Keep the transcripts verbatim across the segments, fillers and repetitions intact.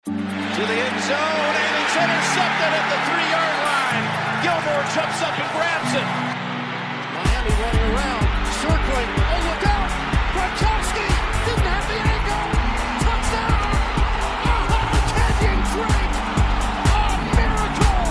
To the end zone, and it's intercepted at the three-yard line. Gilmore jumps up and grabs it. Miami running around, circling. Oh, look out! Gronkowski didn't have the angle. Touchdown! Oh, Kenyon Drake! A miracle!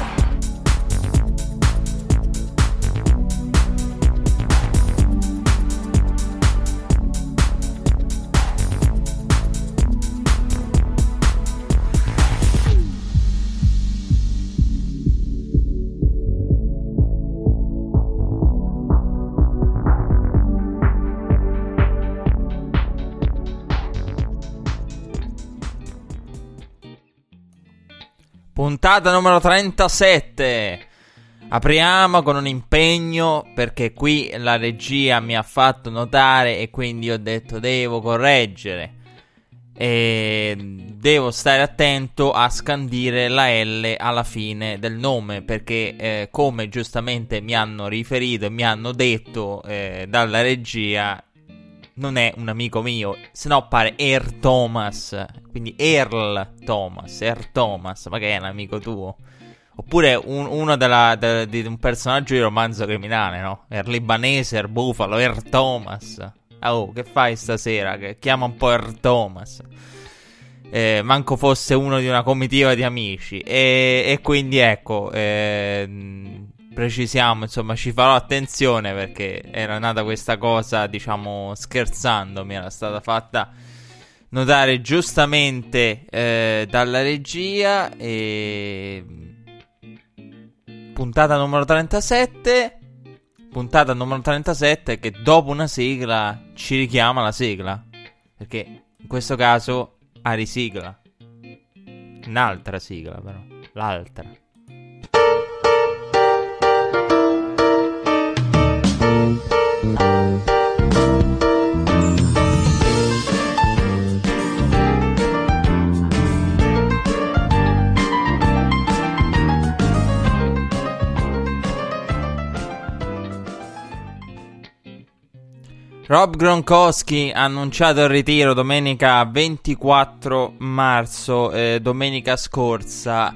Puntata numero trentasette. Apriamo con un impegno, perché qui la regia mi ha fatto notare e quindi ho detto devo correggere e devo stare attento a scandire la L alla fine del nome, perché eh, come giustamente mi hanno riferito e mi hanno detto eh, dalla regia, non è un amico mio, se no pare Earl Thomas, quindi Earl Thomas, Earl Thomas, ma che è un amico tuo? Oppure un, uno della, de, di un personaggio di romanzo criminale, no? Earl Libanese, Earl Buffalo, Earl Thomas. Oh, che fai stasera? Che chiama un po' Earl Thomas. Eh, manco fosse uno di una comitiva di amici. E, e quindi ecco, eh, precisiamo, insomma, ci farò attenzione, perché era nata questa cosa, diciamo, scherzando, mi era stata fatta notare giustamente eh, dalla regia. E puntata numero trentasette. Puntata numero trentasette che dopo una sigla ci richiama la sigla, perché in questo caso a risigla un'altra sigla, però l'altra. Rob Gronkowski ha annunciato il ritiro domenica ventiquattro marzo, eh, domenica scorsa.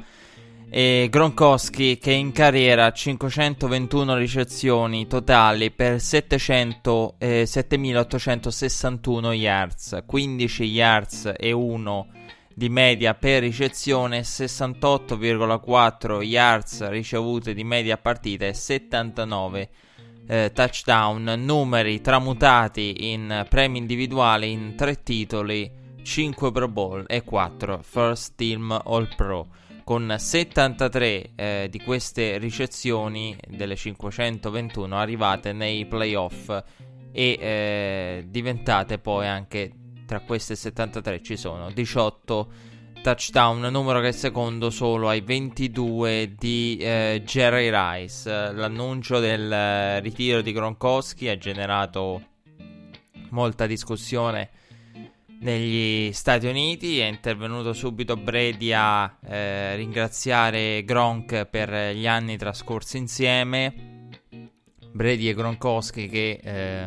E Gronkowski, che in carriera ha cinquecentoventuno ricezioni totali per settecento, eh, settemilaottocentosessantuno yards, quindici yards e uno di media per ricezione, sessantotto virgola quattro yards ricevute di media partita e settantanove Eh, touchdown, numeri tramutati in premi individuali in tre titoli, cinque Pro Bowl e quattro First Team All Pro, con settantatré eh, di queste ricezioni delle cinquecentoventuno arrivate nei playoff e eh, diventate poi anche, tra queste settantatré ci sono diciotto touchdown, numero che è secondo solo ai ventidue di eh, Jerry Rice. L'annuncio del eh, ritiro di Gronkowski ha generato molta discussione negli Stati Uniti. È intervenuto subito Brady a eh, ringraziare Gronk per gli anni trascorsi insieme. Brady e Gronkowski che, eh,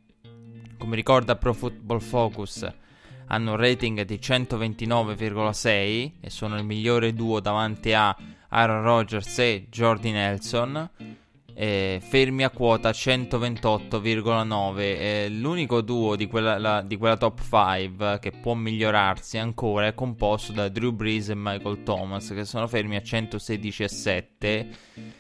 come ricorda Pro Football Focus, hanno un rating di centoventinove virgola sei e sono il migliore duo davanti a Aaron Rodgers e Jordy Nelson, eh, fermi a quota centoventotto virgola nove. Eh, l'unico duo di quella, la, di quella top cinque che può migliorarsi ancora è composto da Drew Brees e Michael Thomas, che sono fermi a centosedici virgola sette.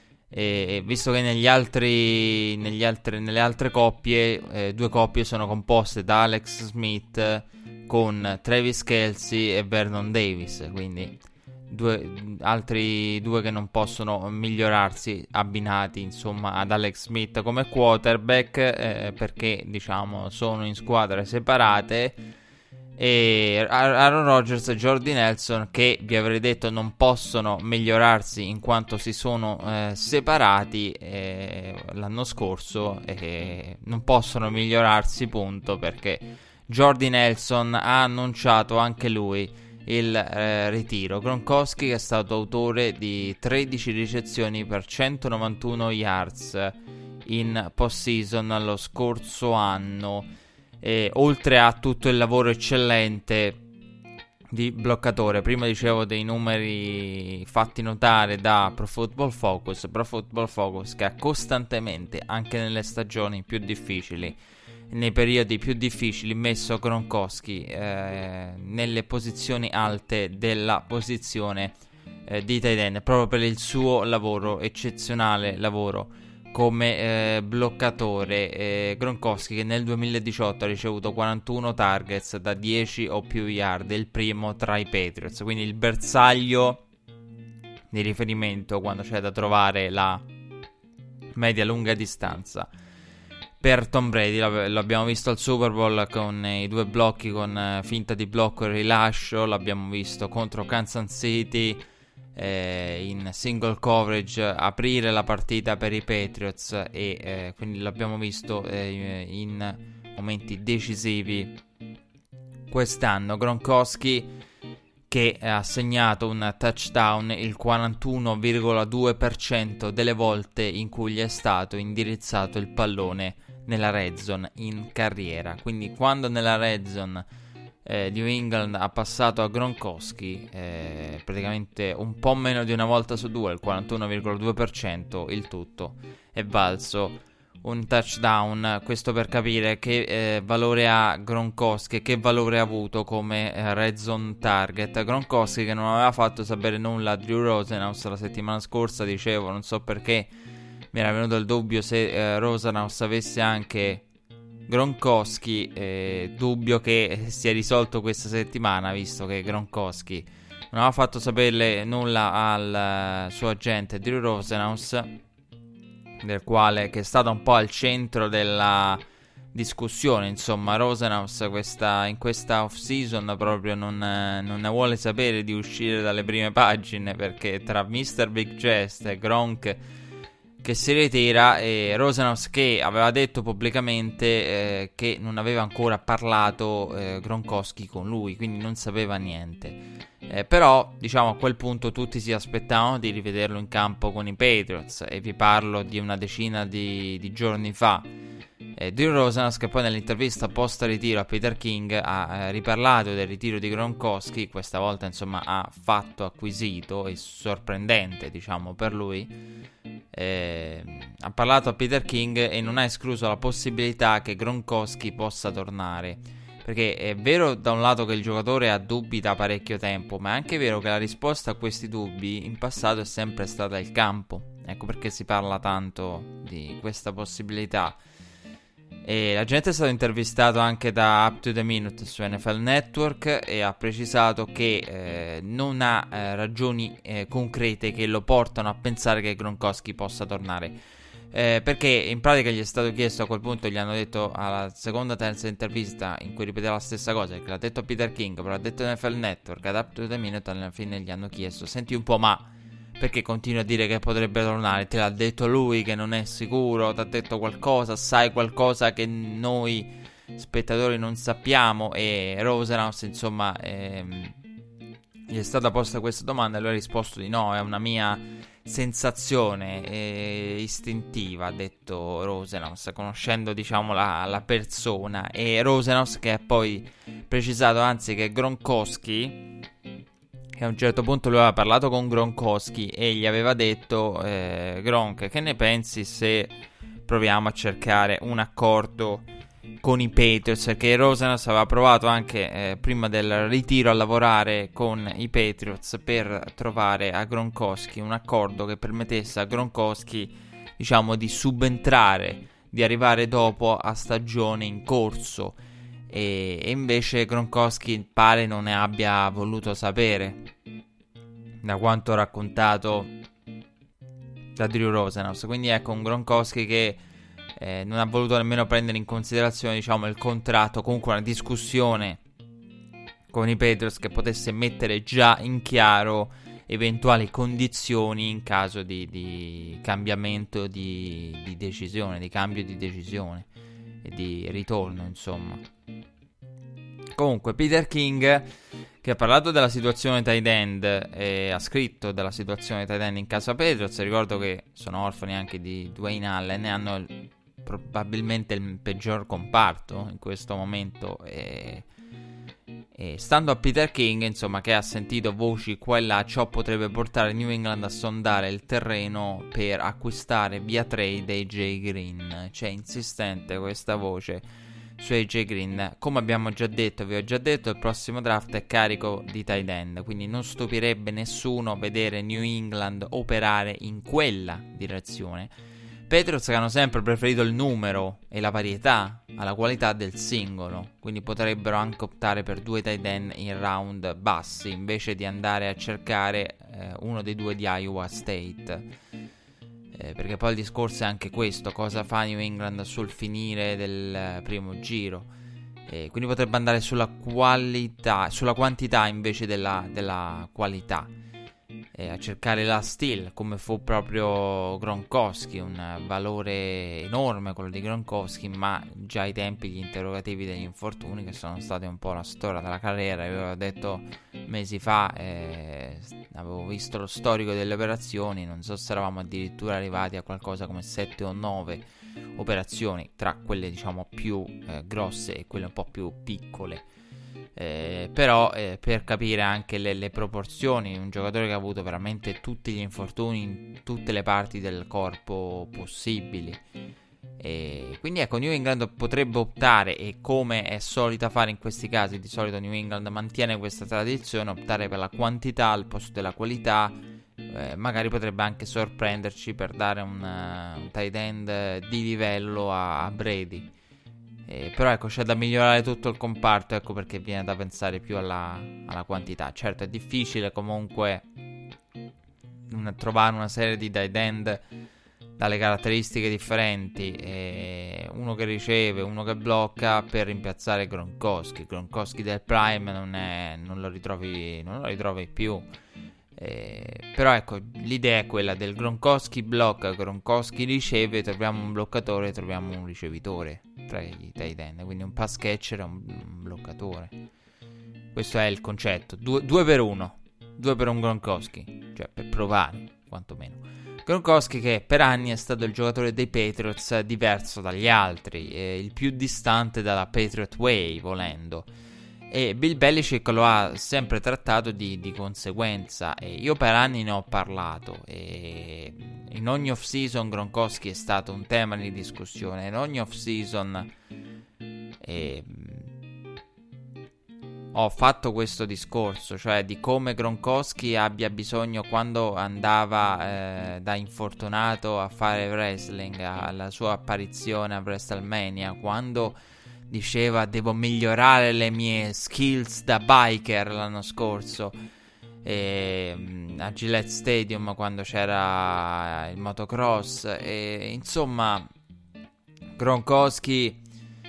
E visto che negli altri, negli altri nelle altre coppie, eh, due coppie sono composte da Alex Smith con Travis Kelce e Vernon Davis, quindi due, altri due che non possono migliorarsi abbinati, insomma, ad Alex Smith come quarterback, eh, perché diciamo sono in squadre separate. E Aaron Rodgers e Jordy Nelson, che vi avrei detto non possono migliorarsi in quanto si sono eh, separati eh, l'anno scorso, e eh, non possono migliorarsi, punto, perché Jordy Nelson ha annunciato anche lui il eh, ritiro. Gronkowski è stato autore di tredici ricezioni per centonovantuno yards in postseason lo scorso anno. E oltre a tutto il lavoro eccellente di bloccatore. Prima dicevo dei numeri fatti notare da Pro Football Focus, Pro Football Focus che ha costantemente, anche nelle stagioni più difficili, nei periodi più difficili, messo Gronkowski eh, nelle posizioni alte della posizione eh, di tight end, proprio per il suo lavoro, eccezionale lavoro come eh, bloccatore. eh, Gronkowski, che nel duemiladiciotto ha ricevuto quarantuno targets da dieci o più yard, il primo tra i Patriots, quindi il bersaglio di riferimento quando c'è da trovare la media lunga distanza per Tom Brady. L'abbiamo visto al Super Bowl con i due blocchi con eh, finta di blocco e rilascio, l'abbiamo visto contro Kansas City Eh, in single coverage aprire la partita per i Patriots, e eh, quindi l'abbiamo visto eh, in momenti decisivi quest'anno. Gronkowski che ha segnato un touchdown il quarantuno virgola due per cento delle volte in cui gli è stato indirizzato il pallone nella red zone in carriera. Quindi quando nella red zone Eh, New England ha passato a Gronkowski eh, praticamente un po' meno di una volta su due, il quarantuno virgola due per cento, il tutto è valso un touchdown. Questo per capire che eh, valore ha Gronkowski, che valore ha avuto come eh, red zone target. Gronkowski, che non aveva fatto sapere nulla a Drew Rosenhaus la settimana scorsa, dicevo, non so perché mi era venuto il dubbio se eh, Rosenhaus avesse anche Gronkowski, eh, dubbio che si è risolto questa settimana, visto che Gronkowski non aveva fatto saperle nulla al uh, suo agente Drew Rosenhaus, del quale, che è stato un po' al centro della discussione. Insomma, Rosenhaus questa, in questa off season proprio non, non ne vuole sapere di uscire dalle prime pagine, perché tra mister Big Chest e Gronk che si ritira, e Rosenhaus che aveva detto pubblicamente eh, che non aveva ancora parlato eh, Gronkowski con lui, quindi non sapeva niente. Eh, però diciamo a quel punto tutti si aspettavano di rivederlo in campo con i Patriots, e vi parlo di una decina di, di giorni fa. eh, Drew Rosenhaus, che poi nell'intervista post ritiro a Peter King ha eh, riparlato del ritiro di Gronkowski, questa volta insomma ha fatto acquisito, e sorprendente diciamo per lui. Eh, ha parlato a Peter King e non ha escluso la possibilità che Gronkowski possa tornare, perché è vero da un lato che il giocatore ha dubbi da parecchio tempo, ma è anche vero che la risposta a questi dubbi in passato è sempre stata il campo. Ecco perché si parla tanto di questa possibilità. E la gente è stato intervistato anche da Up to the Minute su N F L Network, e ha precisato che eh, non ha eh, ragioni eh, concrete che lo portano a pensare che Gronkowski possa tornare, eh, perché in pratica gli è stato chiesto, a quel punto gli hanno detto alla seconda terza intervista in cui ripeteva la stessa cosa, che l'ha detto Peter King, però l'ha detto N F L Network, ad Up to the Minute alla fine gli hanno chiesto: senti un po', ma perché continui a dire che potrebbe tornare? Te l'ha detto lui che non è sicuro? Ti ha detto qualcosa? Sai qualcosa che noi spettatori non sappiamo? E Rosenhaus insomma ehm, gli è stata posta questa domanda e lui ha risposto di no, è una mia sensazione eh, istintiva, ha detto Rosenhaus, conoscendo diciamo la, la persona. E Rosenhaus che ha poi precisato anzi che Gronkowski, che a un certo punto lui aveva parlato con Gronkowski e gli aveva detto eh, Gronk, che ne pensi se proviamo a cercare un accordo con i Patriots? Perché Rosenhaus aveva provato anche eh, prima del ritiro a lavorare con i Patriots per trovare a Gronkowski un accordo che permettesse a Gronkowski diciamo di subentrare, di arrivare dopo a stagione in corso. E, e invece Gronkowski pare non ne abbia voluto sapere, da quanto raccontato da Drew Rosenhaus. Quindi ecco, un Gronkowski che eh, non ha voluto nemmeno prendere in considerazione diciamo il contratto, comunque una discussione con i Patriots che potesse mettere già in chiaro eventuali condizioni in caso di, di cambiamento di, di decisione, di cambio di decisione e di ritorno insomma. Comunque Peter King, che ha parlato della situazione tight end e ha scritto della situazione tight end in casa Patriots, ricordo che sono orfani anche di Dwayne Allen e hanno il, probabilmente il peggior comparto in questo momento, e, E stando a Peter King, insomma, che ha sentito voci qua e là, ciò potrebbe portare New England a sondare il terreno per acquistare via trade A J Green. C'è insistente questa voce su A J Green. Come abbiamo già detto, vi ho già detto, il prossimo draft è carico di tight end, quindi non stupirebbe nessuno vedere New England operare in quella direzione. Patriots hanno sempre preferito il numero e la varietà alla qualità del singolo, quindi potrebbero anche optare per due tight end in round bassi invece di andare a cercare eh, uno dei due di Iowa State, eh, perché poi il discorso è anche questo: cosa fa New England sul finire del primo giro, eh, quindi potrebbe andare sulla qualità, sulla quantità invece della, della qualità. Eh, a cercare la steal, come fu proprio Gronkowski, un valore enorme quello di Gronkowski, ma già ai tempi gli interrogativi degli infortuni, che sono stati un po' la storia della carriera. Io avevo detto mesi fa, eh, avevo visto lo storico delle operazioni, non so se eravamo addirittura arrivati a qualcosa come sette o nove operazioni, tra quelle diciamo più eh, grosse e quelle un po' più piccole. Eh, però eh, per capire anche le, le proporzioni, un giocatore che ha avuto veramente tutti gli infortuni in tutte le parti del corpo possibili, e quindi ecco, New England potrebbe optare, e come è solita fare in questi casi, di solito New England mantiene questa tradizione, optare per la quantità al posto della qualità. Eh, magari potrebbe anche sorprenderci per dare un, uh, un tight end di livello a, a Brady. Eh, però ecco, c'è da migliorare tutto il comparto, ecco perché viene da pensare più alla, alla quantità. Certo, è difficile comunque una, trovare una serie di tight end dalle caratteristiche differenti, eh, uno che riceve, uno che blocca, per rimpiazzare Gronkowski. Gronkowski del prime non, è, non lo ritrovi non lo ritrovi più. Eh, però ecco, l'idea è quella del Gronkowski blocca, Gronkowski riceve, troviamo un bloccatore, troviamo un ricevitore tra i tight end, quindi un pass catcher e un, un bloccatore. Questo è il concetto, due, due per uno, due per un Gronkowski, cioè per provare quantomeno. Gronkowski, che per anni è stato il giocatore dei Patriots diverso dagli altri, eh, il più distante dalla Patriot Way, volendo. E Bill Belichick lo ha sempre trattato di, di conseguenza, e io per anni ne ho parlato, e in ogni off season Gronkowski è stato un tema di discussione. In ogni off season e, ho fatto questo discorso, cioè di come Gronkowski abbia bisogno, quando andava eh, da infortunato a fare wrestling, alla sua apparizione a WrestleMania, quando diceva devo migliorare le mie skills da biker l'anno scorso, e, a Gillette Stadium quando c'era il motocross, e insomma Gronkowski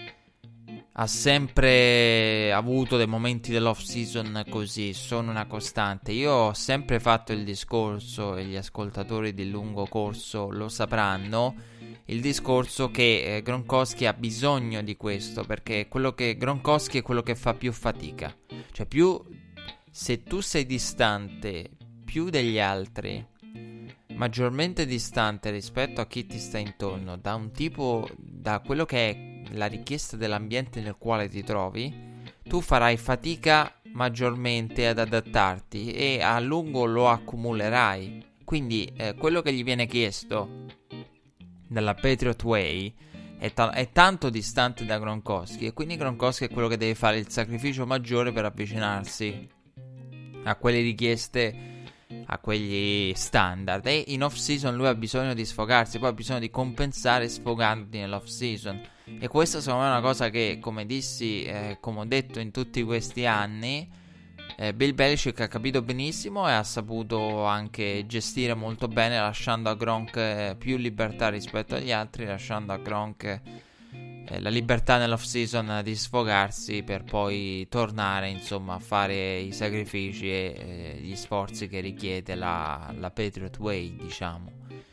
ha sempre avuto dei momenti dell'off season così, sono una costante. Io ho sempre fatto il discorso, e gli ascoltatori di lungo corso lo sapranno, il discorso che eh, Gronkowski ha bisogno di questo, perché quello che Gronkowski è quello che fa più fatica. Cioè più, se tu sei distante più degli altri, maggiormente distante rispetto a chi ti sta intorno, da un tipo, da quello che è la richiesta dell'ambiente nel quale ti trovi, tu farai fatica maggiormente ad adattarti e a lungo lo accumulerai. Quindi eh, quello che gli viene chiesto dalla Patriot Way è, ta- è tanto distante da Gronkowski, e quindi Gronkowski è quello che deve fare il sacrificio maggiore per avvicinarsi a quelle richieste, a quegli standard. E in off season lui ha bisogno di sfogarsi, poi ha bisogno di compensare sfogandoti nell'off season, e questa secondo me è una cosa che, come dissi, eh, come ho detto in tutti questi anni, eh, Bill Belichick ha capito benissimo e ha saputo anche gestire molto bene, lasciando a Gronk eh, più libertà rispetto agli altri, lasciando a Gronk eh, la libertà nell'off season di sfogarsi, per poi tornare insomma a fare i sacrifici e eh, gli sforzi che richiede la, la Patriot Way, diciamo.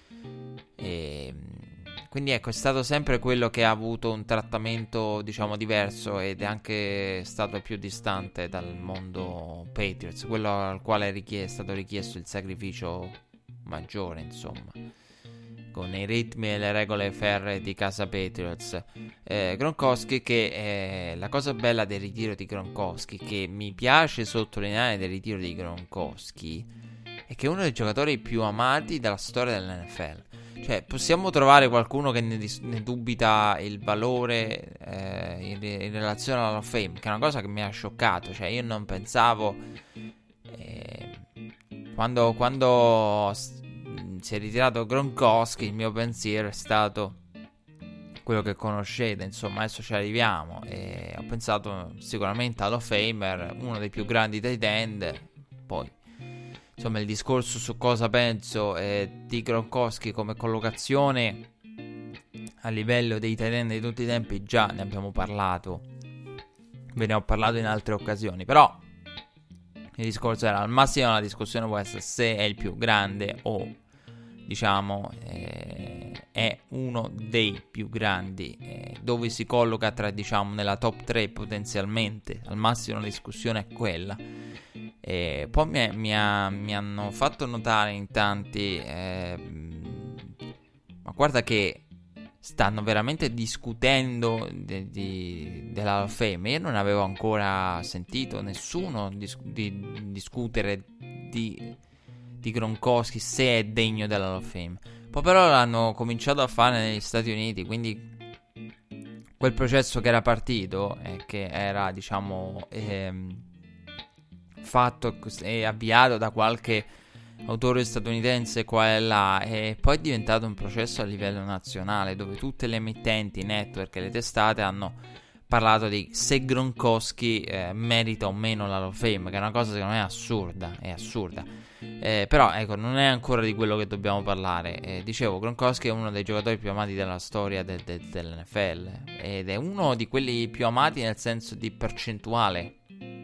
E quindi ecco, è stato sempre quello che ha avuto un trattamento diciamo diverso, ed è anche stato più distante dal mondo Patriots, quello al quale è, richie- è stato richiesto il sacrificio maggiore, insomma. con i ritmi e le regole ferree di casa Patriots. eh, Gronkowski, che eh, la cosa bella del ritiro di Gronkowski, che mi piace sottolineare del ritiro di Gronkowski, è che è uno dei giocatori più amati della storia dell'N F L. Cioè, possiamo trovare qualcuno che ne, dis- ne dubita il valore eh, in, in relazione alla Hall of Fame, che è una cosa che mi ha scioccato. Cioè, io non pensavo eh, quando, quando si è ritirato Gronkowski, il mio pensiero è stato quello che conoscete, insomma, adesso ci arriviamo, e ho pensato sicuramente Hall of Famer, uno dei più grandi tight end. Poi insomma, il discorso su cosa penso eh, di Gronkowski come collocazione a livello dei tight end di tutti i tempi già ne abbiamo parlato, ve ne ho parlato in altre occasioni. Però il discorso era, al massimo la discussione può essere se è il più grande o, diciamo, eh, è uno dei più grandi, eh, dove si colloca tra, diciamo, nella top tre potenzialmente. Al massimo la discussione è quella. E poi mi, mi, ha, mi hanno fatto notare in tanti eh, ma guarda che stanno veramente discutendo di, di, della Hall of Fame. Io non avevo ancora sentito nessuno dis- di, discutere di, di Gronkowski se è degno della Hall of Fame. Poi però l'hanno cominciato a fare negli Stati Uniti, quindi quel processo che era partito e eh, che era, diciamo, ehm, fatto e avviato da qualche autore statunitense qua e là, e poi è diventato un processo a livello nazionale, dove tutte le emittenti, i network e le testate hanno parlato di se Gronkowski eh, merita o meno la Hall of Fame, che è una cosa secondo me assurda, è assurda. Eh, però ecco, non è ancora di quello che dobbiamo parlare. Eh, dicevo, Gronkowski è uno dei giocatori più amati della storia de- de- dell'N F L, ed è uno di quelli più amati nel senso di percentuale,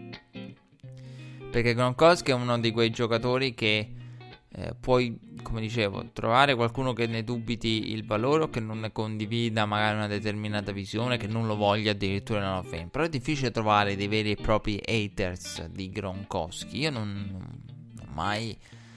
perché Gronkowski è uno di quei giocatori che eh, puoi, come dicevo, trovare qualcuno che ne dubiti il valore o che non ne condivida magari una determinata visione, che non lo voglia addirittura nella Hall of Fame. Però è difficile trovare dei veri e propri haters di Gronkowski. Io non, non ho mai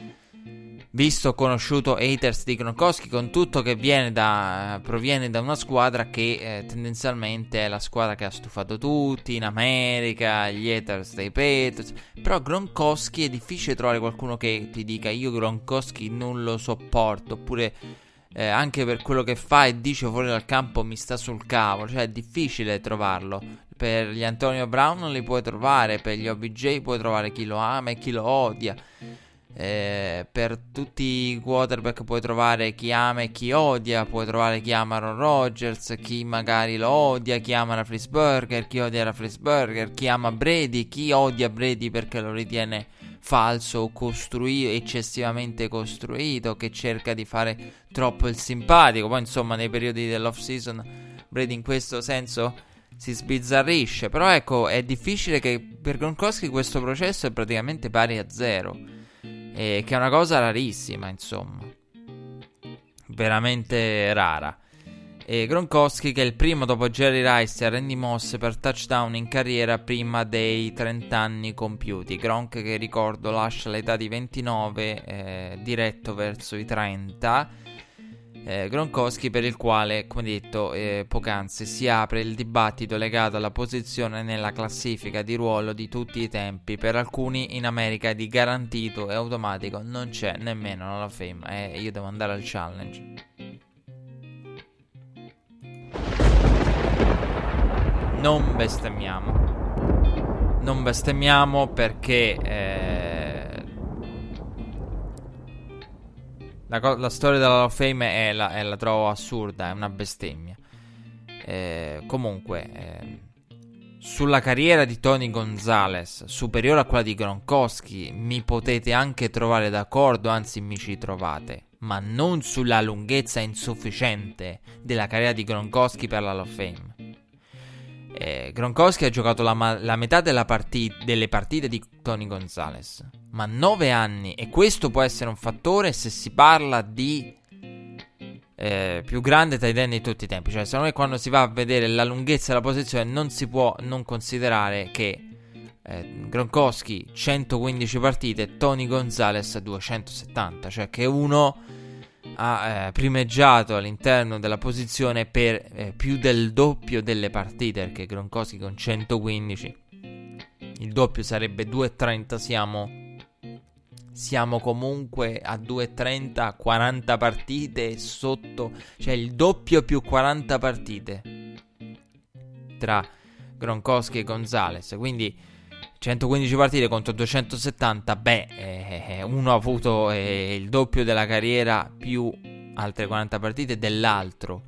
visto o conosciuto haters di Gronkowski, con tutto che viene da, proviene da una squadra che eh, tendenzialmente è la squadra che ha stufato tutti in America, gli haters dei Patriots. Però Gronkowski è difficile trovare qualcuno che ti dica io Gronkowski non lo sopporto, oppure eh, anche per quello che fa e dice fuori dal campo mi sta sul cavolo. Cioè è difficile trovarlo. Per gli Antonio Brown non li puoi trovare, per gli O B J puoi trovare chi lo ama e chi lo odia. Eh, per tutti i quarterback puoi trovare chi ama e chi odia, puoi trovare chi ama Aaron Rodgers, chi magari lo odia, chi ama Roethlisberger, chi odia Roethlisberger, chi ama Brady, chi odia Brady perché lo ritiene falso o costruito, eccessivamente costruito, che cerca di fare troppo il simpatico. Poi insomma nei periodi dell'off season Brady in questo senso si sbizzarrisce. Però ecco, è difficile, che per Gronkowski questo processo è praticamente pari a zero, eh, che è una cosa rarissima, insomma, veramente rara. E Gronkowski, che è il primo dopo Jerry Rice e Randy Moss per touchdown in carriera prima dei trenta anni compiuti. Gronk, che ricordo lascia all'età di ventinove, eh, diretto verso i trenta. Eh, Gronkowski, per il quale, come detto eh, poc'anzi, si apre il dibattito legato alla posizione nella classifica di ruolo di tutti i tempi. Per alcuni in America di garantito e automatico non c'è nemmeno la Fame. Eh, io devo andare al challenge. Non bestemmiamo. Non bestemmiamo perché eh, la, co- la storia della Hall of Fame è la, è la trovo assurda, è una bestemmia. Eh, comunque, eh, sulla carriera di Tony Gonzalez, superiore a quella di Gronkowski, mi potete anche trovare d'accordo, anzi mi ci trovate, ma non sulla lunghezza insufficiente della carriera di Gronkowski per la Hall of Fame. Eh, Gronkowski ha giocato la, ma- la metà della parti- delle partite di Tony Gonzalez, ma nove anni, e questo può essere un fattore se si parla di eh, più grande tight end di tutti i tempi. Cioè, secondo me, quando si va a vedere la lunghezza della posizione, non si può non considerare che eh, Gronkowski centoquindici partite, Tony Gonzalez duecentosettanta, cioè che uno ha eh, primeggiato all'interno della posizione per eh, più del doppio delle partite, perché Gronkowski con centoquindici, il doppio sarebbe due e trenta, siamo, siamo comunque a due e trenta, quaranta partite sotto, cioè il doppio più quaranta partite tra Gronkowski e Gonzalez, quindi centoquindici partite contro duecentosettanta, beh, eh, uno ha avuto eh, il doppio della carriera più altre quaranta partite dell'altro,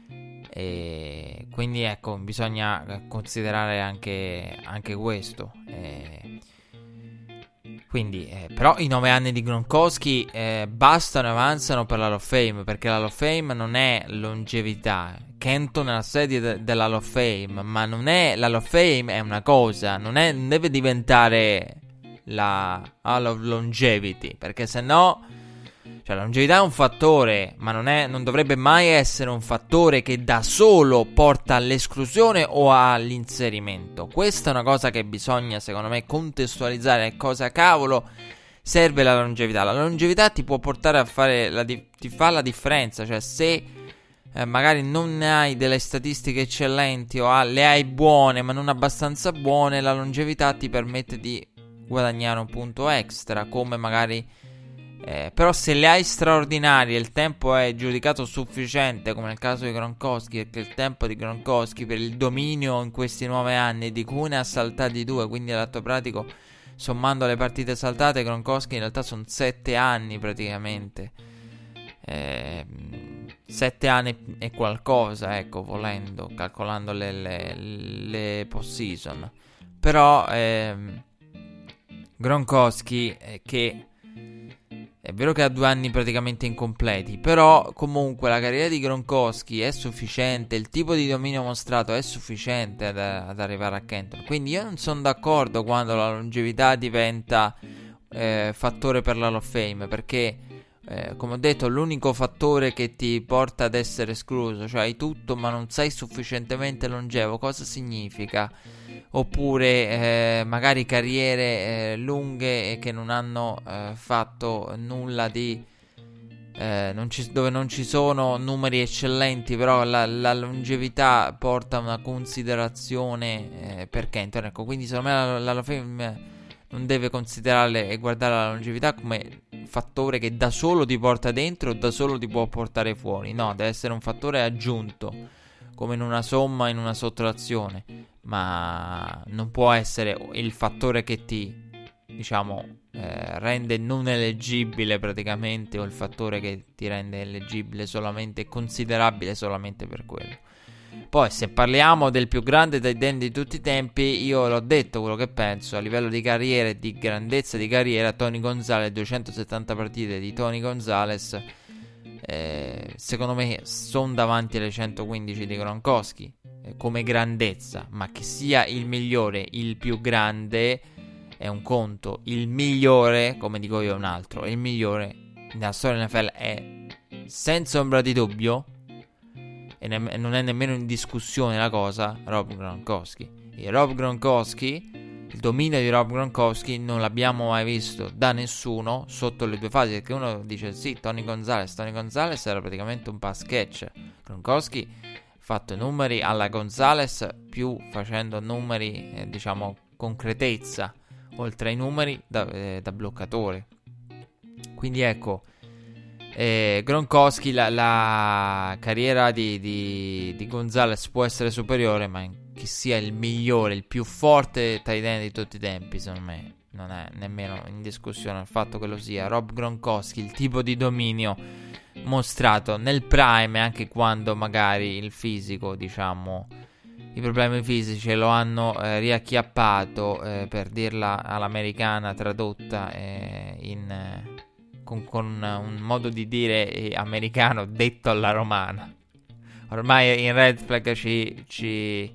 e quindi ecco, bisogna considerare anche, anche questo. Eh, quindi, eh, però i nove anni di Gronkowski eh, bastano e avanzano per l'Hall of Fame, perché l'Hall of Fame non è longevità. Kenton è la sede de- dell'Hall of Fame, ma non è l'Hall of Fame, è una cosa, non, è, non deve diventare la Hall of Longevity, perché se no, cioè la longevità è un fattore, ma non, è, non dovrebbe mai essere un fattore che da solo porta all'esclusione o all'inserimento. Questa è una cosa che bisogna, secondo me, contestualizzare. Cosa cavolo serve la longevità? La longevità ti può portare a fare la di- ti fa la differenza, cioè se Eh, magari non ne hai delle statistiche eccellenti o ha, le hai buone ma non abbastanza buone, la longevità ti permette di guadagnare un punto extra, come magari eh, però se le hai straordinarie e il tempo è giudicato sufficiente, come nel caso di Gronkowski, perché il tempo di Gronkowski per il dominio in questi nove anni, di cui ne ha saltati due, quindi all'atto pratico, sommando le partite saltate, Gronkowski in realtà sono sette anni praticamente, eh, sette anni e qualcosa, ecco, volendo, calcolando le, le, le post-season. Però ehm, Gronkowski eh, che è vero che ha due anni praticamente incompleti, però comunque la carriera di Gronkowski è sufficiente, il tipo di dominio mostrato è sufficiente ad, ad arrivare a Kenton. Quindi io non sono d'accordo quando la longevità diventa eh, fattore per l'Hall of Fame, perché Eh, come ho detto, l'unico fattore che ti porta ad essere escluso, cioè hai tutto ma non sei sufficientemente longevo, cosa significa? Oppure eh, magari carriere eh, lunghe e che non hanno eh, fatto nulla di eh, non ci, dove non ci sono numeri eccellenti, però la, la longevità porta una considerazione eh, per Kenton. Ecco, quindi secondo me la, la, la Fame non deve considerare e guardare la longevità come fattore che da solo ti porta dentro o da solo ti può portare fuori. No, deve essere un fattore aggiunto, come in una somma, in una sottrazione, ma non può essere il fattore che ti, diciamo, eh, rende non eleggibile praticamente, o il fattore che ti rende eleggibile solamente, considerabile solamente per quello. Poi se parliamo del più grande tight end di tutti i tempi, io l'ho detto quello che penso a livello di carriera e di grandezza di carriera. Tony Gonzalez, duecentosettanta partite di Tony Gonzalez, eh, secondo me sono davanti alle centoquindici di Gronkowski eh, come grandezza, ma che sia il migliore, il più grande è un conto, il migliore, come dico io, è un altro. Il migliore nella storia dell'N F L è senza ombra di dubbio, e ne- non è nemmeno in discussione la cosa, Rob Gronkowski. E Rob Gronkowski, il dominio di Rob Gronkowski non l'abbiamo mai visto da nessuno sotto le due fasi, perché uno dice sì, Tony Gonzalez Tony Gonzalez era praticamente un pass catch. Gronkowski ha fatto numeri alla Gonzalez, più facendo numeri eh, diciamo concretezza oltre ai numeri da, eh, da bloccatore. Quindi ecco, Eh, Gronkowski, la, la carriera di, di, di Gonzalez può essere superiore, ma che sia il migliore, il più forte tight end di tutti i tempi, secondo me non è nemmeno in discussione il fatto che lo sia. Rob Gronkowski, il tipo di dominio mostrato nel prime, anche quando magari il fisico, diciamo, i problemi fisici lo hanno eh, riacchiappato, eh, per dirla all'americana tradotta eh, in... Eh, Con, con un modo di dire eh, americano detto alla romana. Ormai in Red Flag ci, ci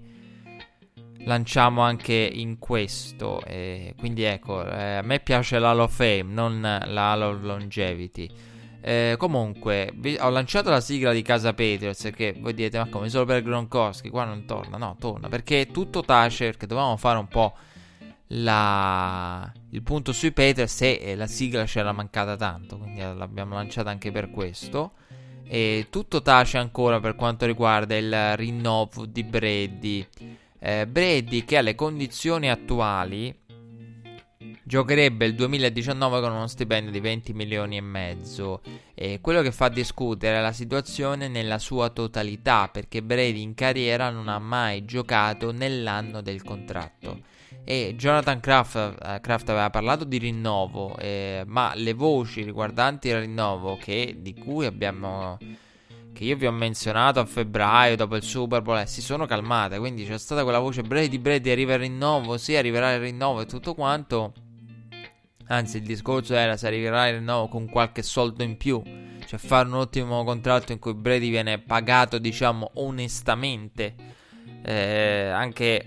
lanciamo anche in questo, eh, quindi ecco, eh, a me piace l'Hall of Fame, non la Hall of Longevity. Eh, comunque vi, ho lanciato la sigla di Casa Patriots, perché voi dite ma come, solo per Gronkowski qua non torna? No, torna perché tutto tace, perché dovevamo fare un po' la, il punto sui Patriots e la sigla c'era mancata tanto, quindi l'abbiamo lanciata anche per questo. E tutto tace ancora per quanto riguarda il rinnovo di Brady. eh, Brady, che alle condizioni attuali giocherebbe il duemiladiciannove con uno stipendio di venti milioni e mezzo. E quello che fa discutere è la situazione nella sua totalità, perché Brady in carriera non ha mai giocato nell'anno del contratto. E Jonathan Kraft, eh, Kraft aveva parlato di rinnovo, eh, ma le voci riguardanti il rinnovo che, di cui abbiamo che io vi ho menzionato a febbraio dopo il Super Bowl eh, si sono calmate. Quindi c'è stata quella voce: Brady, Brady, arriva il rinnovo, sì, arriverà il rinnovo e tutto quanto. Anzi, il discorso era se arriverà il rinnovo con qualche soldo in più, cioè fare un ottimo contratto in cui Brady viene pagato, diciamo, onestamente, eh, anche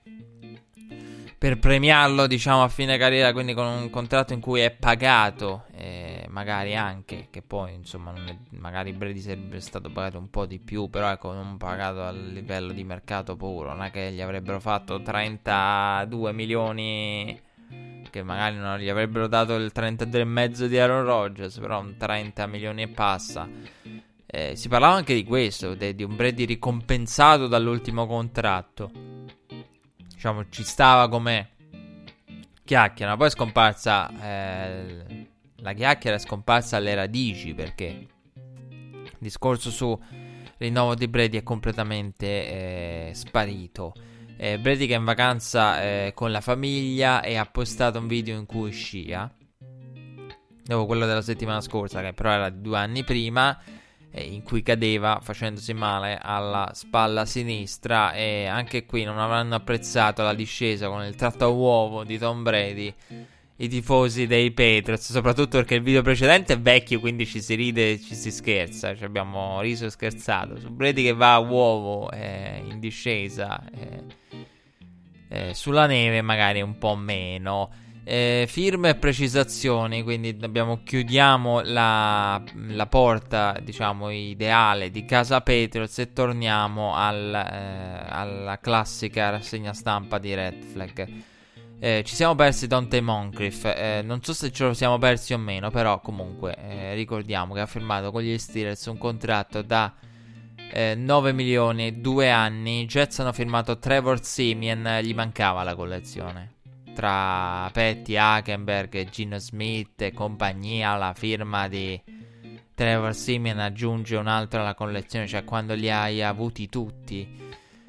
per premiarlo, diciamo, a fine carriera, quindi con un contratto in cui è pagato, eh, magari anche, che poi, insomma, non è, magari Brady sarebbe stato pagato un po' di più, però ecco, non pagato a livello di mercato puro, non è che gli avrebbero fatto trentadue milioni, che magari non gli avrebbero dato il trentadue e mezzo di Aaron Rodgers, però un trenta milioni e passa. Eh, si parlava anche di questo, de, di un Brady ricompensato dall'ultimo contratto. Diciamo, ci stava come chiacchiera. Poi è scomparsa eh, la chiacchiera è scomparsa alle radici, perché il discorso su rinnovo di Brady è completamente eh, sparito. eh, Brady che è in vacanza eh, con la famiglia e ha postato un video in cui scia, dopo quello della settimana scorsa, che però era di due anni prima, in cui cadeva facendosi male alla spalla sinistra. E anche qui non avranno apprezzato la discesa con il tratto a uovo di Tom Brady i tifosi dei Patriots, soprattutto perché il video precedente è vecchio, quindi ci si ride e ci si scherza. Ci abbiamo riso e scherzato su Brady che va a uovo eh, in discesa eh, eh, sulla neve, magari un po' meno. Eh, firme e precisazioni, quindi abbiamo, chiudiamo la, la porta, diciamo, ideale di casa Patriots e torniamo al, eh, alla classica rassegna stampa di Red Flag. Eh, ci siamo persi Dante Moncrief, eh, non so se ce lo siamo persi o meno, però comunque eh, ricordiamo che ha firmato con gli Steelers un contratto da eh, nove milioni, due anni. I Jets hanno firmato Trevor Siemian, gli mancava la collezione. Tra Patty Hackenberg e Gino Smith e compagnia, la firma di Trevor Siemian aggiunge un altro alla collezione, cioè quando li hai avuti tutti.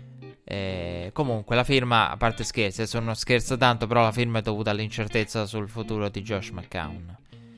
Eh, comunque la firma, a parte scherzi, adesso non scherzo tanto, però la firma è dovuta all'incertezza sul futuro di Josh McCown.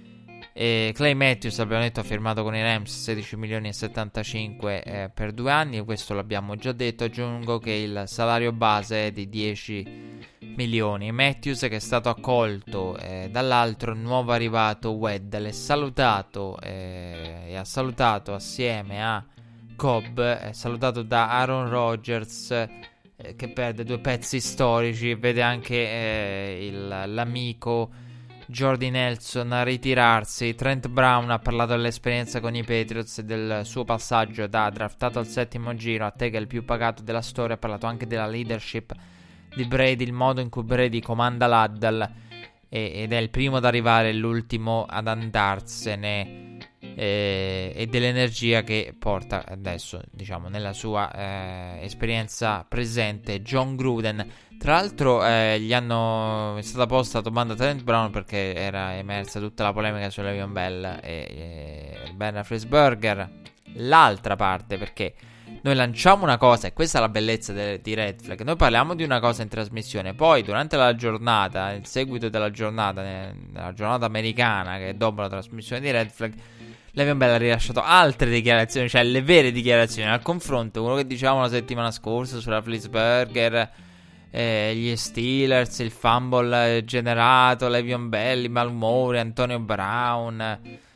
E Clay Matthews, abbiamo detto, ha firmato con i Rams sedici milioni e settantacinque eh, per due anni, e questo l'abbiamo già detto. Aggiungo che il salario base è di dieci milioni. Matthews, che è stato accolto eh, dall'altro nuovo arrivato Weddle, è salutato eh, e ha salutato assieme a Cobb, è salutato da Aaron Rodgers eh, che perde due pezzi storici. Vede anche eh, il, l'amico Jordy Nelson a ritirarsi. Trent Brown ha parlato dell'esperienza con i Patriots e del suo passaggio da draftato al settimo giro a te che è il più pagato della storia. Ha parlato anche della leadership di Brady, il modo in cui Brady comanda l'Huddle e, ed è il primo ad arrivare e l'ultimo ad andarsene, e, e dell'energia che porta adesso, diciamo, nella sua eh, esperienza presente John Gruden. Tra l'altro eh, gli hanno è stata posta la domanda a Trent Brown perché era emersa tutta la polemica su Le'Veon Bell e, e Ben Roethlisberger. L'altra parte, perché noi lanciamo una cosa, e questa è la bellezza de- di Red Flag, noi parliamo di una cosa in trasmissione, poi durante la giornata, il seguito della giornata, nella giornata americana, che è dopo la trasmissione di Red Flag, Le'Veon Bell ha rilasciato altre dichiarazioni, cioè le vere dichiarazioni, al confronto quello che dicevamo la settimana scorsa sulla Roethlisberger, eh, gli Steelers, il fumble generato, Le'Veon Bell, i malumori, Antonio Brown,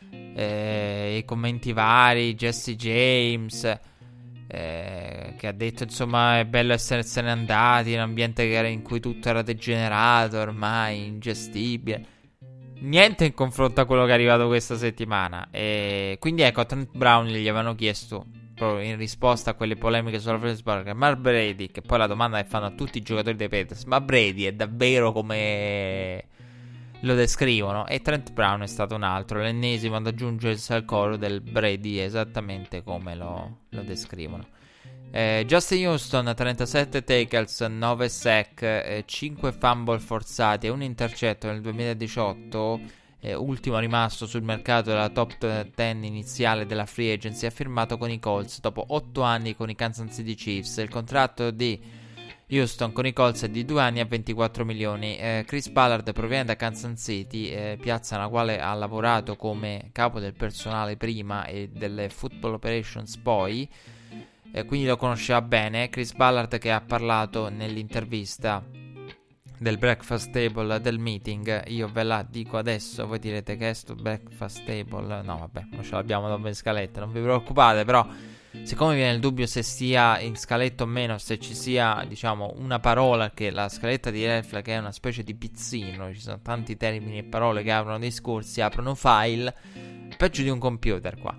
eh, i commenti vari, Jesse James, eh, che ha detto insomma è bello essersene andati in un ambiente che era, in cui tutto era degenerato, ormai ingestibile. Niente in confronto a quello che è arrivato questa settimana. E quindi ecco, a Trent Brown gli avevano chiesto proprio in risposta a quelle polemiche sulla Fitzpatrick, ma Brady, che poi la domanda che fanno a tutti i giocatori dei Patriots, ma Brady è davvero come lo descrivono? E Trent Brown è stato un altro, l'ennesimo ad aggiungersi al coro del Brady esattamente come lo, lo descrivono. eh, Justin Houston, trentasette tackles, nove sack, eh, cinque fumble forzati e un intercetto nel duemiladiciotto, eh, ultimo rimasto sul mercato della top dieci iniziale della free agency, ha firmato con i Colts dopo otto anni con i Kansas City Chiefs. Il contratto di Houston con i Colts è di due anni a ventiquattro milioni. eh, Chris Ballard proviene da Kansas City, eh, piazza nella quale ha lavorato come capo del personale prima e delle football operations poi, eh, quindi lo conosceva bene. Chris Ballard, che ha parlato nell'intervista del breakfast table del meeting, io ve la dico adesso, voi direte che è sto breakfast table, no vabbè, non ce l'abbiamo dopo in scaletta, non vi preoccupate, però siccome viene il dubbio se sia in scaletta o meno, se ci sia, diciamo, una parola, che la scaletta di Refla, che è una specie di pizzino, ci sono tanti termini e parole che aprono discorsi, aprono file, peggio di un computer qua.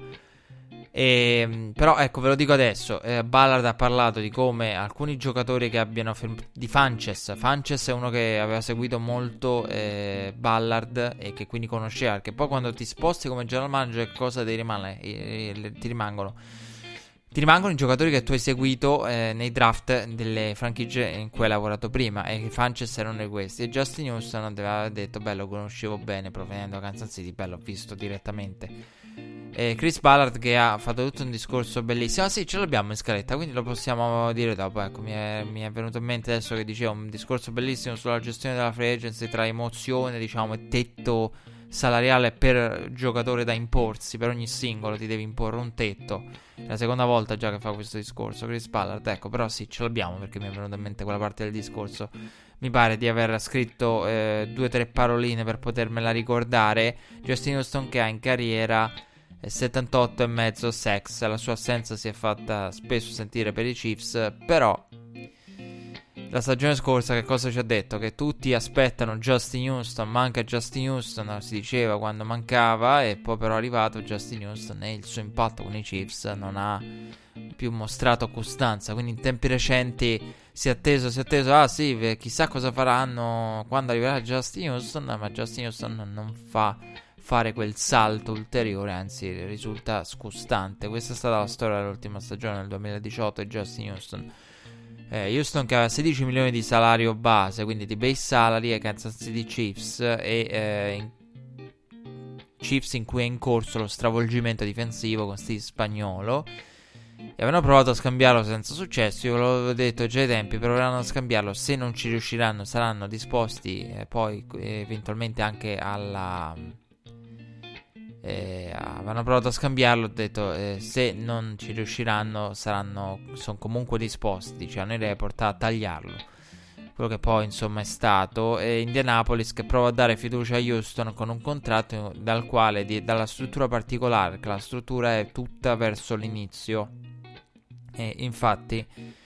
E, però ecco, ve lo dico adesso, eh, Ballard ha parlato di come alcuni giocatori che abbiano firm- di Funches Funches è uno che aveva seguito molto eh, Ballard e che quindi conosceva, perché poi quando ti sposti come general manager cosa ti rimane? Eh, eh, ti rimangono Ti rimangono i giocatori che tu hai seguito eh, nei draft delle franchigie in cui hai lavorato prima, e Funches era uno di questi. E Justin Houston aveva detto: beh, lo conoscevo bene provenendo da Kansas City, beh, l'ho visto direttamente. E Chris Ballard, che ha fatto tutto un discorso bellissimo. Ah sì, ce l'abbiamo in scaletta, quindi lo possiamo dire dopo. Ecco, mi è, mi è venuto in mente adesso che diceva un discorso bellissimo sulla gestione della free agency, tra emozione, diciamo, e tetto salariale per giocatore da imporsi. Per ogni singolo ti devi imporre un tetto. È la seconda volta già che fa questo discorso Chris Ballard, ecco, però sì, ce l'abbiamo, perché mi è venuta in mente quella parte del discorso. Mi pare di aver scritto eh, due o tre paroline per potermela ricordare. Justin Houston, che ha in carriera settantotto e mezzo sacks, la sua assenza si è fatta spesso sentire per i Chiefs, però la stagione scorsa che cosa ci ha detto? Che tutti aspettano Justin Houston, manca Justin Houston, si diceva quando mancava, e poi però è arrivato Justin Houston e il suo impatto con i Chiefs non ha più mostrato costanza, quindi in tempi recenti si è atteso, si è atteso, ah sì, chissà cosa faranno quando arriverà Justin Houston, ma Justin Houston non fa fare quel salto ulteriore, anzi risulta scostante. Questa è stata la storia dell'ultima stagione del duemiladiciotto e Justin Houston. Eh, Houston, che aveva sedici milioni di salario base, quindi di base salary, e Kansas City Chiefs, e eh, in Chiefs in cui è in corso lo stravolgimento difensivo con Steve Spagnuolo, e avevano provato a scambiarlo senza successo. Io l'ho detto già ai tempi, proveranno a scambiarlo, se non ci riusciranno saranno disposti eh, poi eh, eventualmente anche alla... Eh, avevano provato a scambiarlo, ho detto eh, se non ci riusciranno saranno, sono comunque disposti, dicevano i report, a tagliarlo, quello che poi insomma è stato. E Indianapolis, che prova a dare fiducia a Houston con un contratto dal quale di, dalla struttura particolare, che la struttura è tutta verso l'inizio, e infatti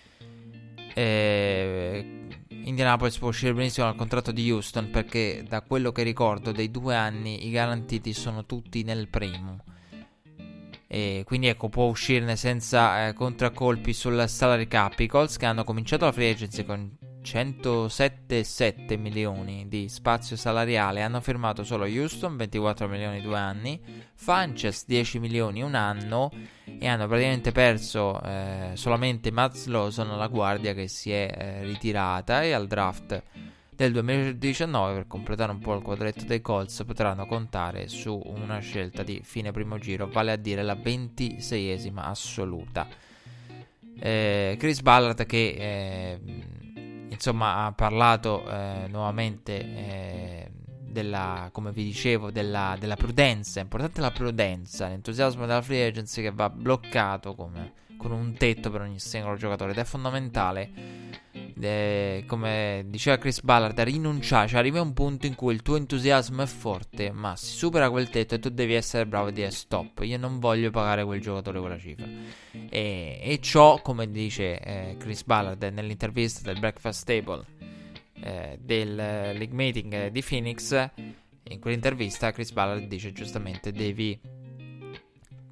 eh, Indianapolis può uscire benissimo dal contratto di Houston, perché da quello che ricordo dei due anni i garantiti sono tutti nel primo, e quindi ecco, può uscirne senza eh, contraccolpi sul salary cap. I Colts, che hanno cominciato la free agency con centosette virgola sette milioni di spazio salariale, hanno firmato solo Houston ventiquattro milioni due anni, Funches dieci milioni un anno, e hanno praticamente perso eh, solamente Matt Lawson alla guardia, che si è eh, ritirata, e al draft del duemiladiciannove, per completare un po' il quadretto dei Colts, potranno contare su una scelta di fine primo giro, vale a dire la ventiseiesima assoluta. eh, Chris Ballard, che eh, insomma ha parlato eh, nuovamente eh, della, come vi dicevo, della, della prudenza. È importante la prudenza, l'entusiasmo della free agency, che va bloccato come, con un tetto per ogni singolo giocatore, ed è fondamentale, eh, come diceva Chris Ballard, a rinunciare, cioè arrivi a un punto in cui il tuo entusiasmo è forte, ma si supera quel tetto e tu devi essere bravo a dire stop, io non voglio pagare quel giocatore quella cifra. E, e ciò, come dice eh, Chris Ballard nell'intervista del Breakfast Table eh, del eh, League Meeting di Phoenix, in quell'intervista Chris Ballard dice giustamente: devi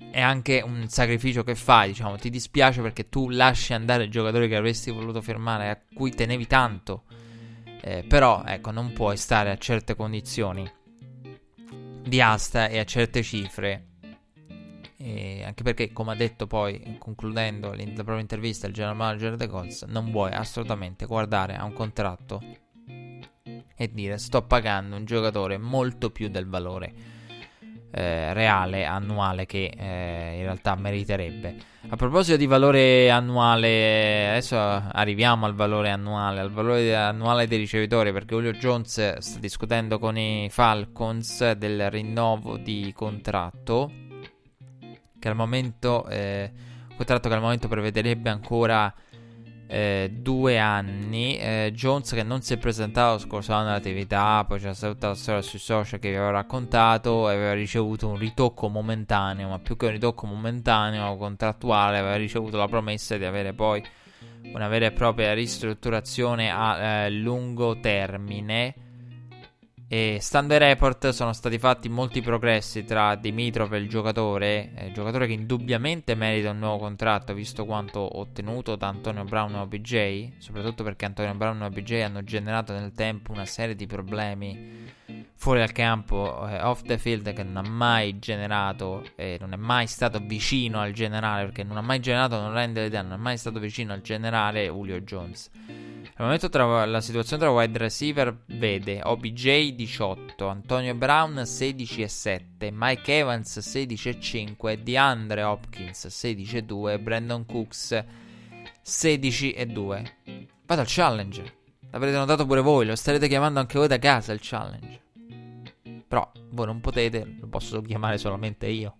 è anche un sacrificio che fai, diciamo, ti dispiace perché tu lasci andare i giocatori che avresti voluto firmare, a cui tenevi tanto, eh, però ecco, non puoi stare a certe condizioni di asta e a certe cifre, e anche perché, come ha detto poi, concludendo la propria intervista, il general manager dei Colts, non vuoi assolutamente guardare a un contratto e dire sto pagando un giocatore molto più del valore eh, reale annuale che eh, in realtà meriterebbe. A proposito di valore annuale, adesso arriviamo al valore annuale, al valore annuale dei ricevitori, perché Julio Jones sta discutendo con i Falcons del rinnovo di contratto, che al momento eh, un contratto che al momento prevederebbe ancora eh, due anni. eh, Jones, che non si è presentato lo scorso anno all'attività, poi c'è stata tutta la storia sui social che vi avevo raccontato, e aveva ricevuto un ritocco momentaneo, ma più che un ritocco momentaneo contrattuale, aveva ricevuto la promessa di avere poi una vera e propria ristrutturazione a eh, lungo termine. E stando ai report sono stati fatti molti progressi tra Dimitrov e il giocatore, eh, giocatore che indubbiamente merita un nuovo contratto visto quanto ottenuto da Antonio Brown e O B J, soprattutto perché Antonio Brown e O B J hanno generato nel tempo una serie di problemi fuori dal campo, eh, off the field, che non ha mai generato, eh, non è mai stato vicino al generale, perché non ha mai generato, non rende l'idea, non è mai stato vicino al generale Julio Jones. Al momento tra, la situazione tra wide receiver vede O B J diciotto, Antonio Brown sedici e sette, Mike Evans sedici e cinque, DeAndre Hopkins sedici e due, Brandon Cooks sedici e due. Vado al challenge. L'avrete notato pure voi, lo starete chiamando anche voi da casa il challenge. Però voi non potete, lo posso chiamare solamente io.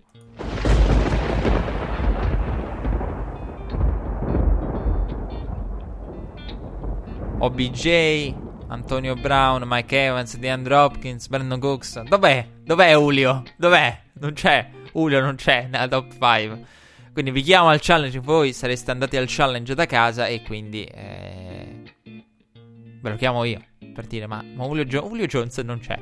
O B J, Antonio Brown, Mike Evans, DeAndre Hopkins, Brandon Cooks. Dov'è? Dov'è Julio? Dov'è? Non c'è. Julio non c'è nella top cinque. Quindi vi chiamo al challenge. Voi sareste andati al challenge da casa e quindi eh, ve lo chiamo io per dire ma, ma Julio, jo- Julio Jones non c'è.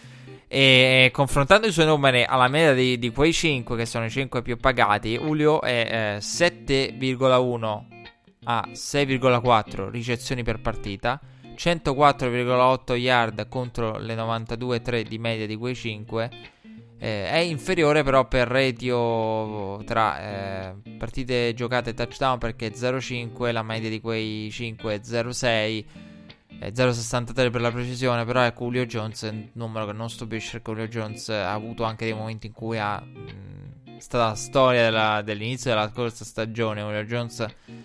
E confrontando i suoi numeri alla media di, di quei cinque, che sono i cinque più pagati, Julio è eh, sette virgola uno a sei virgola quattro ricezioni per partita, centoquattro virgola otto yard contro le novantadue virgola tre di media di quei cinque. Eh, è inferiore però per ratio tra eh, partite giocate e touchdown, perché zero virgola cinque, la media di quei cinque è zero virgola sei, eh, zero virgola sessantatré per la precisione. Però ecco, Julio Jones è un numero che non stupisce, perché Julio Jones ha avuto anche dei momenti in cui ha mh, stata la storia della, dell'inizio della scorsa stagione, Julio Jones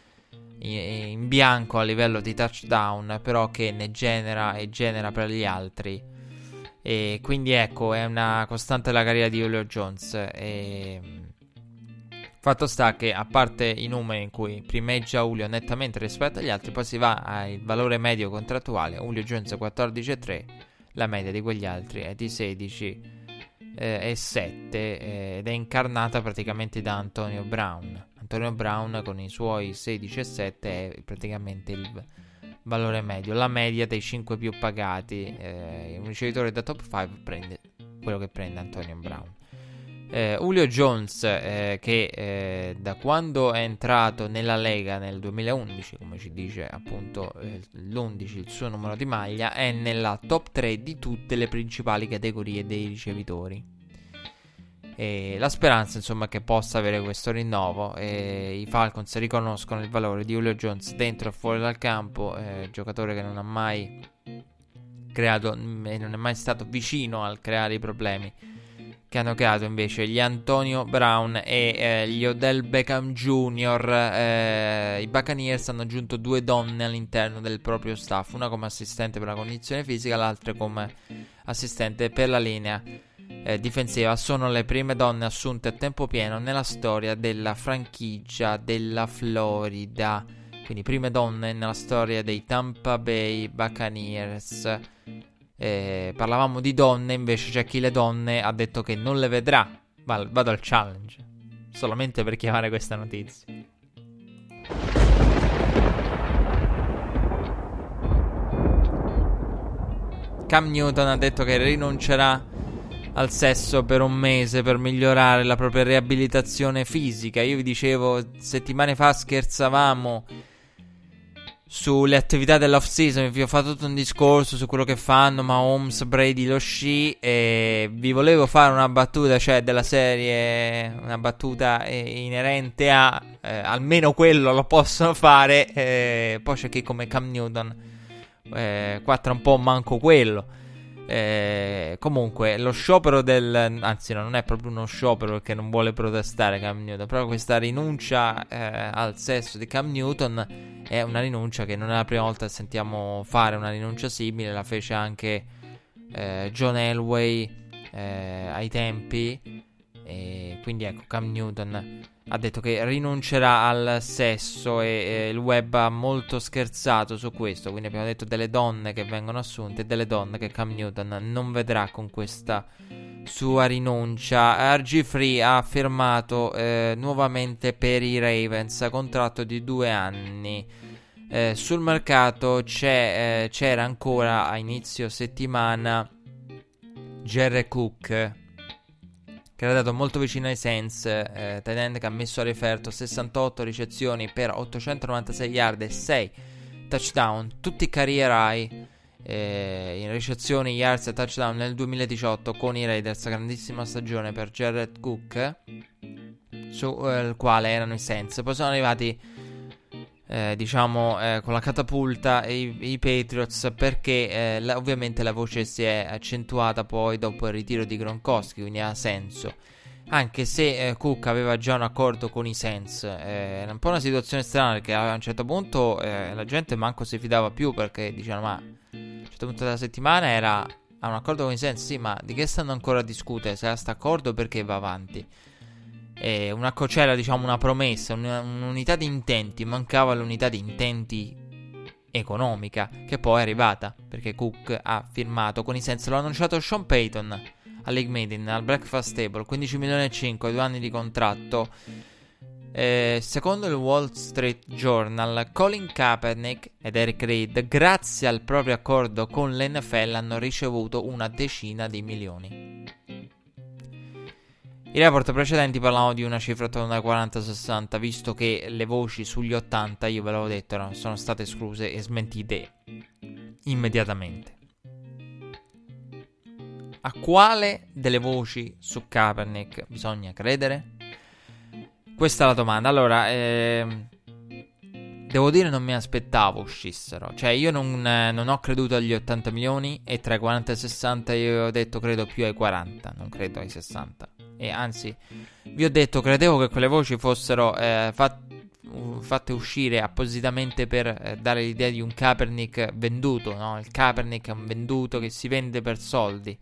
in bianco a livello di touchdown, però che ne genera e genera per gli altri, e quindi ecco, è una costante la carriera di Julio Jones. E fatto sta che, a parte i numeri in cui primeggia Julio nettamente rispetto agli altri, poi si va al valore medio contrattuale. Julio Jones è quattordici e tre, la media di quegli altri è di sedici e sette, eh, ed è incarnata praticamente da Antonio Brown. Antonio Brown con i suoi sedici e sette è praticamente il valore medio, la media dei cinque più pagati. Eh, un ricevitore da top cinque prende quello che prende Antonio Brown. eh, Julio Jones, eh, che eh, da quando è entrato nella Lega nel duemilaundici, come ci dice appunto eh, l'undici, il suo numero di maglia, è nella top tre di tutte le principali categorie dei ricevitori. E la speranza, insomma, è che possa avere questo rinnovo, e i Falcons riconoscono il valore di Julio Jones dentro e fuori dal campo, eh, giocatore che non ha mai creato e non è mai stato vicino al creare i problemi che hanno creato invece gli Antonio Brown e eh, gli Odell Beckham Junior Eh, I Buccaneers hanno aggiunto due donne all'interno del proprio staff, una come assistente per la condizione fisica, l'altra come assistente per la linea eh, difensiva. Sono le prime donne assunte a tempo pieno nella storia della franchigia della Florida, quindi prime donne nella storia dei Tampa Bay Buccaneers. Eh, parlavamo di donne, invece c'è chi le donne ha detto che non le vedrà. Vado, vado al challenge solamente per chiamare questa notizia. Cam Newton ha detto che rinuncerà al sesso per un mese per migliorare la propria riabilitazione fisica. Io vi dicevo, settimane fa scherzavamo sulle attività dell'off season, vi ho fatto tutto un discorso su quello che fanno Mahomes, Brady, lo sci, e vi volevo fare una battuta, cioè della serie, una battuta eh, inerente a eh, almeno quello lo possono fare, eh, poi c'è chi come Cam Newton eh, qua tra un po' manco quello. Eh, comunque lo sciopero del, anzi no, non è proprio uno sciopero perché non vuole protestare Cam Newton, però questa rinuncia eh, al sesso di Cam Newton è una rinuncia che non è la prima volta che sentiamo fare una rinuncia simile. La fece anche eh, John Elway eh, ai tempi, e quindi ecco, Cam Newton ha detto che rinuncerà al sesso, e, e il web ha molto scherzato su questo. Quindi abbiamo detto delle donne che vengono assunte e delle donne che Cam Newton non vedrà con questa sua rinuncia. R G tre ha firmato eh, nuovamente per i Ravens, contratto di due anni. Eh, sul mercato c'è, eh, c'era ancora a inizio settimana Jared Cook, che era dato molto vicino ai Saints, eh, tight end che ha messo a referto sessantotto ricezioni per ottocentonovantasei yard e sei touchdown, tutti career high eh, in ricezioni, yards e touchdown nel duemiladiciotto con i Raiders. Grandissima stagione per Jared Cook, su eh, il quale erano i Saints. Poi sono arrivati Eh, diciamo eh, con la catapulta i, i Patriots, perché eh, la, ovviamente la voce si è accentuata poi dopo il ritiro di Gronkowski, quindi ha senso, anche se eh, Cook aveva già un accordo con i Saints. Eh, è un po' una situazione strana, perché a un certo punto eh, la gente manco si fidava più, perché dicevano, ma a un certo punto della settimana era ha un accordo con i Saints, sì, ma di che stanno ancora a discutere? Se ha sta accordo, perché va avanti? Eh, una c'era diciamo una promessa, un, un'unità di intenti, mancava l'unità di intenti economica, che poi è arrivata, perché Cook ha firmato con i Saints. L'ha annunciato Sean Payton al League Meeting, al Breakfast Table, quindici milioni e cinque, due anni di contratto. Eh, secondo il Wall Street Journal, Colin Kaepernick ed Eric Reid, grazie al proprio accordo con l'N F L, hanno ricevuto una decina di milioni. I report precedenti parlavano di una cifra attorno ai quaranta sessanta, visto che le voci sugli ottanta, io ve l'avevo detto, erano, sono state escluse e smentite immediatamente. A quale delle voci su Kaepernick bisogna credere? Questa è la domanda. Allora, ehm, devo dire, non mi aspettavo uscissero. Cioè, io non, eh, non ho creduto agli ottanta milioni, e tra i quaranta e i sessanta io ho detto credo più ai quaranta, non credo ai sessanta. E anzi, vi ho detto, credevo che quelle voci fossero eh, fat- fatte uscire appositamente per eh, dare l'idea di un Kaepernick venduto, no? Il Kaepernick è un venduto che si vende per soldi.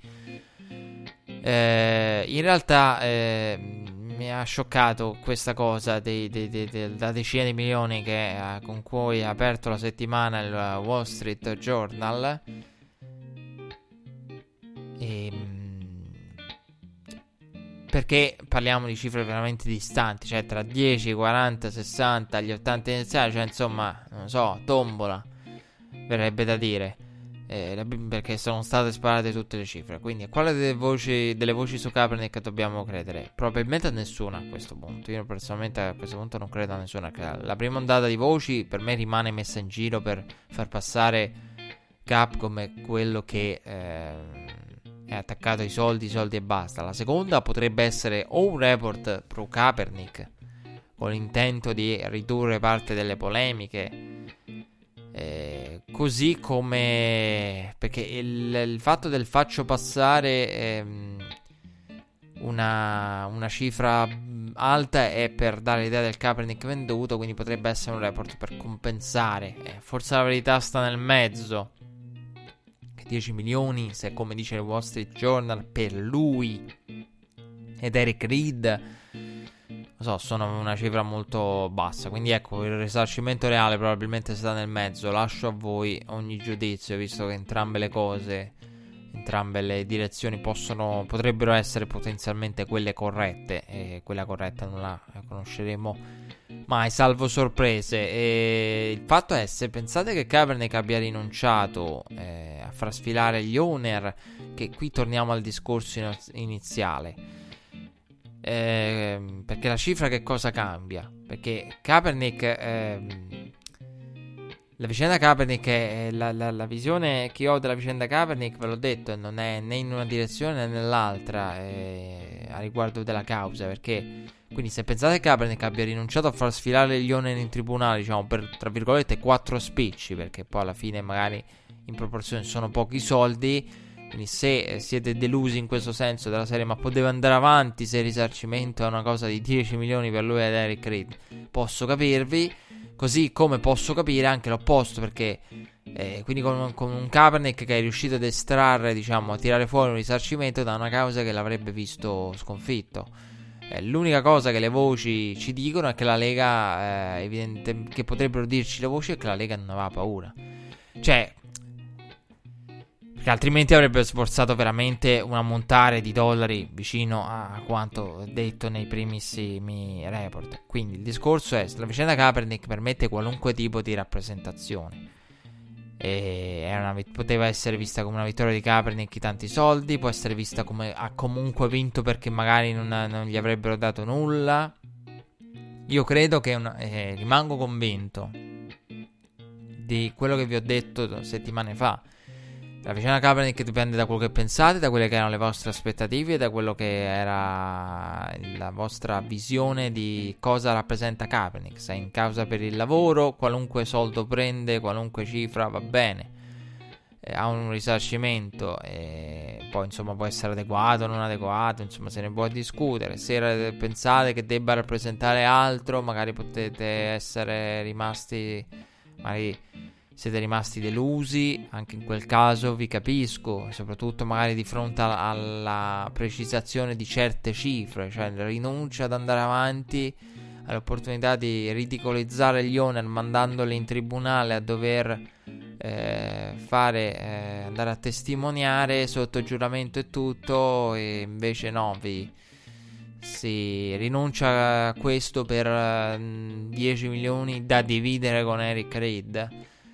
Eh, in realtà eh, mi ha scioccato questa cosa dei, dei, dei, dei, da decine di milioni che, eh, con cui ha aperto la settimana il Wall Street Journal. E perché parliamo di cifre veramente distanti, cioè tra dieci, quaranta, sessanta, gli ottanta iniziali, cioè insomma, non so, tombola, verrebbe da dire, eh, perché sono state sparate tutte le cifre. Quindi a quale delle voci, delle voci su Kaepernick dobbiamo credere? Probabilmente a nessuna a questo punto. Io personalmente a questo punto non credo a nessuna. La prima ondata di voci per me rimane messa in giro per far passare Cap come quello che eh, è attaccato ai soldi, soldi e basta. La seconda potrebbe essere o un report pro Kaepernick con l'intento di ridurre parte delle polemiche, eh, così come perché il, il fatto del faccio passare ehm, una, una cifra alta è per dare l'idea del Kaepernick venduto, quindi potrebbe essere un report per compensare. Eh, forse la verità sta nel mezzo, dieci milioni, se come dice il Wall Street Journal, per lui ed Eric Reid, non so, sono una cifra molto bassa. Quindi ecco, il risarcimento reale probabilmente sta nel mezzo. Lascio a voi ogni giudizio, visto che entrambe le cose entrambe le direzioni possono, potrebbero essere potenzialmente quelle corrette, e quella corretta non la conosceremo mai, salvo sorprese. E il fatto è, se pensate che Kaepernick abbia rinunciato eh, a far sfilare gli owner, che qui torniamo al discorso iniziale, eh, perché la cifra che cosa cambia? Perché Kaepernick, eh, la vicenda Kaepernick è la, la, la visione che io ho della vicenda Kaepernick, ve l'ho detto, non è né in una direzione né nell'altra eh, a riguardo della causa, perché quindi se pensate che Kaepernick abbia rinunciato a far sfilare gli oneri in tribunale, diciamo per tra virgolette quattro spicci, perché poi alla fine magari in proporzione sono pochi soldi, quindi se siete delusi in questo senso della serie ma poteva andare avanti se il risarcimento è una cosa di dieci milioni per lui ed Eric Reid, posso capirvi. Così come posso capire anche l'opposto, perché eh, quindi con, con un Kaepernick che è riuscito ad estrarre, diciamo, a tirare fuori un risarcimento da una causa che l'avrebbe visto sconfitto. Eh, l'unica cosa che le voci ci dicono è che la Lega, eh, evidente, che potrebbero dirci le voci, è che la Lega non aveva paura. Cioè, perché altrimenti avrebbe sforzato veramente un ammontare di dollari vicino a quanto detto nei primissimi report. Quindi il discorso è: la vicenda Kaepernick permette qualunque tipo di rappresentazione, e è una, poteva essere vista come una vittoria di Kaepernick i tanti soldi, può essere vista come ha comunque vinto perché magari non, non gli avrebbero dato nulla. Io credo che una, eh, rimango convinto di quello che vi ho detto settimane fa. La vicenda Kaepernick dipende da quello che pensate, da quelle che erano le vostre aspettative, da quello che era la vostra visione di cosa rappresenta Kaepernick. Se è in causa per il lavoro, qualunque soldo prende, qualunque cifra va bene, eh, ha un risarcimento, e poi insomma può essere adeguato o non adeguato, insomma se ne può discutere. Se pensate che debba rappresentare altro, magari potete essere rimasti, magari siete rimasti delusi, anche in quel caso vi capisco, soprattutto magari di fronte alla precisazione di certe cifre, cioè la rinuncia ad andare avanti, all'opportunità di ridicolizzare gli owner mandandoli in tribunale a dover eh, fare eh, andare a testimoniare sotto giuramento e tutto, e invece no, vi si rinuncia a questo per uh, dieci milioni da dividere con Eric Reid.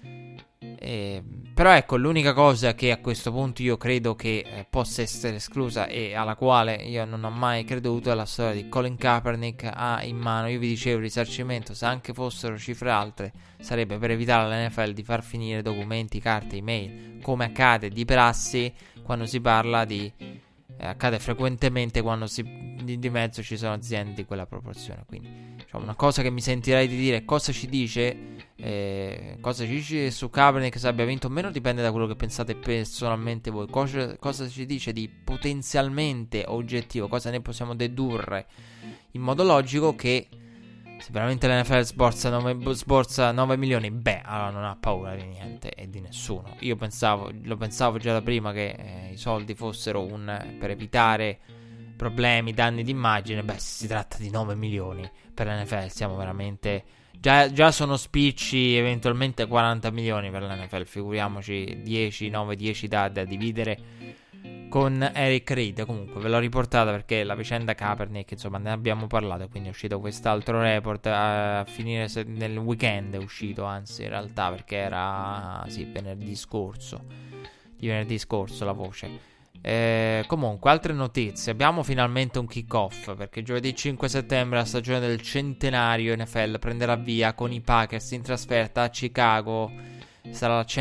Eh, però ecco, l'unica cosa che a questo punto io credo che eh, possa essere esclusa e alla quale io non ho mai creduto è la storia di Colin Kaepernick ha in mano, io vi dicevo, il risarcimento, se anche fossero cifre altre, sarebbe per evitare all'N F L di far finire documenti, carte, email, come accade di prassi quando si parla di eh, accade frequentemente quando si, di, di mezzo ci sono aziende di quella proporzione. Quindi cioè, una cosa che mi sentirei di dire, cosa ci dice Eh, cosa ci dice su Kaepernick se abbia vinto o meno dipende da quello che pensate personalmente voi. Cosa, cosa ci dice di potenzialmente oggettivo, cosa ne possiamo dedurre in modo logico? Che se veramente l'N F L sborsa nove, sborsa nove milioni, beh, allora non ha paura di niente e di nessuno. Io pensavo, lo pensavo già da prima che eh, i soldi fossero un per evitare problemi, danni d'immagine. Beh, se si tratta di nove milioni per l'N F L siamo veramente Già, già sono spicci eventualmente quaranta milioni per l'N F L, figuriamoci dieci, nove, dieci da, da dividere con Eric Reid. Comunque ve l'ho riportata perché la vicenda Kaepernick, insomma, ne abbiamo parlato, quindi è uscito quest'altro report a finire se, nel weekend è uscito, anzi in realtà, perché era sì, venerdì scorso, di venerdì scorso la voce. Eh, comunque, altre notizie. Abbiamo finalmente un kick-off, perché giovedì cinque settembre la stagione del centenario N F L prenderà via con i Packers in trasferta a Chicago. Sarà la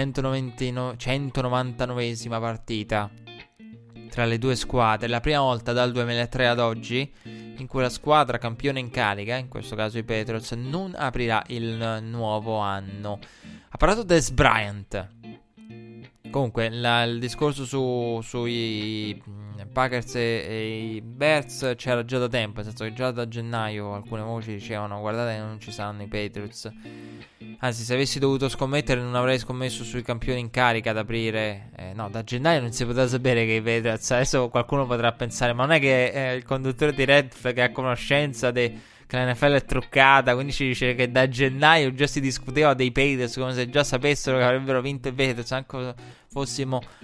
centonovantanovesima partita tra le due squadre, la prima volta dal duemilatré ad oggi in cui la squadra campione in carica, in questo caso i Patriots, non aprirà il nuovo anno. Ha parlato Dez Bryant. Comunque la, il discorso su, sui Packers e, e i Bears c'era già da tempo, nel senso che già da gennaio alcune voci dicevano guardate che non ci saranno i Patriots. Anzi, se avessi dovuto scommettere non avrei scommesso sui campioni in carica ad aprire. eh, No, da gennaio non si poteva sapere che i Patriots. Adesso qualcuno potrà pensare, ma non è che eh, il conduttore di Red Flag ha conoscenza de, che la N F L è truccata, quindi ci dice che da gennaio già si discuteva dei Patriots come se già sapessero che avrebbero vinto i Patriots, anche fossimo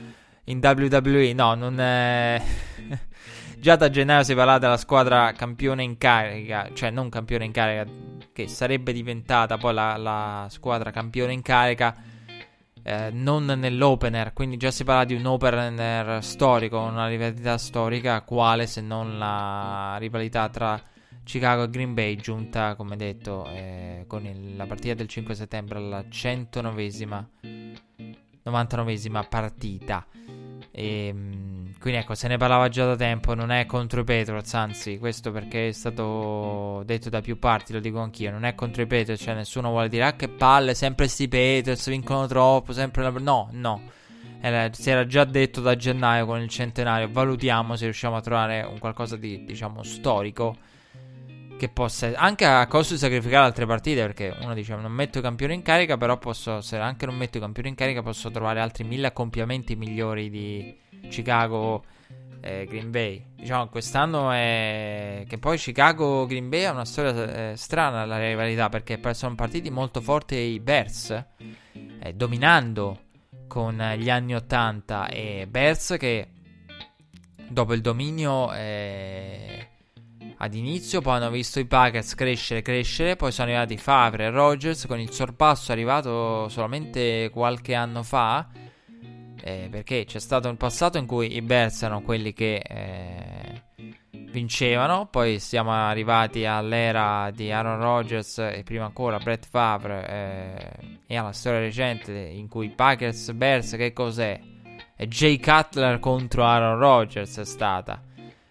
in W W E. No, non è... Già da gennaio si parla della squadra campione in carica, cioè non campione in carica, che sarebbe diventata poi la, la squadra campione in carica, eh, non nell'opener, quindi già si parla di un opener storico, una rivalità storica, quale se non la rivalità tra Chicago e Green Bay, giunta, come detto, eh, con il, la partita del cinque settembre alla centonovesima novantanovesima partita. E, quindi ecco, se ne parlava già da tempo. Non è contro i Patriots, anzi, questo perché è stato detto da più parti, lo dico anch'io, non è contro i Patriots, cioè nessuno vuole dire ah che palle, sempre sti Patriots vincono troppo, sempre la... no, no, era, si era già detto da gennaio con il centenario. Valutiamo se riusciamo a trovare un qualcosa di, diciamo, storico, che possa, anche a costo di sacrificare altre partite, perché uno dice non metto i campioni in carica, però posso, se anche non metto i campioni in carica, posso trovare altri mille accoppiamenti migliori di Chicago e Green Bay. Diciamo quest'anno è che poi Chicago Green Bay ha una storia eh, strana, la rivalità, perché sono partiti molto forti i Bears, eh, dominando con gli anni ottanta, e Bears che dopo il dominio eh, ad inizio, poi hanno visto i Packers crescere, crescere, poi sono arrivati Favre e Rodgers con il sorpasso arrivato solamente qualche anno fa, eh, perché c'è stato un passato in cui i Bears erano quelli che eh, vincevano, poi siamo arrivati all'era di Aaron Rodgers e prima ancora Brett Favre, eh, e alla storia recente in cui Packers Bears che cos'è? È Jay Cutler contro Aaron Rodgers è stata.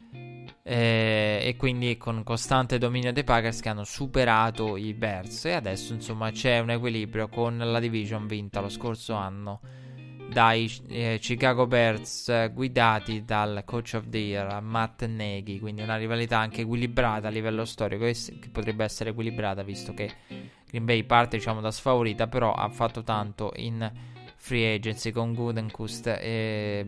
Eh, e quindi con costante dominio dei Packers che hanno superato i Bears, e adesso insomma c'è un equilibrio con la division vinta lo scorso anno dai eh, Chicago Bears, eh, guidati dal coach of the year Matt Nagy, quindi una rivalità anche equilibrata a livello storico, che, che potrebbe essere equilibrata visto che Green Bay parte diciamo da sfavorita, però ha fatto tanto in free agency con Gutekunst e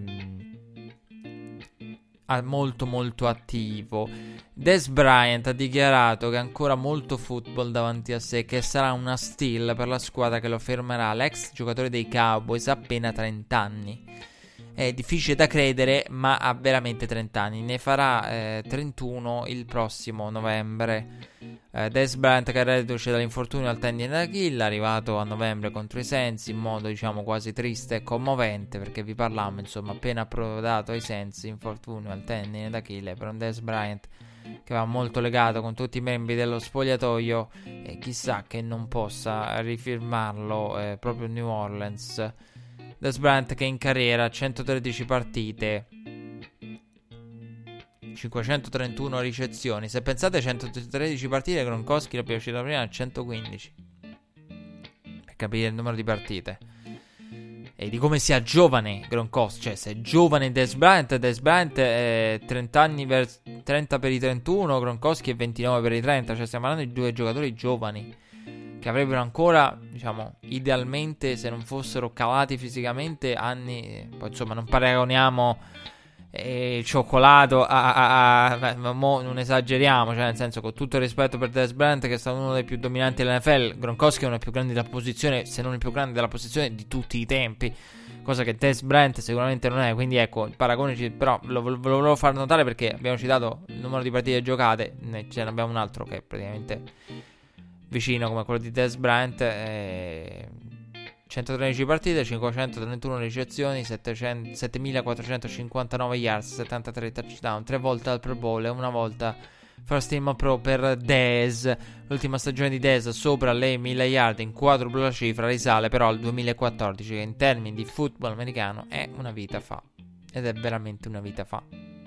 molto molto attivo. Dez Bryant ha dichiarato che ha ancora molto football davanti a sé, che sarà una steal per la squadra che lo fermerà. L'ex giocatore dei Cowboys ha appena trenta anni, è difficile da credere, ma ha veramente trenta anni, ne farà eh, trentuno il prossimo novembre. eh, Dez Bryant, che è reduce dall'infortunio al tendine d'Achille, arrivato a novembre contro i Saints in modo diciamo quasi triste e commovente, perché vi parlammo insomma appena approdato ai Saints, infortunio al tendine d'Achille per un Dez Bryant che va molto legato con tutti i membri dello spogliatoio, e chissà che non possa rifirmarlo eh, proprio New Orleans. Dez Bryant che in carriera centotredici partite, cinquecentotrentuno ricezioni. Se pensate a centotredici partite, Gronkowski l'abbiamo citato prima a centoquindici, per capire il numero di partite e di come sia giovane Gronkowski. Cioè se è giovane Dez Bryant, Dez Bryant è trenta anni per, trenta per i trentuno, Gronkowski è ventinove per i trenta. Cioè stiamo parlando di due giocatori giovani che avrebbero ancora, diciamo, idealmente, se non fossero calati fisicamente, anni. Poi insomma non paragoniamo eh, il cioccolato a, a, a, a mo non esageriamo, cioè nel senso, con tutto il rispetto per Dez Bryant, che è stato uno dei più dominanti dell'N F L, Gronkowski è uno dei più grandi della posizione, se non il più grande della posizione di tutti i tempi, cosa che Dez Bryant sicuramente non è. Quindi ecco, il paragone ci, però lo, lo, lo volevo far notare perché abbiamo citato il numero di partite giocate, ne, ce ne abbiamo un altro che è praticamente vicino come quello di Dez Bryant, eh, centotredici partite, cinquecentotrentuno ricezioni, settemilaquattrocentocinquantanove yards, settantatré touchdown, tre volte al Pro Bowl e una volta First Team Pro per Dez. L'ultima stagione di Dez sopra le mille yard in quadrupla la cifra risale però al duemilaquattordici, che in termini di football americano è una vita fa, ed è veramente una vita fa.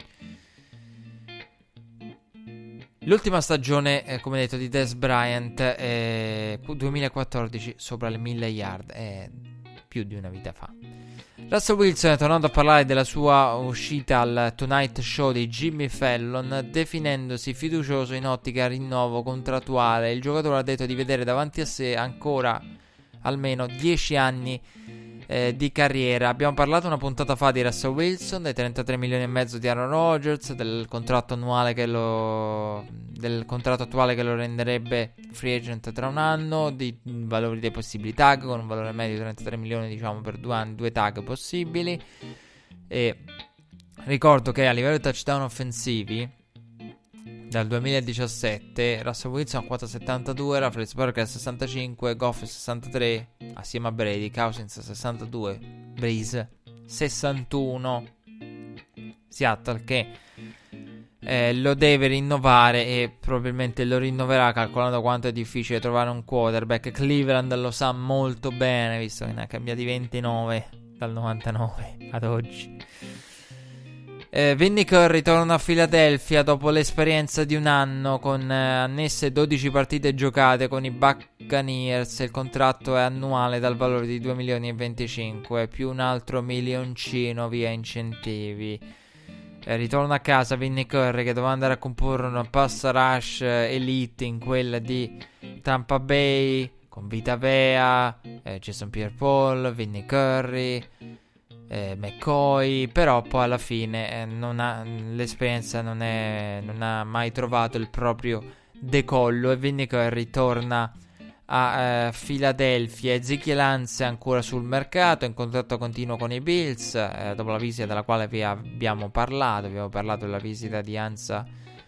L'ultima stagione, eh, come detto, di Dez Bryant, eh, duemilaquattordici sopra le mille yard, è più di una vita fa. Russell Wilson è tornato a parlare della sua uscita al Tonight Show di Jimmy Fallon, definendosi fiducioso in ottica rinnovo contrattuale. Il giocatore ha detto di vedere davanti a sé ancora almeno dieci anni Eh, di carriera. Abbiamo parlato una puntata fa di Russell Wilson, dei trentatré milioni e mezzo di Aaron Rodgers, del contratto annuale che lo del contratto attuale che lo renderebbe free agent tra un anno, di valori dei possibili tag con un valore medio di trentatré milioni, diciamo, per due anni, due tag possibili. E ricordo che a livello di touchdown offensivi dal duemiladiciassette Russell Wilson a quota settantadue, Roethlisberger a sessantacinque, Goff a sessantatré assieme a Brady, Cousins a sessantadue, Breeze sessantuno. Seattle che eh, lo deve rinnovare e probabilmente lo rinnoverà, calcolando quanto è difficile trovare un quarterback. Cleveland lo sa molto bene, visto che ne ha cambiati ventinove dal novantanove ad oggi. Eh, Vinny Curry torna a Philadelphia dopo l'esperienza di un anno con eh, annesse dodici partite giocate con i Buccaneers. Il contratto è annuale dal valore di due milioni e venticinque più un altro milioncino via incentivi. Eh, ritorna a casa Vinny Curry, che doveva andare a comporre una pass rush eh, elite in quella di Tampa Bay con Vita Vea, eh, Jason Pierre-Paul, Vinny Curry, Eh, McCoy, però poi alla fine eh, non ha, l'esperienza non, è, non ha mai trovato il proprio decollo e Vinny Curry torna a Philadelphia. Ezekiel Lance è ancora sul mercato, in contatto continuo con i Bills, eh, dopo la visita della quale vi abbiamo parlato. Abbiamo parlato della visita di Anza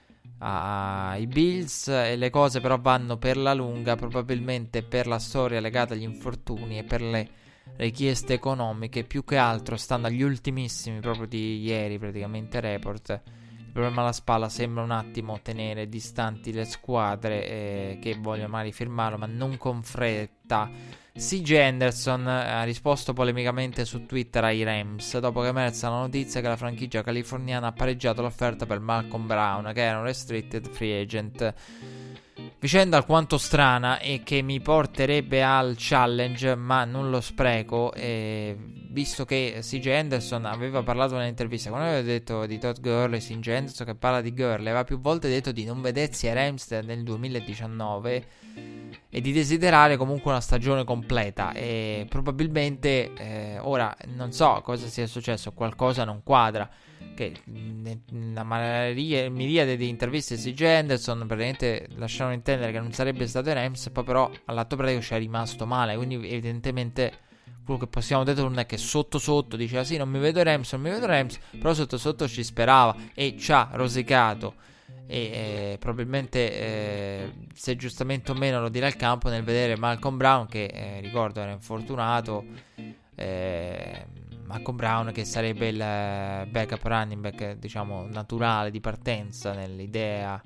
ai Bills, e le cose però vanno per la lunga, probabilmente per la storia legata agli infortuni e per le richieste economiche. Più che altro stanno agli ultimissimi proprio di ieri praticamente report. Il problema alla spalla sembra un attimo tenere distanti le squadre eh, che vogliono magari firmarlo, ma non con fretta. C J Henderson ha risposto polemicamente su Twitter ai Rams dopo che emersa la notizia che la franchigia californiana ha pareggiato l'offerta per Malcolm Brown, che era un restricted free agent. Vicenda alquanto strana e che mi porterebbe al challenge, ma non lo spreco, eh, visto che C J Henderson aveva parlato nell'intervista, quando aveva detto di Todd Gurley, C J Henderson che parla di Gurley aveva più volte detto di non vedersi ai Rams nel duemiladiciannove e di desiderare comunque una stagione completa, e probabilmente eh, ora non so cosa sia successo, qualcosa non quadra, che la miriade di interviste di C J Henderson praticamente lasciano intendere che non sarebbe stato ai Rams, poi però all'atto pratico ci è rimasto male, quindi evidentemente quello che possiamo dedurre è che sotto sotto diceva sì, non mi vedo ai Rams, non mi vedo ai Rams, però sotto sotto ci sperava e ci ha rosicato, e eh, probabilmente eh, se giustamente o meno lo dirà il campo nel vedere Malcolm Brown, che eh, ricordo era infortunato, eh, Malcolm Brown che sarebbe il backup running back diciamo naturale di partenza nell'idea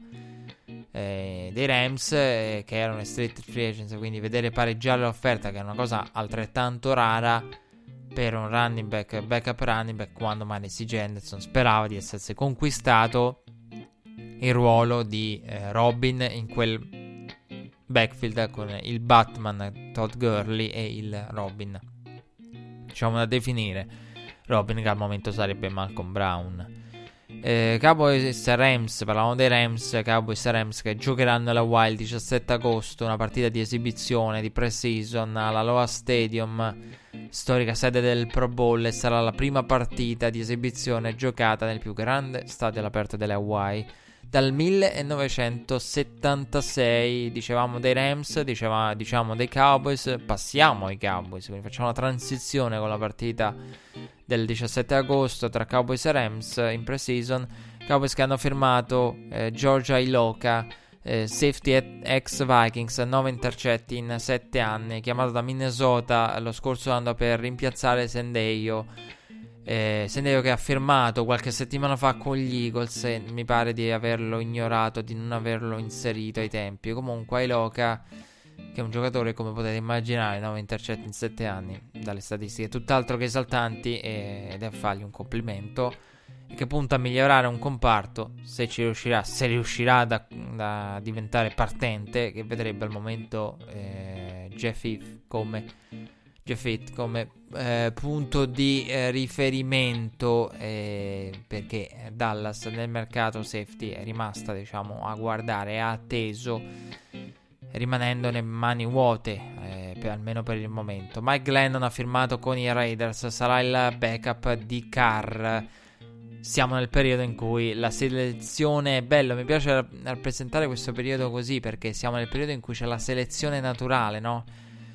eh, dei Rams, eh, che erano restricted free agents, quindi vedere pareggiare l'offerta, che è una cosa altrettanto rara per un running back, backup running back, quando magari C J Henderson sperava di essersi conquistato il ruolo di eh, Robin in quel backfield con il Batman Todd Gurley e il Robin diciamo da definire Robin, che al momento sarebbe Malcolm Brown. eh, Cowboys e Rams, parlavamo dei Rams, Cowboys e Rams che giocheranno alla Wild diciassette agosto, una partita di esibizione di pre-season all'Aloha Stadium, storica sede del Pro Bowl, e sarà la prima partita di esibizione giocata nel più grande stadio all'aperto delle Hawaii dal millenovecentosettantasei. Dicevamo dei Rams, diceva, diciamo dei Cowboys, passiamo ai Cowboys, quindi facciamo la transizione con la partita del diciassette agosto tra Cowboys e Rams in pre-season. Cowboys che hanno firmato eh, George Iloka, eh, safety ex Vikings, nove intercetti in sette anni, chiamato da Minnesota lo scorso anno per rimpiazzare Sendejo. Eh, Sendejo che ha firmato qualche settimana fa con gli Eagles, e mi pare di averlo ignorato, di non averlo inserito ai tempi. Comunque Iloka, che è un giocatore, come potete immaginare, nove intercetti in sette anni, dalle statistiche tutt'altro che esaltanti, ed è a fargli un complimento, e che punta a migliorare un comparto, se ci riuscirà, se riuscirà da, da diventare partente, che vedrebbe al momento eh, Jeff Heath come Jeff Heath come eh, punto di eh, riferimento, eh, perché Dallas nel mercato safety è rimasta diciamo a guardare, ha atteso, rimanendone mani vuote eh, per, almeno per il momento. Mike Glennon ha firmato con i Raiders, sarà il backup di Carr. Siamo nel periodo in cui la selezione è bello, mi piace rappresentare questo periodo così, perché siamo nel periodo in cui c'è la selezione naturale, no?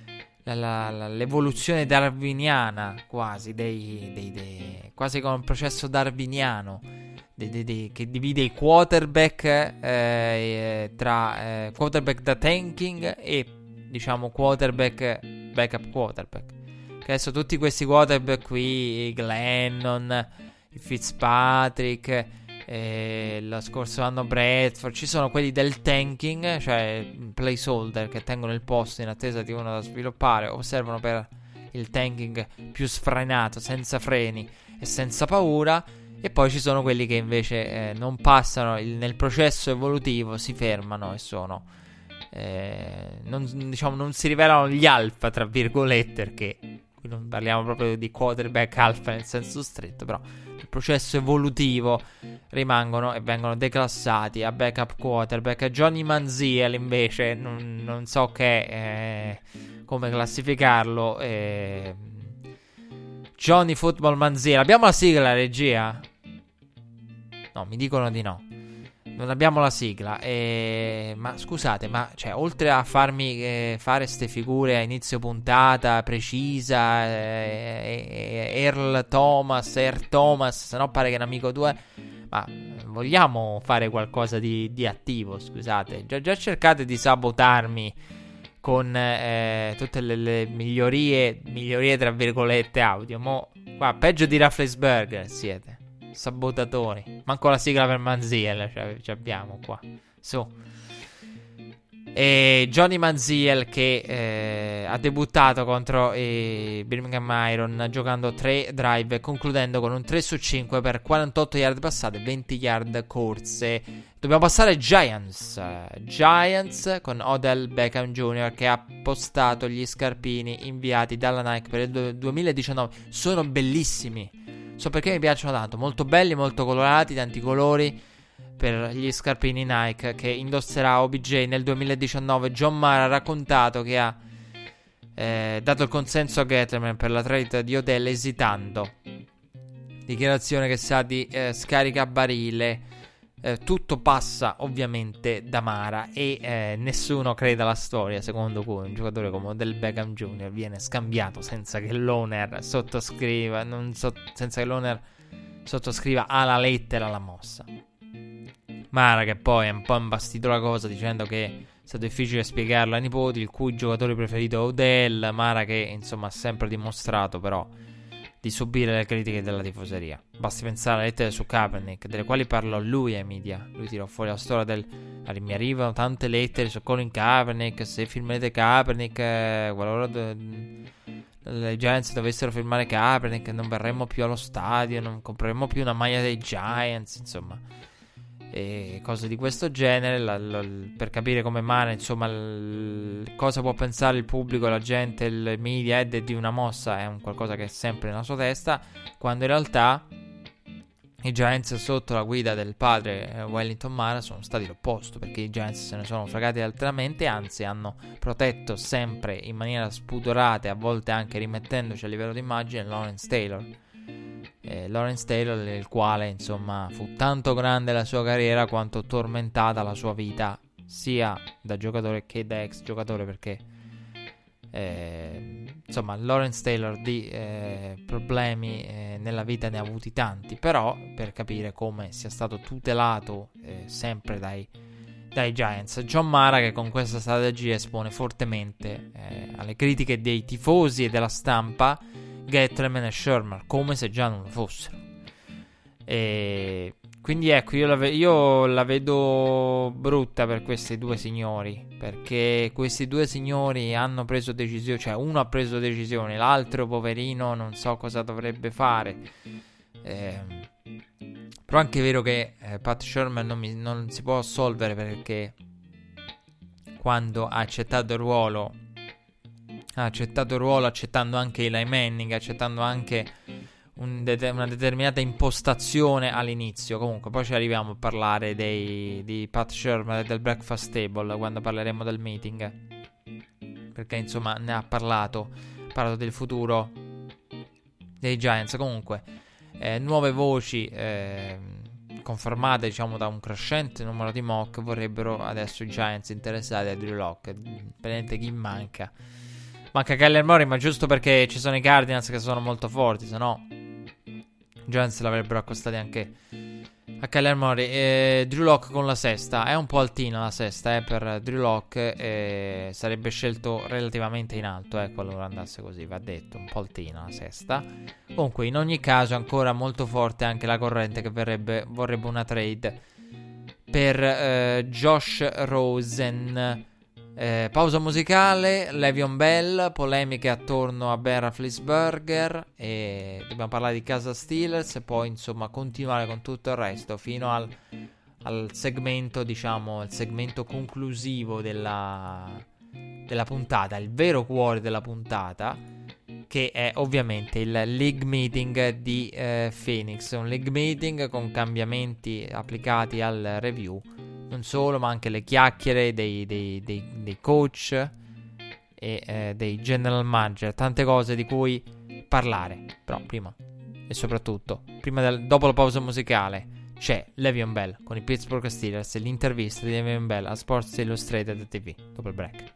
la, la, la, l'evoluzione darwiniana quasi, dei, dei, dei, quasi come un processo darwiniano dei, dei, dei, che divide i quarterback eh, tra eh, quarterback da tanking e diciamo quarterback backup quarterback. Che adesso tutti questi quarterback qui, Glennon, Fitzpatrick, eh, lo scorso anno Bradford, ci sono quelli del tanking, cioè placeholder che tengono il posto in attesa di uno da sviluppare o servono per il tanking più sfrenato, senza freni e senza paura. E poi ci sono quelli che invece eh, non passano il, nel processo evolutivo, si fermano e sono eh, non, diciamo non si rivelano gli alfa tra virgolette, perché qui non parliamo proprio di quarterback alfa nel senso stretto, però il processo evolutivo rimangono e vengono declassati a backup quarterback. Johnny Manziel invece non, non so che eh, come classificarlo. eh, Johnny Football Manziel. Abbiamo la sigla, regia? No, mi dicono di no. Non abbiamo la sigla. Eh, ma scusate, ma cioè, oltre a farmi eh, fare ste figure a inizio puntata precisa, eh, eh, Earl Thomas, Air Thomas, se no pare che è un amico tuo. Ma vogliamo fare qualcosa di, di attivo? Scusate, già, già cercate di sabotarmi con eh, tutte le, le migliorie, migliorie tra virgolette audio. Mo qua peggio di Rafflesberger siete, sabotatori. Manco la sigla per Manziel cioè, ci abbiamo qua. Su. E Johnny Manziel che eh, ha debuttato contro eh, Birmingham Iron giocando tre drive, concludendo con un tre su cinque per quarantotto yard passate, venti yard corse. Dobbiamo passare ai Giants. Giants con Odell Beckham Junior che ha postato gli scarpini inviati dalla Nike per il duemiladiciannove. Sono bellissimi. So perché mi piacciono tanto. Molto belli, molto colorati, tanti colori per gli scarpini Nike che indosserà O B J nel duemiladiciannove. John Mara ha raccontato che ha eh, dato il consenso a Gettleman per la trade di Odell esitando. Dichiarazione che sa di eh, scaricabarile. Eh, tutto passa ovviamente da Mara e eh, nessuno crede alla storia secondo cui un giocatore come Odell Beckham Junior viene scambiato senza che l'owner sottoscriva non so, senza che l'owner sottoscriva alla lettera la mossa. Mara che poi è un po' imbastito la cosa dicendo che è stato difficile spiegarlo ai nipoti, il cui giocatore preferito è Odell. Mara che insomma ha sempre dimostrato però di subire le critiche della tifoseria. Basti pensare alle lettere su Kaepernick, delle quali parlò lui ai media. Lui tirò fuori la storia del mi arrivano tante lettere su Colin Kaepernick, se firmerete Kaepernick eh, qualora de- le Giants dovessero firmare Kaepernick non verremo più allo stadio, non compreremo più una maglia dei Giants, insomma, e cose di questo genere. La, la, per capire come Mara, insomma, l, cosa può pensare il pubblico, la gente, il media ed di una mossa è un qualcosa che è sempre nella sua testa, quando in realtà i Giants sotto la guida del padre eh, Wellington Mara sono stati l'opposto, perché i Giants se ne sono fregati altamente, anzi hanno protetto sempre in maniera spudorata e a volte anche rimettendoci a livello di immagine Lawrence Taylor. Eh, Lawrence Taylor, il quale insomma fu tanto grande la sua carriera quanto tormentata la sua vita sia da giocatore che da ex giocatore, perché eh, insomma Lawrence Taylor di eh, problemi eh, nella vita ne ha avuti tanti, però per capire come sia stato tutelato eh, sempre dai, dai Giants. John Mara che con questa strategia espone fortemente eh, alle critiche dei tifosi e della stampa Gettleman e Sherman, come se già non lo fossero. E quindi ecco, io la, ve- io la vedo brutta per questi due signori, perché questi due signori hanno preso decisioni, cioè uno ha preso decisioni, l'altro poverino non so cosa dovrebbe fare. Eh, però anche è vero che eh, Pat Sherman non, mi, non si può assolvere, perché quando ha accettato il ruolo ha accettato il ruolo accettando anche Eli Manning, accettando anche un de- una determinata impostazione all'inizio. Comunque poi ci arriviamo a parlare dei, di Pat Sherman e del breakfast table quando parleremo del meeting, perché insomma ne ha parlato ha parlato del futuro dei Giants. Comunque eh, nuove voci eh, confermate diciamo da un crescente numero di mock vorrebbero adesso i Giants interessati a Drew Lock. Vedete chi manca. Manca Kyler Murray, ma giusto perché ci sono i Cardinals che sono molto forti, se no Giants l'avrebbero accostati anche a Kyler Murray. eh, Drew Lock con la sesta. È un po' altina la sesta eh, per Drew Lock. eh, Sarebbe scelto relativamente in alto eh, qualora andasse così, va detto. Un po' altina la sesta. Comunque in ogni caso ancora molto forte anche la corrente che verrebbe, vorrebbe una trade per eh, Josh Rosen. Eh, pausa musicale, Le'Veon Bell, polemiche attorno a Ben Roethlisberger, e dobbiamo parlare di casa Steelers e poi insomma continuare con tutto il resto fino al, al segmento, diciamo, il segmento conclusivo della, della puntata, il vero cuore della puntata, che è ovviamente il League Meeting di eh, Phoenix, un League Meeting con cambiamenti applicati al review. Non solo, ma anche le chiacchiere dei, dei, dei, dei coach e eh, dei general manager. Tante cose di cui parlare. Però prima e soprattutto, prima del, dopo la pausa musicale, c'è Le'Veon Bell con i Pittsburgh Steelers e l'intervista di Le'Veon Bell a Sports Illustrated T V. Dopo il break.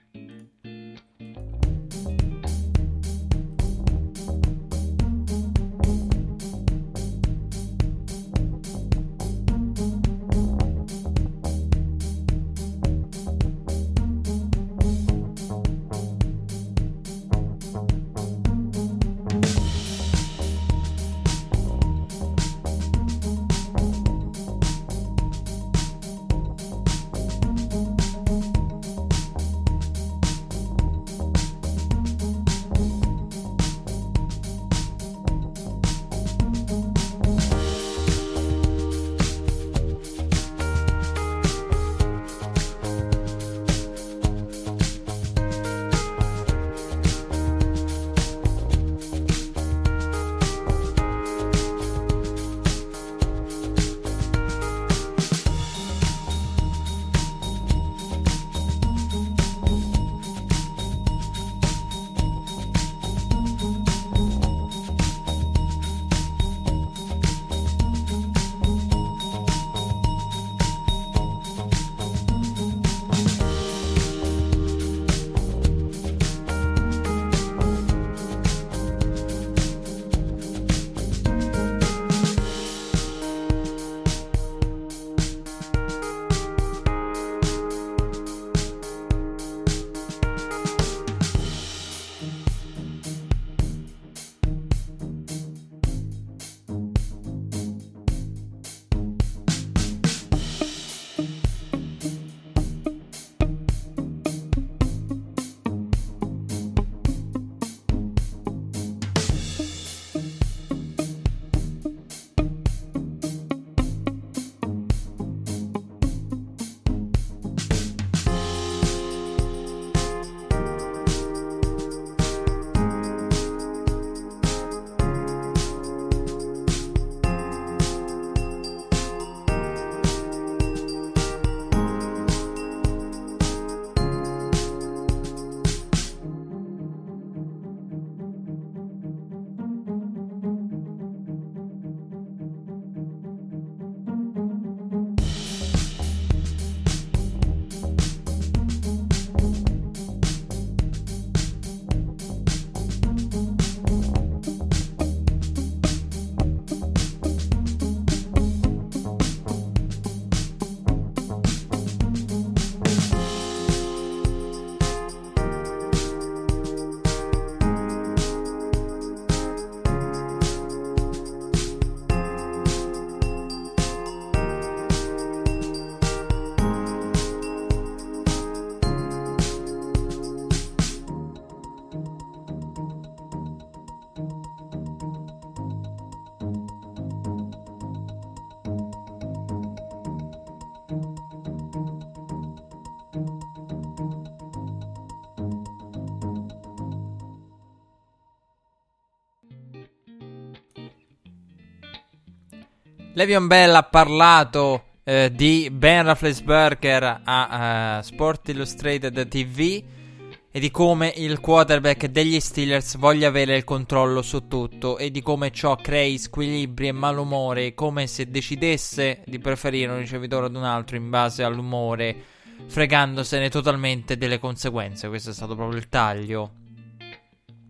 Le'Veon Bell ha parlato eh, di Ben Roethlisberger a uh, Sport Illustrated T V e di come il quarterback degli Steelers voglia avere il controllo su tutto e di come ciò crei squilibri e malumore, come se decidesse di preferire un ricevitore ad un altro in base all'umore, fregandosene totalmente delle conseguenze. Questo è stato proprio il taglio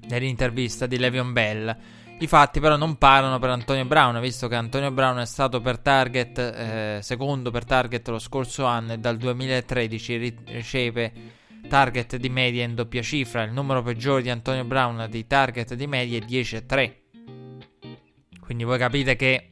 nell'intervista di Le'Veon Bell. I fatti però non parlano per Antonio Brown, visto che Antonio Brown è stato per target eh, secondo per target lo scorso anno e dal duemilatredici ri- riceve target di media in doppia cifra. Il numero peggiore di Antonio Brown di target di media è dieci e tre. Quindi voi capite che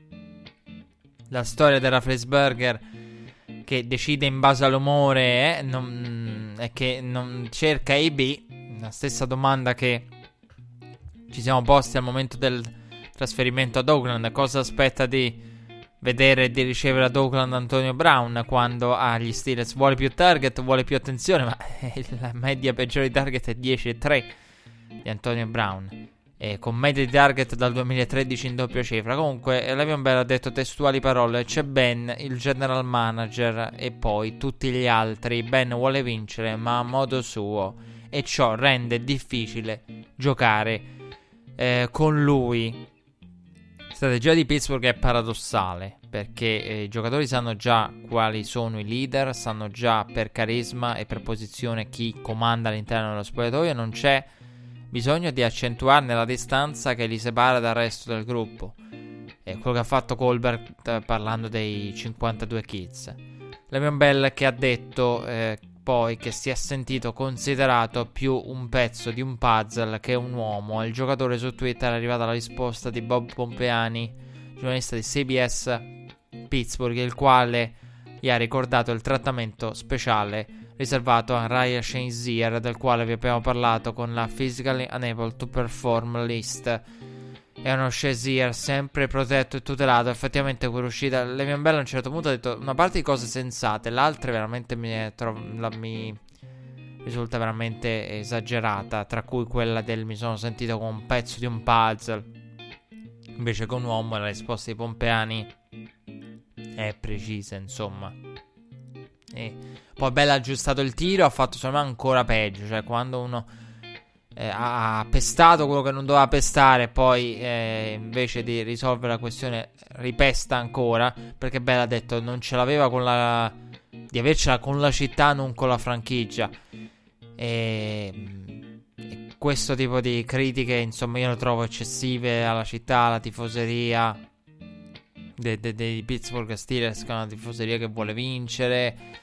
la storia del Roethlisberger che decide in base all'umore eh, non, è che non cerca A B. La stessa domanda che ci siamo posti al momento del trasferimento ad Oakland: cosa aspetta di vedere e di ricevere ad Oakland Antonio Brown quando agli Steelers? Vuole più target, vuole più attenzione, ma la media peggiore di target è dieci e tre di Antonio Brown, e con media di target dal duemilatredici in doppia cifra. Comunque Le'Veon Bell ha detto testuali parole: c'è Ben, il general manager, e poi tutti gli altri. Ben vuole vincere ma a modo suo, e ciò rende difficile giocare Eh, con lui. La strategia di Pittsburgh è paradossale, perché eh, i giocatori sanno già quali sono i leader, sanno già per carisma e per posizione chi comanda all'interno dello spogliatoio. Non c'è bisogno di accentuarne la distanza che li separa dal resto del gruppo. È quello che ha fatto Colbert eh, parlando dei cinquantadue kids. Le'Veon Bell che ha detto eh, poi che si è sentito considerato più un pezzo di un puzzle che un uomo. Il giocatore su Twitter è arrivata la risposta di Bob Pompeani, giornalista di C B S Pittsburgh, il quale gli ha ricordato il trattamento speciale riservato a Ryan Shazier, del quale vi abbiamo parlato con la Physically Unable to Perform list. È uno Shazier sempre protetto e tutelato. Effettivamente quell'uscita Le'Veon Bell a un certo punto ha detto una parte di cose sensate, l'altra veramente mi, è tro- la, mi risulta veramente esagerata, tra cui quella del mi sono sentito come un pezzo di un puzzle. Invece con un uomo la risposta di Pompeani è precisa, insomma. E poi Bell ha aggiustato il tiro, ha fatto secondo me ancora peggio, cioè quando uno Eh, ha pestato quello che non doveva pestare, poi eh, invece di risolvere la questione ripesta ancora, perché Bell ha detto non ce l'aveva con la di avercela con la città, non con la franchigia, e, e questo tipo di critiche insomma io lo trovo eccessive alla città, alla tifoseria dei de, de Pittsburgh Steelers, che è una tifoseria che vuole vincere.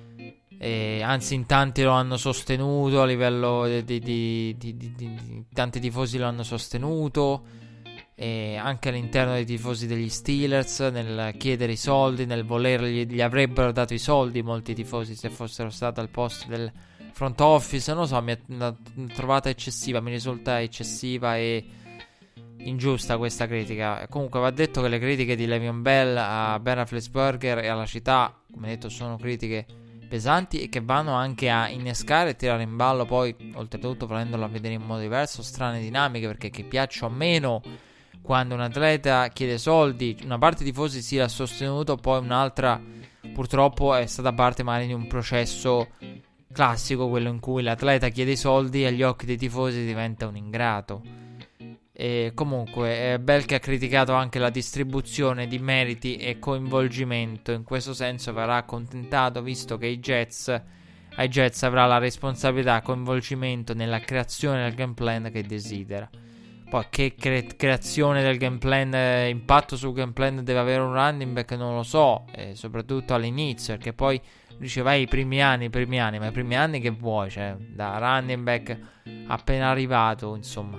E anzi in tanti lo hanno sostenuto a livello di, di, di, di, di, di tanti tifosi lo hanno sostenuto, e anche all'interno dei tifosi degli Steelers nel chiedere i soldi, nel volergli, gli avrebbero dato i soldi molti tifosi se fossero stati al posto del front office. Non lo so, mi è trovata eccessiva, mi risulta eccessiva e ingiusta questa critica. Comunque va detto che le critiche di Le'Veon Bell a Ben Roethlisberger e alla città, come detto, sono critiche pesanti e che vanno anche a innescare e tirare in ballo, poi oltretutto prendendolo a vedere in modo diverso, strane dinamiche, perché che piaccia o meno, quando un atleta chiede soldi, una parte dei tifosi si l'ha sostenuto, poi un'altra purtroppo è stata parte magari di un processo classico, quello in cui l'atleta chiede i soldi e agli occhi dei tifosi diventa un ingrato. E comunque è Bell che ha criticato anche la distribuzione di meriti e coinvolgimento. In questo senso verrà accontentato, visto che i Jets ai Jets avrà la responsabilità coinvolgimento nella creazione del game plan che desidera. Poi che cre- creazione del game plan, eh, impatto sul game plan deve avere un running back non lo so, eh, soprattutto all'inizio, perché poi diceva i primi anni, i primi anni, ma i primi anni che vuoi, cioè da running back appena arrivato, insomma.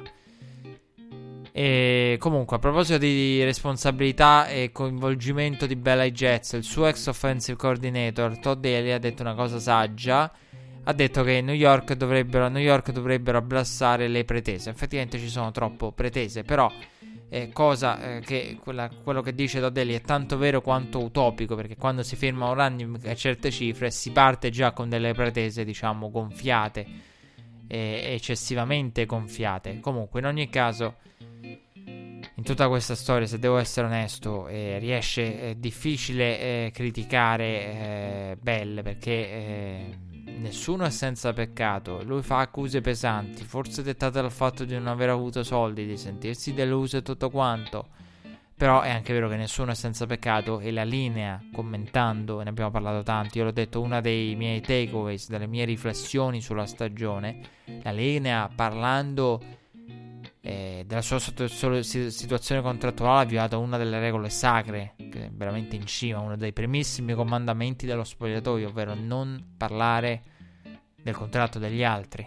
E comunque, a proposito di responsabilità e coinvolgimento di Bell ai Jets, il suo ex offensive coordinator Todd Haley ha detto una cosa saggia. Ha detto che New York dovrebbero, a New York dovrebbero abbassare le pretese. Effettivamente ci sono troppo pretese, però eh, cosa eh, che quella, quello che dice Todd Haley è tanto vero quanto utopico, perché quando si firma un running a certe cifre si parte già con delle pretese, diciamo, gonfiate, eh, eccessivamente gonfiate. Comunque, in ogni caso, in tutta questa storia, se devo essere onesto, eh, riesce è difficile eh, criticare eh, Bell, perché eh, nessuno è senza peccato. Lui fa accuse pesanti, forse dettate dal fatto di non aver avuto soldi, di sentirsi deluso e tutto quanto. Però è anche vero che nessuno è senza peccato, e la linea, commentando, ne abbiamo parlato tanto, io l'ho detto, una dei miei takeaways, delle mie riflessioni sulla stagione, la linea parlando eh, della sua situazione contrattuale ha violato una delle regole sacre, che è veramente in cima, uno dei primissimi comandamenti dello spogliatoio, ovvero non parlare del contratto degli altri.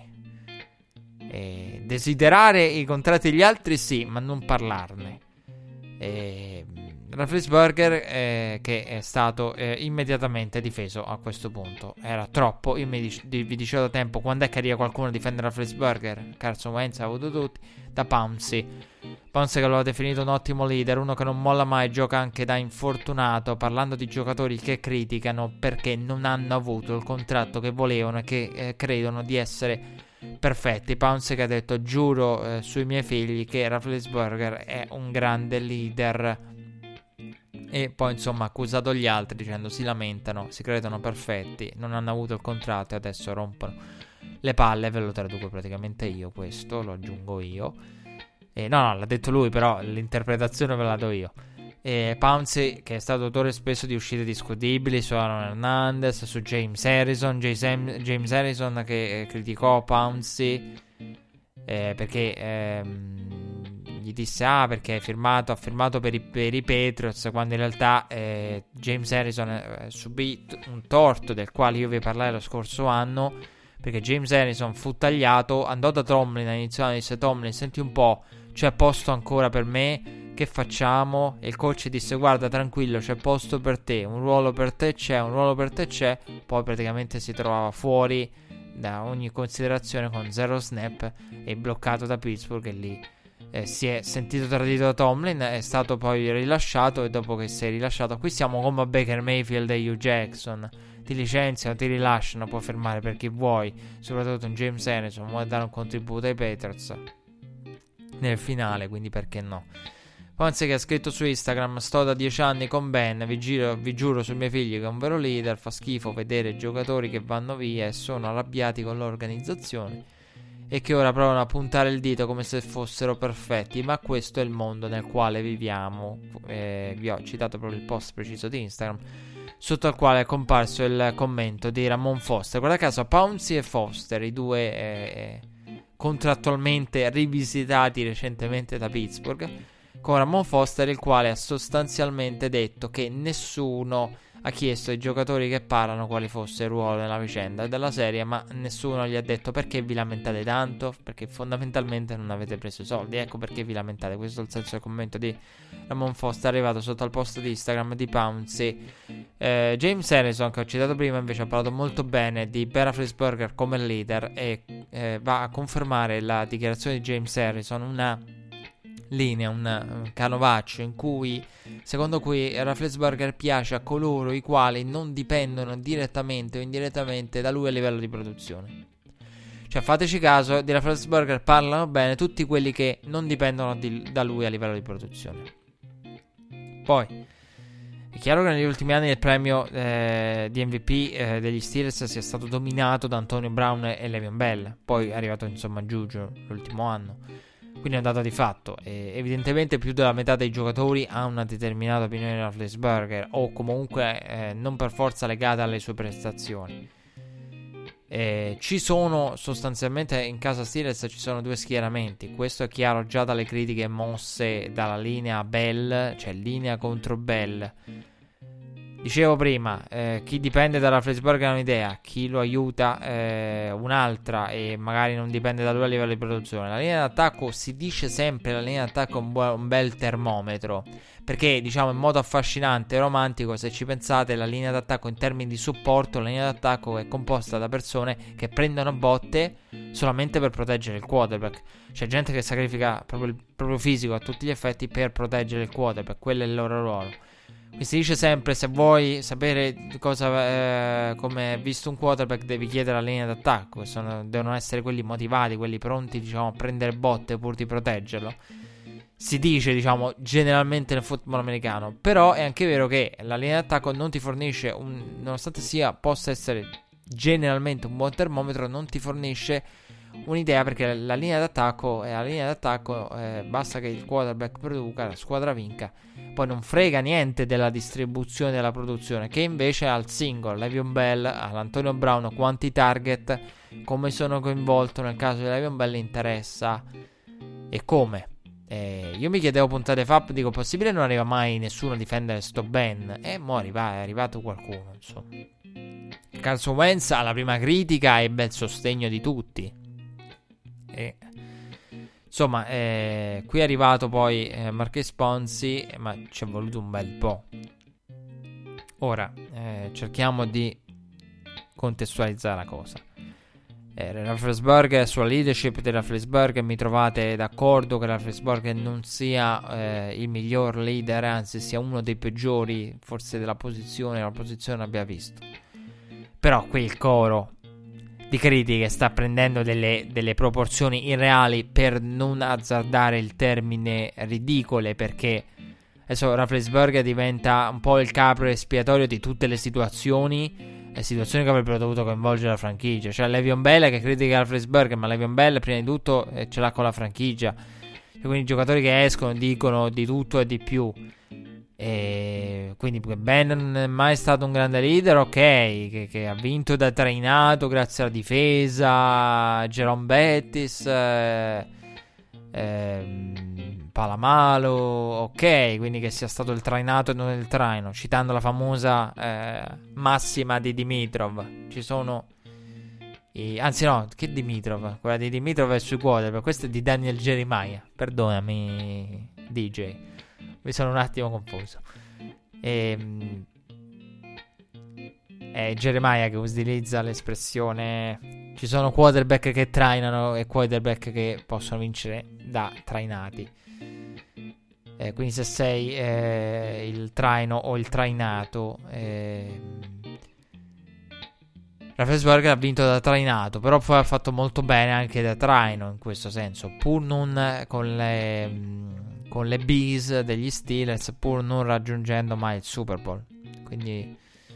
Eh, desiderare i contratti degli altri sì, ma non parlarne. Eh, Roethlisberger eh, che è stato eh, immediatamente difeso a questo punto. Era troppo. Io mi dic- vi dicevo da tempo, quando è che arriva qualcuno a difendere Roethlisberger? Carson Wentz ha avuto tutti. Da Pouncey Pouncey che lo ha definito un ottimo leader, uno che non molla mai, gioca anche da infortunato, parlando di giocatori che criticano perché non hanno avuto il contratto che volevano e che eh, credono di essere perfetti. Pouncey che ha detto: giuro eh, sui miei figli che Roethlisberger è un grande leader. E poi insomma ha accusato gli altri dicendo: si lamentano, si credono perfetti, non hanno avuto il contratto e adesso rompono le palle. Ve lo traduco praticamente io, questo lo aggiungo io. E no, no, l'ha detto lui, però l'interpretazione ve la do io. E Pouncey, che è stato autore spesso di uscite discutibili su Aaron Hernandez, su James Harrison, James Harrison che eh, criticò Pouncey eh, perché ehm, gli disse ah perché hai firmato, ha firmato per i, per i Patriots, quando in realtà eh, James Harrison eh, subì un torto del quale io vi parlai lo scorso anno, perché James Harrison fu tagliato, andò da Tomlin all'inizio e disse: Tomlin, senti un po', c'è posto ancora per me, che facciamo? E il coach disse: guarda, tranquillo, c'è posto per te, un ruolo per te c'è, un ruolo per te c'è. Poi praticamente si trovava fuori da ogni considerazione con zero snap e bloccato da Pittsburgh, e lì eh, si è sentito tradito da Tomlin, è stato poi rilasciato, e dopo che si è rilasciato, qui siamo come a Baker Mayfield e Hugh Jackson, ti licenziano, ti rilasciano, puoi fermare per chi vuoi, soprattutto un James Harrison vuole dare un contributo ai Patriots nel finale, quindi perché no. Pouncey che ha scritto su Instagram: sto da dieci anni con Ben, vi, giro, vi giuro sui miei figli che è un vero leader, fa schifo vedere giocatori che vanno via e sono arrabbiati con l'organizzazione e che ora provano a puntare il dito come se fossero perfetti, ma questo è il mondo nel quale viviamo. Eh, vi ho citato proprio il post preciso di Instagram, sotto al quale è comparso il commento di Ramon Foster. Guarda caso, Pouncey e Foster, i due eh, contrattualmente rivisitati recentemente da Pittsburgh, con Ramon Foster il quale ha sostanzialmente detto che nessuno ha chiesto ai giocatori che parlano quali fosse il ruolo nella vicenda della serie, ma nessuno gli ha detto: perché vi lamentate tanto? Perché fondamentalmente non avete preso i soldi, ecco perché vi lamentate. Questo è il senso del commento di Ramon Foster arrivato sotto al post di Instagram di Pouncey. eh, James Harrison, che ho citato prima, invece ha parlato molto bene di Ben Roethlisberger come leader e eh, va a confermare la dichiarazione di James Harrison, una linea, un, un canovaccio in cui, secondo cui, Roethlisberger piace a coloro i quali non dipendono direttamente o indirettamente da lui a livello di produzione. Cioè, fateci caso, di Roethlisberger parlano bene tutti quelli che non dipendono di, da lui a livello di produzione. Poi è chiaro che negli ultimi anni il premio eh, di M V P eh, degli Steelers sia stato dominato da Antonio Brown e Le'Veon Bell. Poi è arrivato insomma Juju l'ultimo anno, quindi è un dato di fatto. E evidentemente più della metà dei giocatori ha una determinata opinione di Roethlisberger, o comunque eh, non per forza legata alle sue prestazioni. Eh, ci sono sostanzialmente in casa Steelers ci sono due schieramenti. Questo è chiaro già dalle critiche mosse dalla linea Bell, cioè linea contro Bell. Dicevo prima, eh, chi dipende da Roethlisberger ha un'idea, chi lo aiuta eh, un'altra, e magari non dipende da lui a livello di produzione. La linea d'attacco, si dice sempre, la linea d'attacco è un, bu- un bel termometro, perché diciamo in modo affascinante e romantico, se ci pensate, la linea d'attacco in termini di supporto, la linea d'attacco è composta da persone che prendono botte solamente per proteggere il quarterback. C'è gente che sacrifica proprio il proprio fisico a tutti gli effetti per proteggere il quarterback, quello è il loro ruolo. Mi si dice sempre: se vuoi sapere cosa, eh, come è visto un quarterback, devi chiedere alla linea d'attacco, sono, devono essere quelli motivati, quelli pronti, diciamo, a prendere botte pur di proteggerlo. Si dice, diciamo, generalmente nel football americano. Però è anche vero che la linea d'attacco non ti fornisce un, nonostante sia possa essere generalmente un buon termometro, non ti fornisce un'idea, perché la linea d'attacco è la linea d'attacco, eh, basta che il quarterback produca, la squadra vinca, poi non frega niente della distribuzione della produzione, che invece al singolo, Le'Veon Bell, all'Antonio Brown, quanti target, come sono coinvolto nel caso di Le'Veon Bell interessa E come? Eh, io mi chiedevo puntate fa, dico, possibile non arriva mai nessuno a difendere sto Ben? E mo arriva, è arrivato qualcuno, insomma. Carson Wentz alla prima critica ebbe il sostegno di tutti. E insomma, eh, qui è arrivato poi eh, Marques Ponzi, ma ci è voluto un bel po'. Ora, eh, cerchiamo di contestualizzare la cosa. Eh, Roethlisberger, sulla leadership di Roethlisberger mi trovate d'accordo che Roethlisberger non sia eh, il miglior leader, anzi sia uno dei peggiori forse della posizione, la posizione abbia visto. Però qui il coro di critiche sta prendendo delle, delle proporzioni irreali, per non azzardare il termine ridicole, perché adesso Roethlisberger diventa un po' il capro espiatorio di tutte le situazioni, le situazioni che avrebbero dovuto coinvolgere la franchigia. Cioè Le'Veon Bell che critica Roethlisberger, ma Le'Veon Bell prima di tutto eh, ce l'ha con la franchigia, e quindi i giocatori che escono dicono di tutto e di più. E quindi Ben non è mai stato un grande leader, ok, che, che ha vinto da trainato grazie alla difesa, Jerome Bettis, eh, eh, Palamalo, ok, quindi che sia stato il trainato e non il traino, citando la famosa eh, massima di Dimitrov. Ci sono i, anzi no, che Dimitrov? Quella di Dimitrov è sui quarterback, questa è di Daniel Jeremiah, perdonami D J, mi sono un attimo confuso. E, è Jeremiah che utilizza l'espressione ci sono quarterback che trainano e quarterback che possono vincere da trainati. Eh, quindi se sei eh, il traino o il trainato, eh, Roethlisberger ha vinto da trainato, però poi ha fatto molto bene anche da traino in questo senso, pur non con le con le Bees degli Steelers, pur non raggiungendo mai il Super Bowl. Quindi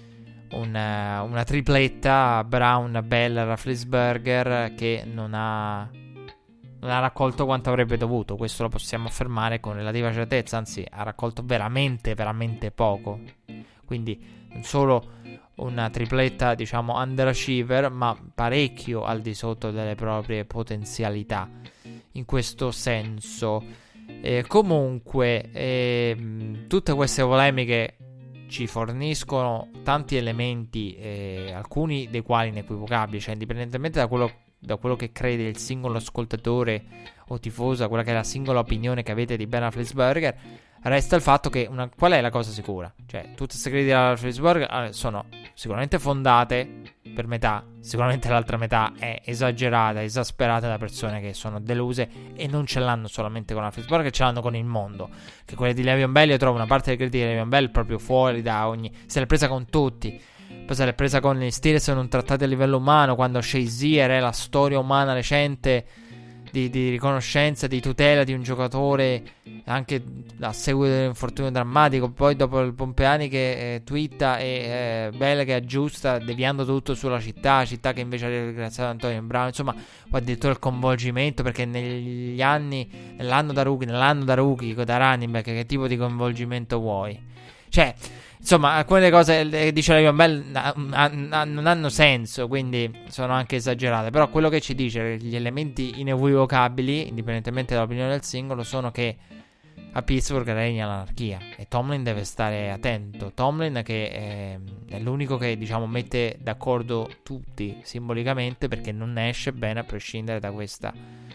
una, una tripletta Brown, Bell, Roethlisberger che non ha non ha raccolto quanto avrebbe dovuto. Questo lo possiamo affermare con relativa certezza, anzi ha raccolto veramente veramente poco. Quindi non solo una tripletta diciamo underachiever, ma parecchio al di sotto delle proprie potenzialità in questo senso. Eh, comunque eh, tutte queste polemiche ci forniscono tanti elementi, eh, alcuni dei quali inequivocabili, cioè indipendentemente da quello, da quello che crede il singolo ascoltatore o tifoso, quella che è la singola opinione che avete di Ben Roethlisberger, resta il fatto che una, qual è la cosa sicura? Cioè tutte queste critiche a Roethlisberger sono sicuramente fondate per metà, sicuramente l'altra metà è esagerata, esasperata da persone che sono deluse e non ce l'hanno solamente con Roethlisberger, ce l'hanno con il mondo. Che quelle di Le'Veon Bell, io trovo una parte delle critiche di Le'Veon Bell proprio fuori da ogni, se l'è presa con tutti. Poi se l'è presa con gli Steelers non trattati a livello umano, quando Shazier è la storia umana recente Di, di riconoscenza, di tutela di un giocatore anche a seguito dell'infortunio drammatico. Poi dopo il Pompeani che eh, twitta e eh, Bell che aggiusta deviando tutto sulla città, città che invece ha ringraziato Antonio Brown. Insomma, poi addirittura il coinvolgimento, perché negli anni, nell'anno da rookie, nell'anno da rookie, da running back, che tipo di coinvolgimento vuoi? Cioè, insomma, alcune cose che dice Le'Veon Bell non hanno senso, quindi sono anche esagerate. Però quello che ci dice, gli elementi inequivocabili, indipendentemente dall'opinione del singolo, sono che a Pittsburgh regna l'anarchia e Tomlin deve stare attento. Tomlin che è, è l'unico che, diciamo, mette d'accordo tutti simbolicamente, perché non ne esce bene a prescindere da questa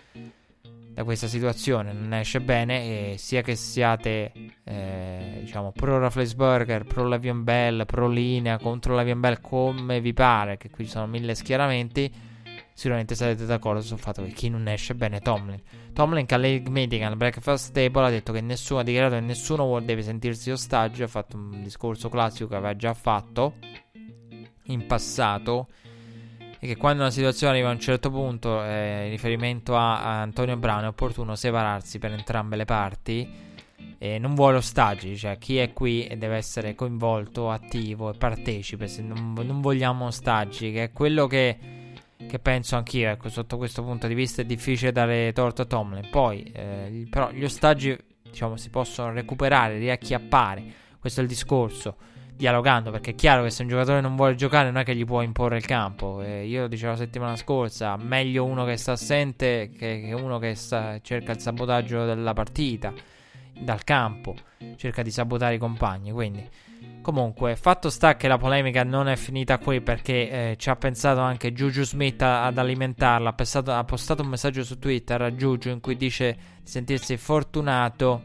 da questa situazione, non ne esce bene, e sia che siate eh, diciamo pro Roethlisberger, pro Le'Veon Bell, pro linea, contro Le'Veon Bell, come vi pare, che qui ci sono mille schieramenti, sicuramente sarete d'accordo sul fatto che chi non ne esce bene è Tomlin. Tomlin che alle meeting al breakfast table ha detto che nessuno ha dichiarato che nessuno deve sentirsi ostaggio, ha fatto un discorso classico che aveva già fatto in passato, e che quando una situazione arriva a un certo punto, eh, in riferimento a, a Antonio Brown, è opportuno separarsi per entrambe le parti, e non vuole ostaggi, cioè chi è qui deve essere coinvolto, attivo e partecipe, se non, non vogliamo ostaggi, che è quello che, che penso anch'io. Ecco, sotto questo punto di vista è difficile dare torto a Tomlin. Poi eh, però gli ostaggi, diciamo, si possono recuperare, riacchiappare, questo è il discorso. dialogando, perché è chiaro che se un giocatore non vuole giocare non è che gli può imporre il campo. Eh, io lo dicevo la settimana scorsa, meglio uno che sta assente che, che uno che sta, cerca il sabotaggio della partita dal campo, cerca di sabotare i compagni. Quindi comunque fatto sta che la polemica non è finita qui, perché eh, ci ha pensato anche Juju Smith a, ad alimentarla. Ha, pensato, ha postato un messaggio su Twitter a Juju in cui dice di sentirsi fortunato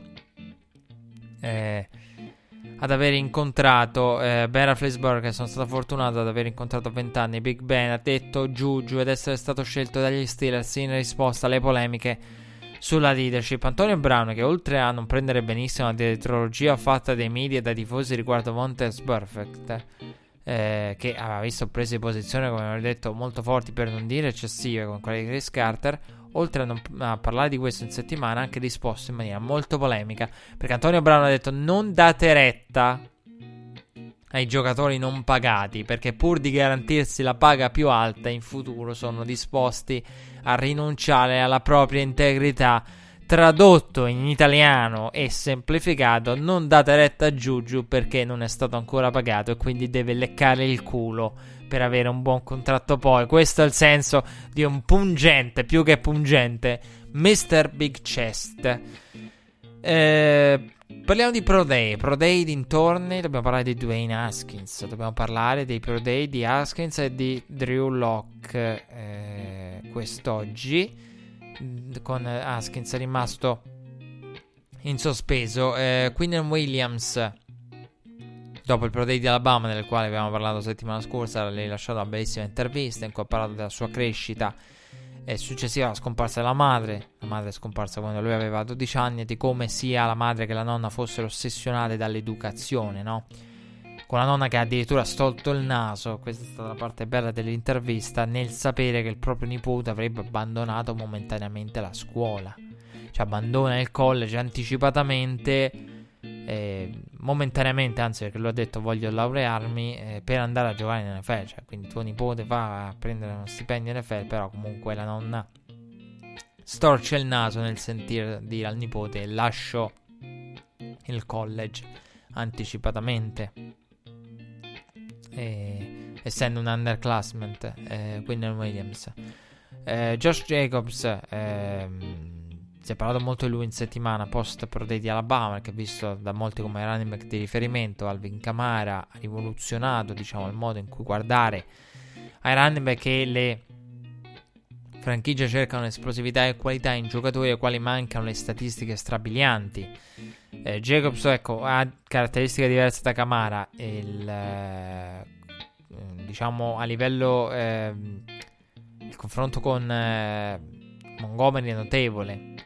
eh, ad aver incontrato eh, Ben Roethlisberger, che sono stato fortunato ad aver incontrato a venti anni Big Ben, ha detto Juju, ed essere stato scelto dagli Steelers in risposta alle polemiche sulla leadership. Antonio Brown, che oltre a non prendere benissimo la dietrologia fatta dai media e dai tifosi riguardo Vontaze Burfict, eh, che aveva visto prese di posizione, come avevo detto, molto forti, per non dire eccessive, con quelle di Chris Carter, oltre a, non, a parlare di questo in settimana, ha anche risposto in maniera molto polemica, perché Antonio Brown ha detto: non date retta ai giocatori non pagati, perché pur di garantirsi la paga più alta in futuro sono disposti a rinunciare alla propria integrità. Tradotto in italiano e semplificato: non date retta a Juju perché non è stato ancora pagato e quindi deve leccare il culo per avere un buon contratto poi. Questo è il senso di un pungente, più che pungente, mister Big Chest. Eh, parliamo di Pro Day. Pro Day dintorni, dobbiamo parlare di Dwayne Haskins. Dobbiamo parlare dei Pro Day di Haskins e di Drew Lock eh, quest'oggi, con Haskins rimasto in sospeso. eh, Quinnen Williams, dopo il Pro Day di Alabama, del quale abbiamo parlato settimana scorsa, le ha lasciato una bellissima intervista in cui ha parlato della sua crescita e successiva alla scomparsa della madre. La madre è scomparsa quando lui aveva dodici anni, e di come sia la madre che la nonna fossero ossessionate dall'educazione, no? Con la nonna che addirittura ha stolto il naso, questa è stata la parte bella dell'intervista, nel sapere che il proprio nipote avrebbe abbandonato momentaneamente la scuola. Cioè abbandona il college anticipatamente, eh, momentaneamente, anzi, perché lui ha detto voglio laurearmi eh, per andare a giocare in N F L. Cioè, quindi tuo nipote va a prendere uno stipendio in N F L, però comunque la nonna storce il naso nel sentire dire al nipote lascio il college anticipatamente. E, essendo un underclassman, eh, Quinnen Williams, eh, Josh Jacobs, eh, si è parlato molto di lui in settimana post Pro Day di Alabama, che è visto da molti come running back di riferimento. Alvin Kamara ha rivoluzionato, diciamo, il modo in cui guardare ai running back, e le franchigie cercano esplosività e qualità in giocatori ai quali mancano le statistiche strabilianti. Eh, Jacobs, ecco, ha caratteristiche diverse da Kamara. Il, eh, diciamo a livello eh, il confronto con eh, Montgomery è notevole,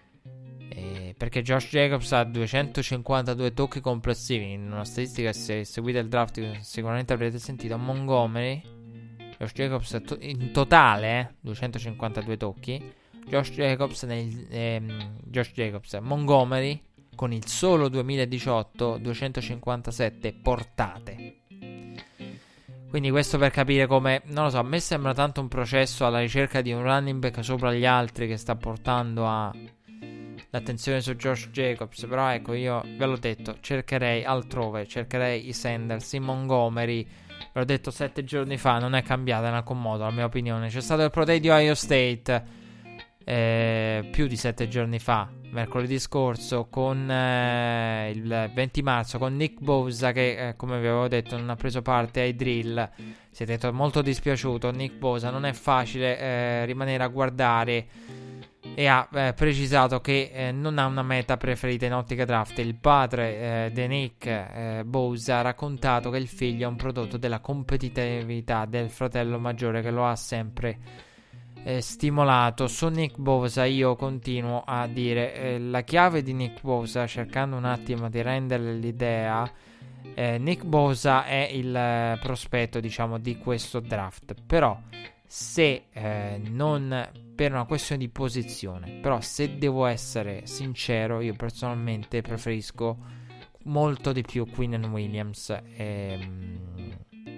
eh, perché Josh Jacobs ha duecentocinquantadue tocchi complessivi. In una statistica, se seguite il draft sicuramente avrete sentito, Montgomery, Josh Jacobs to- in totale eh, duecentocinquantadue tocchi, Josh Jacobs nel, ehm, Josh Jacobs Montgomery con il solo duemiladiciotto duecentocinquantasette portate. Quindi questo per capire come, non lo so, a me sembra tanto un processo alla ricerca di un running back sopra gli altri che sta portando a l'attenzione su Josh Jacobs. Però ecco, io ve l'ho detto, cercherei altrove, cercherei i Sanders, i Montgomery. Ve l'ho detto sette giorni fa, non è cambiata in alcun modo la mia opinione. C'è stato il Pro Day di Ohio State eh, più di sette giorni fa, mercoledì scorso, con eh, il venti marzo, con Nick Bosa che eh, come vi avevo detto non ha preso parte ai drill. Siete molto dispiaciuto. Nick Bosa, non è facile eh, rimanere a guardare, e ha eh, precisato che eh, non ha una meta preferita in ottica draft. Il padre eh, di Nick eh, Bosa ha raccontato che il figlio è un prodotto della competitività del fratello maggiore, che lo ha sempre Eh, stimolato. Su Nick Bosa io continuo a dire eh, la chiave di Nick Bosa, cercando un attimo di rendere l'idea, eh, Nick Bosa è il eh, prospetto, diciamo, di questo draft. Però se eh, non per una questione di posizione, però se devo essere sincero, io personalmente preferisco molto di più Quinnen Williams. ehm,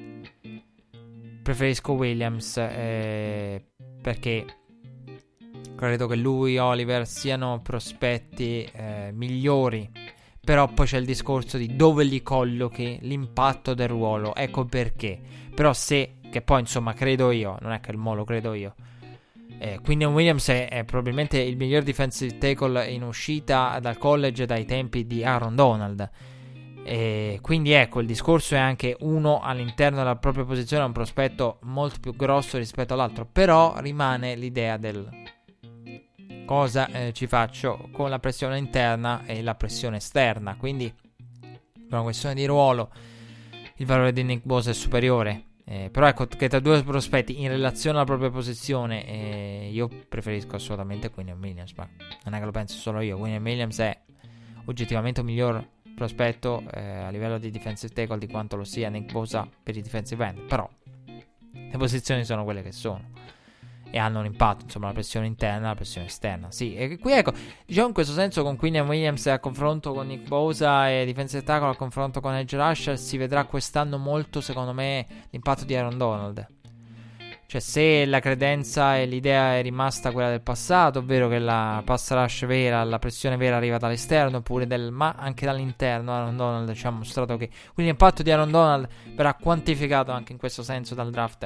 preferisco Williams eh, perché credo che lui e Oliver siano prospetti eh, migliori Però poi c'è il discorso di dove li collochi, l'impatto del ruolo, ecco perché. Però se, che poi insomma credo io, non è che il mo lo credo io, eh, Quinnen Williams è, è probabilmente il miglior defensive tackle in uscita dal college dai tempi di Aaron Donald. E quindi ecco, il discorso è anche uno all'interno della propria posizione, è un prospetto molto più grosso rispetto all'altro, però rimane l'idea del cosa eh, ci faccio con la pressione interna e la pressione esterna. Quindi per una questione di ruolo il valore di Nick Bosa è superiore, eh, però ecco che tra due prospetti in relazione alla propria posizione eh, io preferisco assolutamente Quinnen Williams, ma non è che lo penso solo io. Quinnen Williams è oggettivamente un miglior prospetto eh, a livello di defensive tackle di quanto lo sia Nick Bosa per i defensive end, però le posizioni sono quelle che sono e hanno un impatto, insomma, la pressione interna e la pressione esterna. Sì, e qui ecco, diciamo in questo senso con Quinnen Williams a confronto con Nick Bosa e defensive tackle a confronto con edge rusher si vedrà quest'anno molto, secondo me, l'impatto di Aaron Donald. Cioè, se la credenza e l'idea è rimasta quella del passato, ovvero che la pass rush vera, la pressione vera arriva dall'esterno, oppure del, ma anche dall'interno, Aaron Donald ci ha mostrato che quindi l'impatto di Aaron Donald verrà quantificato anche in questo senso dal draft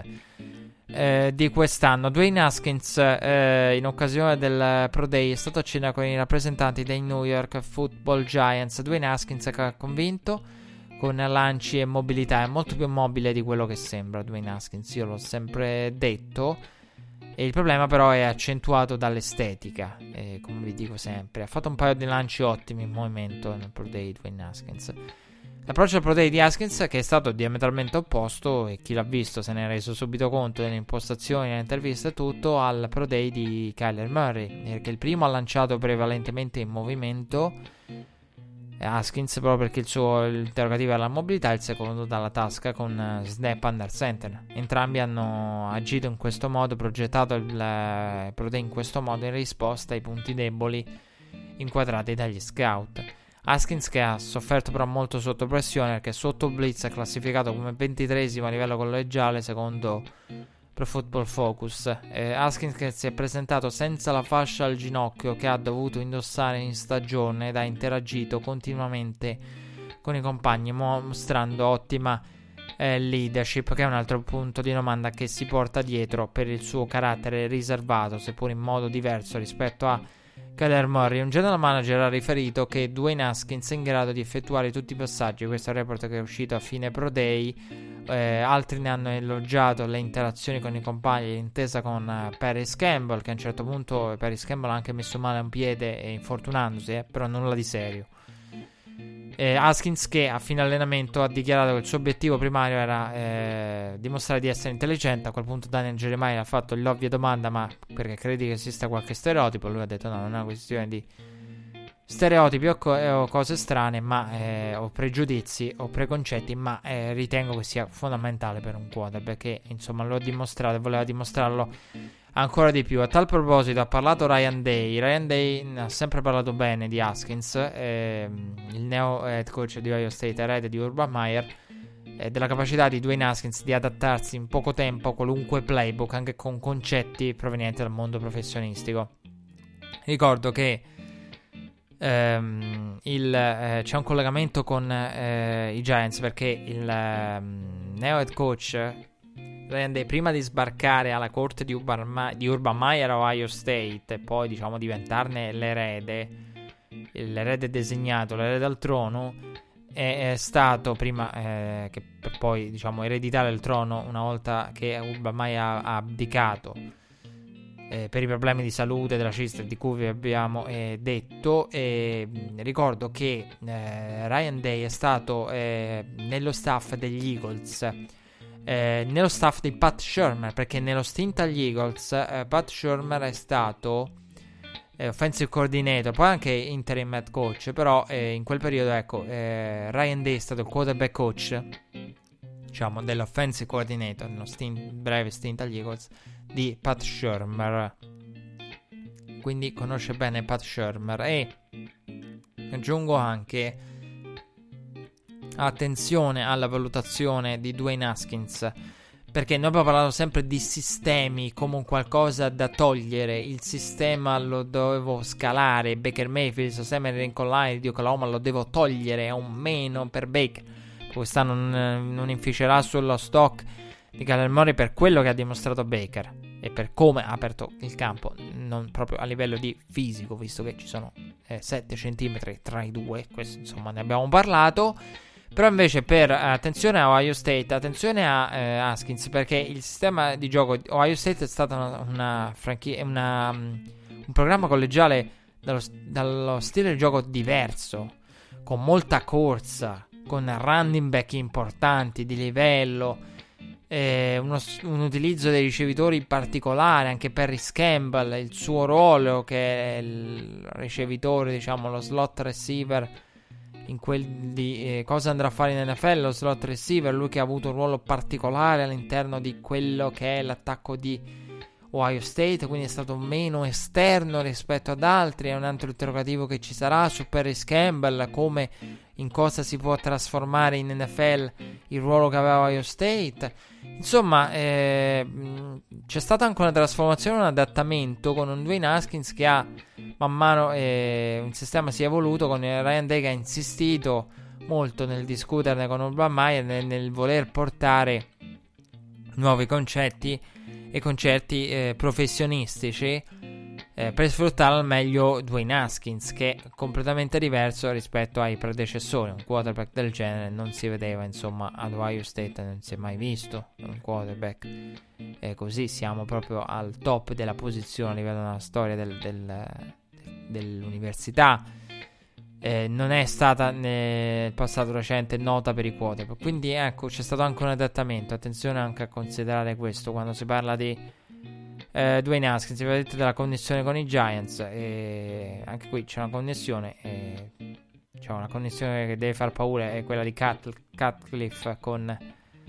eh, di quest'anno. Dwayne Haskins eh, in occasione del Pro Day è stato a cena con i rappresentanti dei New York Football Giants. Dwayne Haskins che ha convinto con lanci e mobilità, è molto più mobile di quello che sembra Dwayne Haskins, io l'ho sempre detto, e il problema però è accentuato dall'estetica, eh, come vi dico sempre. Ha fatto un paio di lanci ottimi in movimento nel Pro Day di Dwayne Haskins. L'approccio al Pro Day di Haskins, che è stato diametralmente opposto, e chi l'ha visto se ne è reso subito conto delle impostazioni, delle interviste e tutto, al Pro Day di Kyler Murray, perché il primo ha lanciato prevalentemente in movimento Haskins proprio perché il suo interrogativo è la mobilità, il secondo dalla tasca con uh, snap under center. Entrambi hanno agito in questo modo, progettato il uh, Pro Day in questo modo in risposta ai punti deboli inquadrati dagli scout. Haskins, che ha sofferto però molto sotto pressione perché sotto blitz è classificato come ventitreesimo a livello collegiale secondo Pro Football Focus. eh, Haskins che si è presentato senza la fascia al ginocchio che ha dovuto indossare in stagione ed ha interagito continuamente con i compagni mostrando ottima eh, leadership, che è un altro punto di domanda che si porta dietro per il suo carattere riservato, seppur in modo diverso rispetto a Kyler Murray. Un general manager ha riferito che Dwayne Haskins è in grado di effettuare tutti i passaggi. Questo è il report che è uscito a fine Pro Day. Eh, altri ne hanno elogiato le interazioni con i compagni, l'intesa con uh, Paris Campbell, che a un certo punto Paris Campbell ha anche messo male a un piede e infortunandosi, eh, però nulla di serio. Eh, Haskins, che a fine allenamento ha dichiarato che il suo obiettivo primario era eh, dimostrare di essere intelligente. A quel punto Daniel Jeremiah ha fatto l'ovvia domanda: ma perché credi che esista qualche stereotipo? Lui ha detto no, non è una questione di stereotipi o, co- o cose strane, ma eh, o pregiudizi o preconcetti, ma eh, ritengo che sia fondamentale per un quarterback, perché insomma lo ha dimostrato e voleva dimostrarlo ancora di più. A tal proposito ha parlato Ryan Day. Ryan Day ha sempre parlato bene di Haskins, ehm, il neo head coach di Ohio State, erede di Urban Meyer, eh, della capacità di Dwayne Haskins di adattarsi in poco tempo a qualunque playbook, anche con concetti provenienti dal mondo professionistico. Ricordo che ehm, il, eh, c'è un collegamento con eh, i Giants, perché il ehm, neo head coach Ryan Day, prima di sbarcare alla corte di Urban, Ma- di Urban Meyer a Ohio State e poi diciamo diventarne l'erede, l'erede designato, l'erede al trono, è, è stato prima eh, che per poi diciamo ereditare il trono una volta che Urban Meyer ha, ha abdicato eh, per i problemi di salute della cister di cui vi abbiamo eh, detto. E mh, ricordo che eh, Ryan Day è stato eh, nello staff degli Eagles, Eh, nello staff di Pat Shurmur, perché nello stint agli Eagles eh, Pat Shurmur è stato eh, offensive coordinator, poi anche interim head coach, però eh, in quel periodo ecco eh, Ryan Day è stato il quarterback coach, diciamo, dell'offensive coordinator nello stint, breve stint agli Eagles di Pat Shurmur, quindi conosce bene Pat Shurmur. E aggiungo anche attenzione alla valutazione di Dwayne Haskins, perché noi abbiamo parlato sempre di sistemi come un qualcosa da togliere. Il sistema lo dovevo scalare. Baker Mayfield, il sistema di Lincoln Riley di Oklahoma lo devo togliere, è un meno per Baker. Quest'anno non, non inficerà sullo stock di Kyler Murray per quello che ha dimostrato Baker e per come ha aperto il campo, non proprio a livello di fisico, visto che ci sono eh, sette centimetri tra i due. Questo insomma ne abbiamo parlato. Però invece per, attenzione a Ohio State, attenzione a eh, Haskins, perché il sistema di gioco di Ohio State è stata una, una franchigia, una, um, un programma collegiale dallo, dallo stile di gioco diverso, con molta corsa, con running back importanti di livello, eh, uno, un utilizzo dei ricevitori particolare, anche Perry Campbell, il suo ruolo che è il ricevitore, diciamo lo slot receiver, in quel di eh, cosa andrà a fare in N F L, lo slot receiver, lui che ha avuto un ruolo particolare all'interno di quello che è l'attacco di Ohio State, quindi è stato meno esterno rispetto ad altri. È un altro interrogativo che ci sarà su Perry Campbell, come in cosa si può trasformare in N F L il ruolo che aveva Ohio State. Insomma, eh, c'è stata anche una trasformazione, un adattamento con un Dwayne Haskins che ha man mano eh, un sistema si è evoluto, con Ryan Day che ha insistito molto nel discuterne con Urban Meyer, nel, nel voler portare nuovi concetti e concetti eh, professionistici eh, per sfruttare al meglio Dwayne Haskins, che è completamente diverso rispetto ai predecessori. Un quarterback del genere non si vedeva, insomma, ad Ohio State non si è mai visto un quarterback eh, così. Siamo proprio al top della posizione a livello della storia del, del, dell'università. Eh, non è stata nel passato recente nota per i quarterback, quindi ecco, c'è stato anche un adattamento. Attenzione anche a considerare questo quando si parla di eh, Dwayne Haskins. Si aveva detto della connessione con i Giants, e anche qui c'è una connessione, e c'è una connessione che deve far paura, è quella di Cut, Cutcliffe con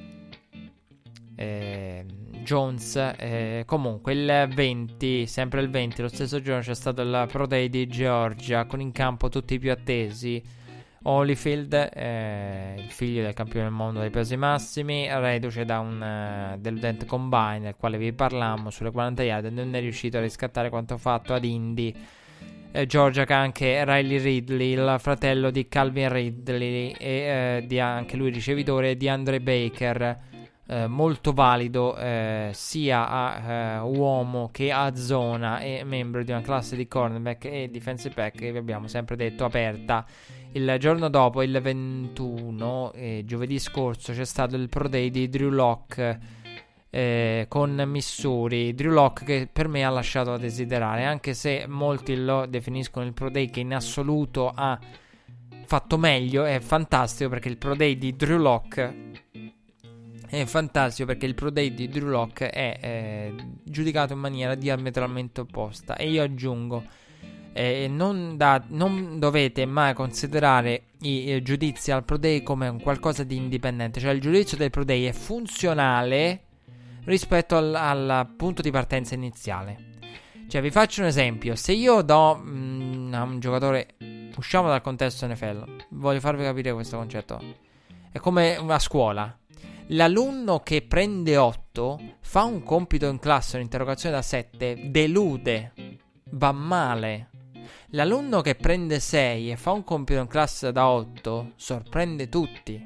eh, Jones. Eh, comunque il venti, sempre il venti, lo stesso giorno c'è stato il Pro Day di Georgia, con in campo tutti i più attesi: Holyfield, eh, il figlio del campione del mondo dei pesi massimi, reduce da un uh, deludente combine del quale vi parlammo sulle quaranta yard, e non è riuscito a riscattare quanto fatto ad Indy. eh, Georgia, che ha anche Riley Ridley, il fratello di Calvin Ridley, e eh, di anche lui ricevitore di Andre Baker, Eh, molto valido eh, sia a eh, uomo che a zona, e membro di una classe di cornerback e defensive back che vi abbiamo sempre detto aperta. Il giorno dopo, il ventuno, eh, giovedì scorso, c'è stato il Pro Day di Drew Lock eh, con Missouri. Drew Lock che per me ha lasciato a desiderare, anche se molti lo definiscono il Pro Day che in assoluto ha fatto meglio. È fantastico perché il Pro Day di Drew Lock È fantastico perché il Pro Day di Drew Lock è eh, giudicato in maniera diametralmente opposta. E io aggiungo, eh, non, da, non dovete mai considerare i eh, giudizi al Pro Day come un qualcosa di indipendente. Cioè il giudizio del Pro Day è funzionale rispetto al, al punto di partenza iniziale. Cioè vi faccio un esempio: se io do mh, a un giocatore, usciamo dal contesto N F L, voglio farvi capire questo concetto. È come una scuola. L'alunno che prende otto fa un compito in classe, un'interrogazione da sette, delude, va male. L'alunno che prende sei e fa un compito in classe da otto sorprende tutti.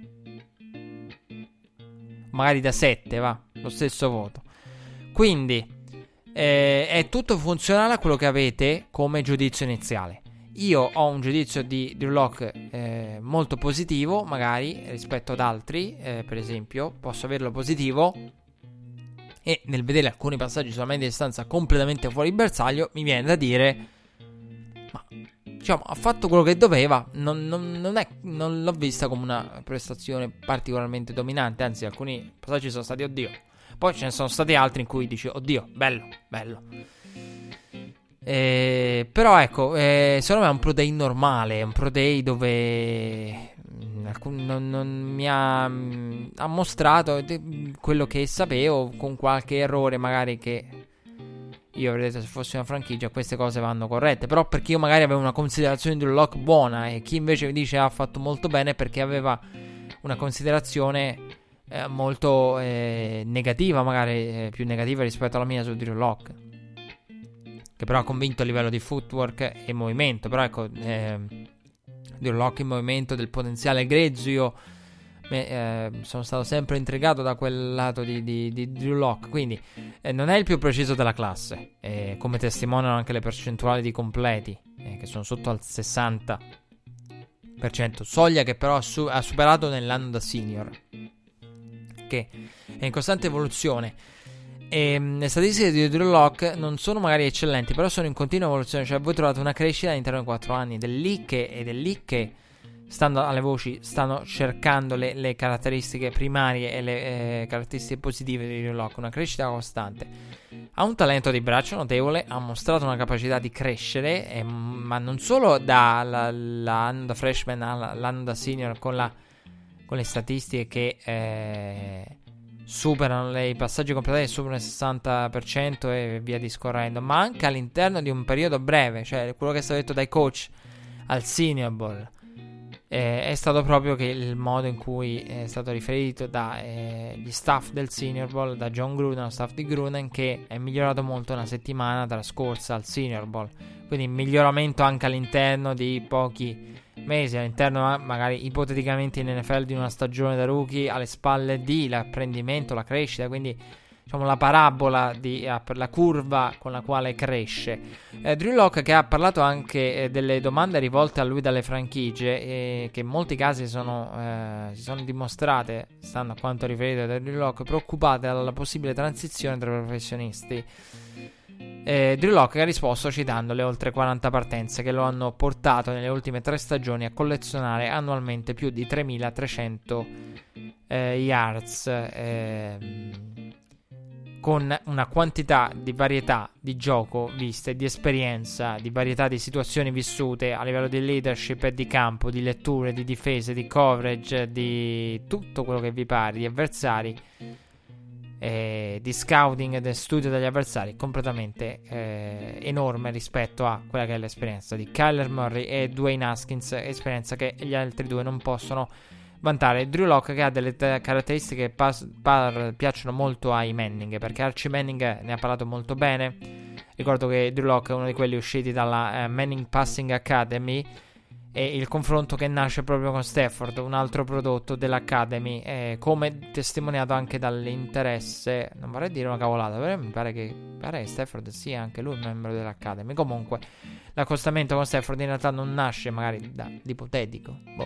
Magari da sette, va, lo stesso voto. Quindi eh, è tutto funzionale a quello che avete come giudizio iniziale. Io ho un giudizio di Drew Lock eh, molto positivo, magari rispetto ad altri, eh, per esempio posso averlo positivo, e nel vedere alcuni passaggi sulla media distanza completamente fuori bersaglio mi viene da dire: ma diciamo, ha fatto quello che doveva. Non, non, non, è, non l'ho vista come una prestazione particolarmente dominante, anzi alcuni passaggi sono stati oddio, poi ce ne sono stati altri in cui dici oddio, bello, bello. Eh, però ecco, eh, secondo me è un Pro Day normale, è un Pro Day dove alcun, non, non mi ha, ha mostrato quello che sapevo, con qualche errore magari che io avrei detto se fossi una franchigia queste cose vanno corrette, però perché io magari avevo una considerazione di un lock buona, e chi invece mi dice ha fatto molto bene perché aveva una considerazione eh, molto eh, negativa, magari eh, più negativa rispetto alla mia su Drew Lock, che però ha convinto a livello di footwork e movimento. Però ecco, eh, Drew Lock in movimento, del potenziale grezzo, io eh, sono stato sempre intrigato da quel lato di, di, di Drew Lock. Quindi eh, non è il più preciso della classe, eh, come testimoniano anche le percentuali di completi, eh, che sono sotto al sessanta per cento, soglia che però ha, su- ha superato nell'anno da senior, che è in costante evoluzione. E le statistiche di Drew Lock non sono magari eccellenti, però sono in continua evoluzione. Cioè voi trovate una crescita all'interno di quattro anni, ed è lì che, ed è lì che stando alle voci stanno cercando le, le caratteristiche primarie e le eh, caratteristiche positive di Drew Lock. Una crescita costante, ha un talento di braccio notevole, ha mostrato una capacità di crescere, eh, ma non solo dall'anno da freshman all'anno da senior, con, la, con le statistiche che eh, superano le, i passaggi completati, superano il sessanta per cento e via discorrendo, ma anche all'interno di un periodo breve. Cioè quello che è stato detto dai coach al Senior Bowl eh, è stato proprio che il modo in cui è stato riferito dagli eh, staff del Senior Bowl, da John Gruden, lo staff di Gruden, che è migliorato molto una settimana trascorsa al Senior Bowl. Quindi miglioramento anche all'interno di pochi mesi, all'interno magari ipoteticamente in N F L di una stagione da rookie, alle spalle di l'apprendimento, la crescita. Quindi diciamo la parabola di, eh, per la curva con la quale cresce. eh, Drew Lock, che ha parlato anche eh, delle domande rivolte a lui dalle franchigie, eh, che in molti casi sono, eh, si sono dimostrate, stando a quanto riferito da Drew Lock, preoccupate dalla possibile transizione tra professionisti. Eh, Drew Lock ha risposto citando le oltre quaranta partenze che lo hanno portato nelle ultime tre stagioni a collezionare annualmente più di tremilatrecento eh, yards, eh, con una quantità di varietà di gioco viste, di esperienza, di varietà di situazioni vissute a livello di leadership e di campo, di letture, di difese, di coverage, di tutto quello che vi pare, di avversari, Eh, di scouting e del studio degli avversari, completamente eh, enorme rispetto a quella che è l'esperienza di Kyler Murray e Dwayne Haskins, esperienza che gli altri due non possono vantare. Drew Lock, che ha delle t- caratteristiche che pas- par- piacciono molto ai Manning, perché Archie Manning ne ha parlato molto bene. Ricordo che Drew Lock è uno di quelli usciti dalla eh, Manning Passing Academy, e il confronto che nasce proprio con Stafford, un altro prodotto dell'Academy, eh, come testimoniato anche dall'interesse, non vorrei dire una cavolata, però mi pare che, pare che Stafford sia anche lui un membro dell'Academy. Comunque l'accostamento con Stafford in realtà non nasce magari dall'ipotetico, boh,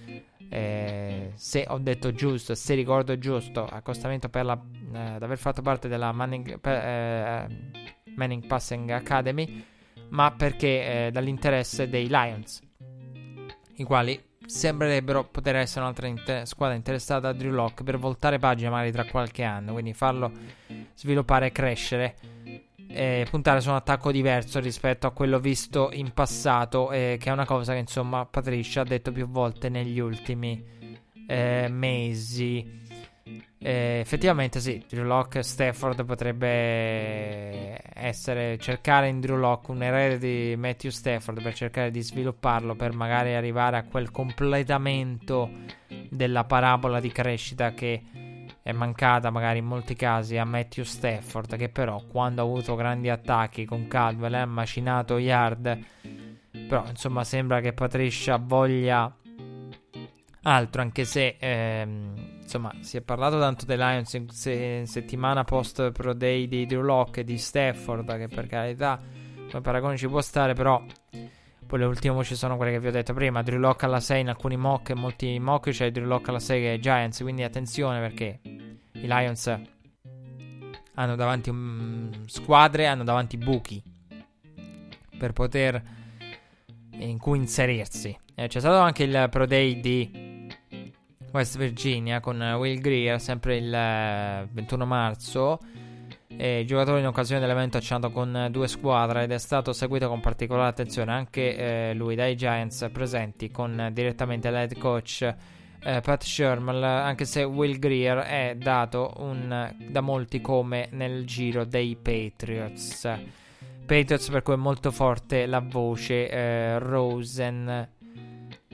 eh, se ho detto giusto, se ricordo giusto, accostamento per la, eh, ad aver fatto parte della Manning, per, eh, Manning Passing Academy, ma perché eh, dall'interesse dei Lions, i quali sembrerebbero poter essere un'altra inter- squadra interessata a Drew Lock per voltare pagina magari tra qualche anno, quindi farlo sviluppare e crescere, e puntare su un attacco diverso rispetto a quello visto in passato, eh, che è una cosa che insomma Patricia ha detto più volte negli ultimi eh, mesi. Eh, effettivamente sì, Drew Lock e Stafford potrebbe essere, cercare in Drew Lock un erede di Matthew Stafford per cercare di svilupparlo, per magari arrivare a quel completamento della parabola di crescita che è mancata magari in molti casi a Matthew Stafford, che però quando ha avuto grandi attacchi con Caldwell ha macinato yard. Però insomma sembra che Patricia voglia altro, anche se ehm, insomma si è parlato tanto dei Lions in, se, in settimana post Pro Day di Drew Lock e di Stafford, che per carità come paragone ci può stare, però poi le ultime voci sono quelle che vi ho detto prima. Drew Lock alla sei in alcuni mock, e molti mock c'è Drew Lock alla sei che è Giants, quindi attenzione, perché i Lions hanno davanti um, squadre, hanno davanti buchi per poter in cui inserirsi. Eh, c'è stato anche il Pro Day di West Virginia con Will Grier, sempre il ventuno marzo. E il giocatore in occasione dell'evento ha cenato con due squadre ed è stato seguito con particolare attenzione anche eh, lui dai Giants presenti, con direttamente l'head coach eh, Pat Sherman, anche se Will Grier è dato un, da molti come nel giro dei Patriots. Patriots per cui è molto forte la voce eh, Rosen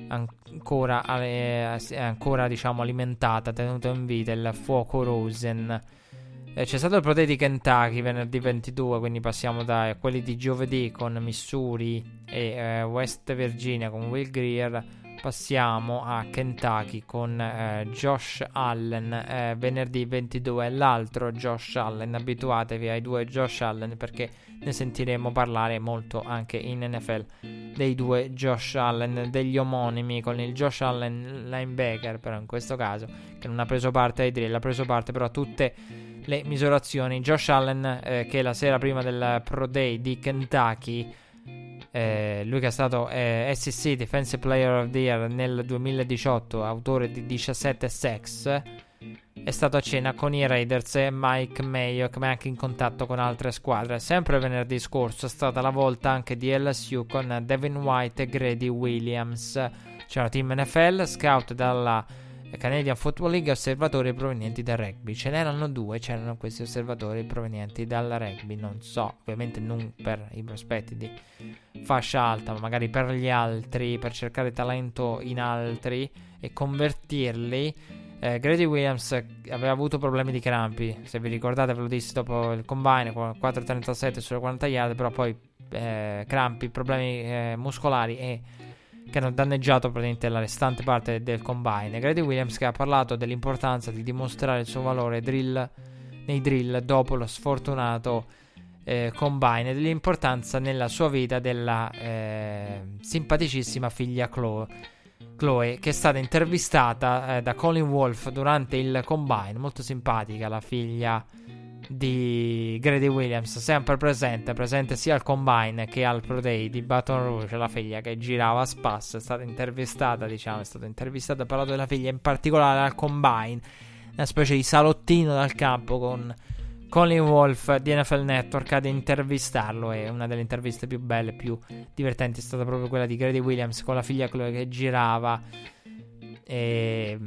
ancora, eh, è ancora diciamo alimentata, tenuto in vita il fuoco Rosen. Eh, c'è stato il Pro Day di Kentucky venerdì ventidue, quindi passiamo da quelli di giovedì con Missouri e eh, West Virginia con Will Grier. Passiamo a Kentucky con eh, Josh Allen eh, venerdì ventidue, l'altro Josh Allen. Abituatevi ai due Josh Allen perché ne sentiremo parlare molto anche in N F L, dei due Josh Allen, degli omonimi, con il Josh Allen linebacker però in questo caso, che non ha preso parte ai drill, ha preso parte però a tutte le misurazioni. Josh Allen eh, che la sera prima del Pro Day di Kentucky, Eh, lui che è stato eh, S E C Defensive Player of the Year nel duemiladiciotto, autore di diciassette sacks, è stato a cena con i Raiders e Mike Mayock, ma anche in contatto con altre squadre. Sempre venerdì scorso è stata la volta anche di L S U con Devin White e Grady Williams. C'era team N F L, scout dalla Canadian Football League e osservatori provenienti dal rugby. Ce n'erano due, c'erano questi osservatori provenienti dal rugby. Non so, ovviamente non per i prospetti di fascia alta, ma magari per gli altri, per cercare talento in altri e convertirli. eh, Grady Williams aveva avuto problemi di crampi, se vi ricordate ve lo dissi dopo il combine, quattro trentasette sulle quaranta yard, però poi eh, crampi, problemi eh, muscolari e che hanno danneggiato praticamente la restante parte del combine. Grady Williams che ha parlato dell'importanza di dimostrare il suo valore drill, nei drill dopo lo sfortunato eh, combine, e dell'importanza nella sua vita della eh, simpaticissima figlia Chloe, Chloe che è stata intervistata eh, da Colin Wolfe durante il combine. Molto simpatica la figlia di Grady Williams, sempre presente, presente sia al combine che al Pro Day di Baton Rouge. La figlia che girava a spasso è stata intervistata, diciamo, è stata intervistata, ha parlato della figlia in particolare al combine, una specie di salottino dal campo con Colin Wolfe di N F L Network ad intervistarlo, e una delle interviste più belle, più divertenti è stata proprio quella di Grady Williams con la figlia Chloe che girava. E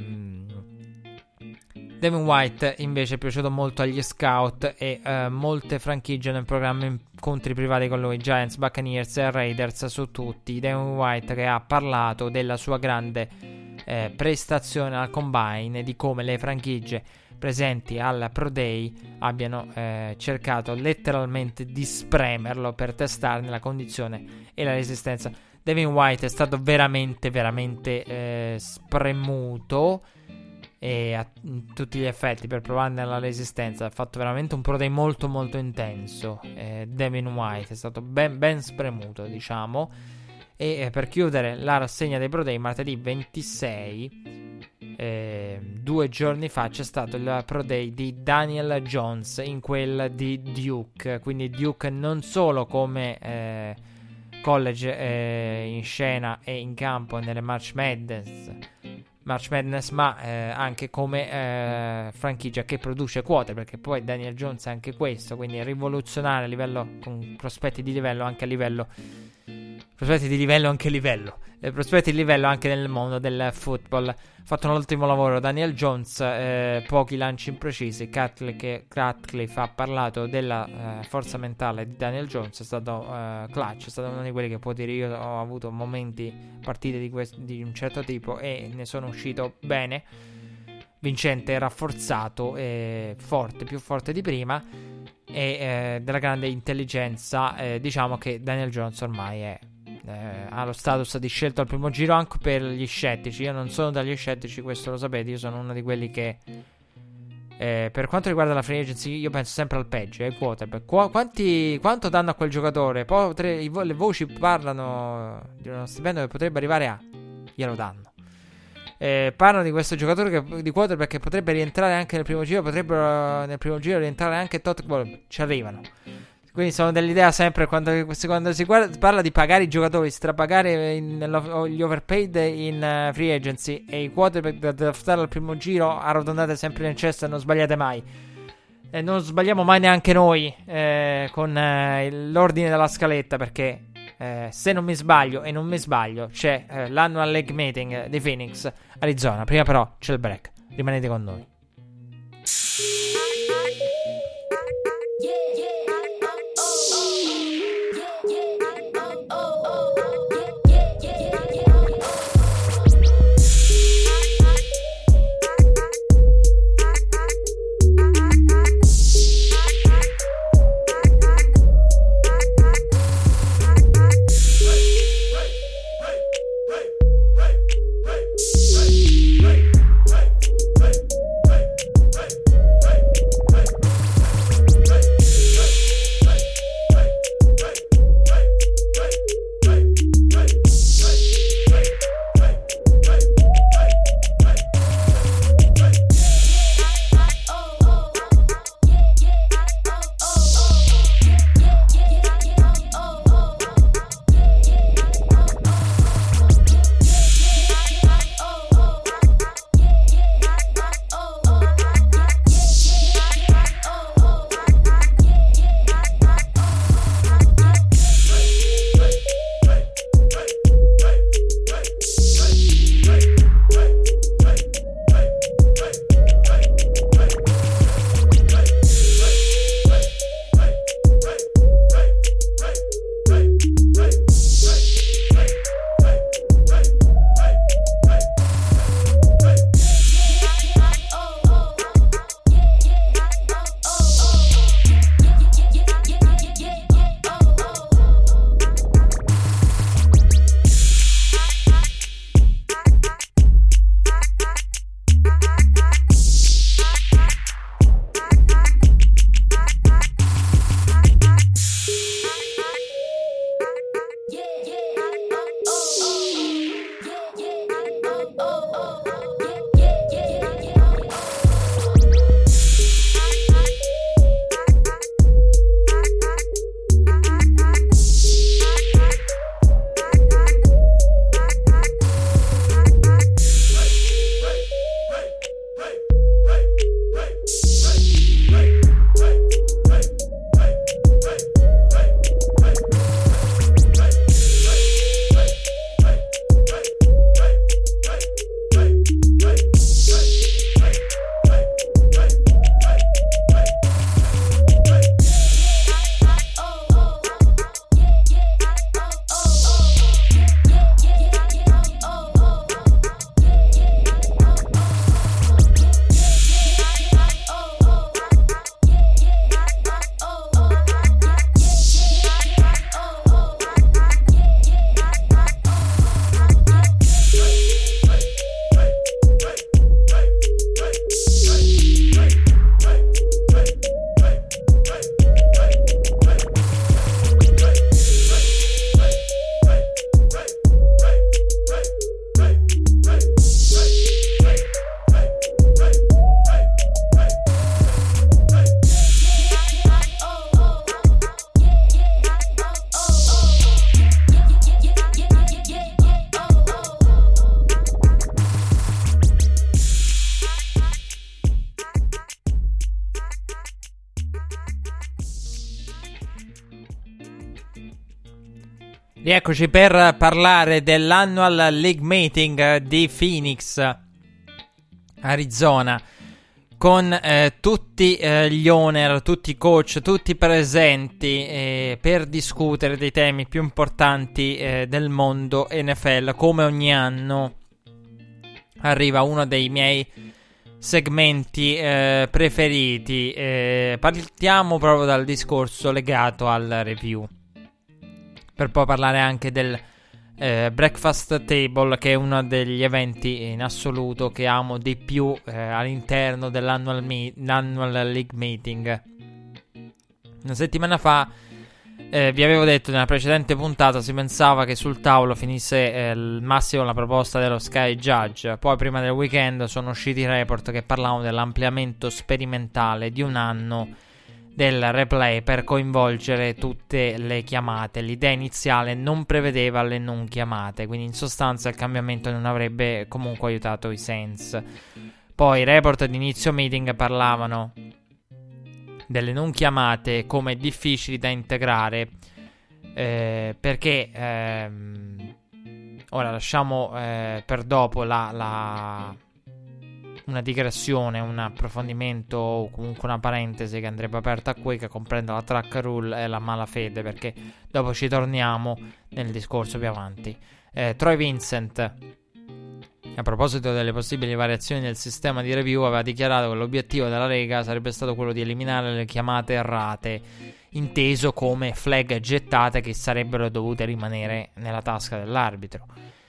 Devin White invece è piaciuto molto agli scout e uh, molte franchigie nel programma incontri privati con lui, Giants, Buccaneers e Raiders su tutti. Devin White che ha parlato della sua grande eh, prestazione al combine e di come le franchigie presenti al Pro Day abbiano eh, cercato letteralmente di spremerlo per testarne la condizione e la resistenza. Devin White è stato veramente veramente eh, spremuto e a tutti gli effetti per provarne la resistenza. Ha fatto veramente un Pro Day molto molto intenso. eh, Devin White è stato ben, ben spremuto, diciamo. E eh, per chiudere la rassegna dei Pro Day, martedì ventisei, eh, due giorni fa c'è stato il Pro Day di Daniel Jones in quel di Duke. Quindi Duke non solo come eh, college eh, in scena e in campo nelle March Madness March Madness, ma eh, anche come eh, franchigia che produce quote, perché poi Daniel Jones è anche questo, quindi rivoluzionario a livello, con prospetti di livello anche a livello prospetti di livello anche a livello eh, prospetti di livello anche nel mondo del football. Ha fatto un ottimo lavoro Daniel Jones, eh, pochi lanci imprecisi. Cutcliffe ha parlato della eh, forza mentale di Daniel Jones, è stato eh, clutch, è stato uno di quelli che può dire io ho avuto momenti, partite di, quest- di un certo tipo e ne sono uscito bene, vincente, rafforzato e forte, più forte di prima, e eh, della grande intelligenza. Eh, diciamo che Daniel Jones ormai è Eh, ha lo status di scelto al primo giro anche per gli scettici. Io non sono dagli scettici, questo lo sapete, io sono uno di quelli che eh, per quanto riguarda la free agency io penso sempre al peggio, ai quarterback. Qu- quanti, quanto danno a quel giocatore? Potre, vo- le voci parlano di uno stipendio che potrebbe arrivare a, glielo danno. Eh, parlano di questo giocatore che, di quarterback che potrebbe rientrare anche nel primo giro, potrebbero nel primo giro rientrare anche Todd Gurley, ci arrivano. Quindi sono dell'idea sempre quando, quando si guarda, parla di pagare i giocatori, strapagare in, gli overpaid in uh, free agency e i quarterback da draftare al primo giro, arrotondate sempre nel cesso e non sbagliate mai. E non sbagliamo mai neanche noi eh, con eh, l'ordine della scaletta, perché eh, se non mi sbaglio, e non mi sbaglio, c'è eh, l'annual league meeting di Phoenix, Arizona. Prima però c'è il break, rimanete con noi. Rieccoci per parlare dell'annual league meeting di Phoenix, Arizona, con eh, tutti eh, gli owner, tutti i coach, tutti presenti eh, per discutere dei temi più importanti eh, del mondo N F L. Come ogni anno arriva uno dei miei segmenti eh, preferiti. Eh, partiamo proprio dal discorso legato al review, per poi parlare anche del eh, Breakfast Table, che è uno degli eventi in assoluto che amo di più eh, all'interno dell'annual me- League Meeting. Una settimana fa eh, vi avevo detto nella precedente puntata, si pensava che sul tavolo finisse eh, il massimo la proposta dello Sky Judge. Poi prima del weekend sono usciti i report che parlavano dell'ampliamento sperimentale di un anno del replay per coinvolgere tutte le chiamate. L'idea iniziale non prevedeva le non chiamate, quindi in sostanza il cambiamento non avrebbe comunque aiutato i Saints. Poi i report di inizio meeting parlavano delle non chiamate come difficili da integrare, eh, perché ehm, ora lasciamo eh, per dopo la... la una digressione, un approfondimento o comunque una parentesi che andrebbe aperta qui, che comprende la track rule e la malafede, perché dopo ci torniamo nel discorso più avanti. eh, Troy Vincent, a proposito delle possibili variazioni del sistema di review, aveva dichiarato che l'obiettivo della Lega sarebbe stato quello di eliminare le chiamate errate, inteso come flag gettate che sarebbero dovute rimanere nella tasca dell'arbitro.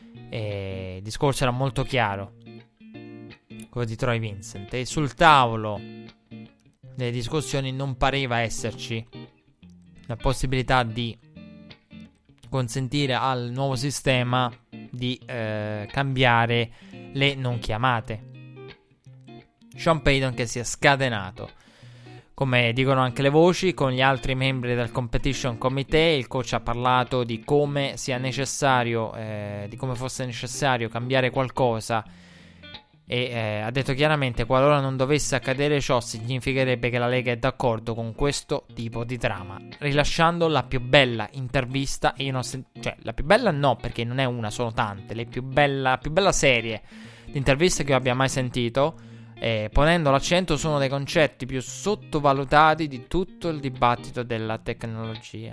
E il discorso era molto chiaro, quello di Troy Vincent, e sul tavolo delle discussioni non pareva esserci la possibilità di consentire al nuovo sistema di eh, cambiare le non chiamate. Sean Payton che si è scatenato, come dicono anche le voci, con gli altri membri del Competition Committee. Il coach ha parlato di come sia necessario, eh, di come fosse necessario cambiare qualcosa, e eh, ha detto chiaramente: qualora non dovesse accadere ciò, significherebbe che la Lega è d'accordo con questo tipo di trama, rilasciando la più bella intervista. E io non sen- cioè la più bella no, perché non è una, sono tante, le più bella, la più bella serie di interviste che io abbia mai sentito, eh, ponendo l'accento su uno dei concetti più sottovalutati di tutto il dibattito della tecnologia.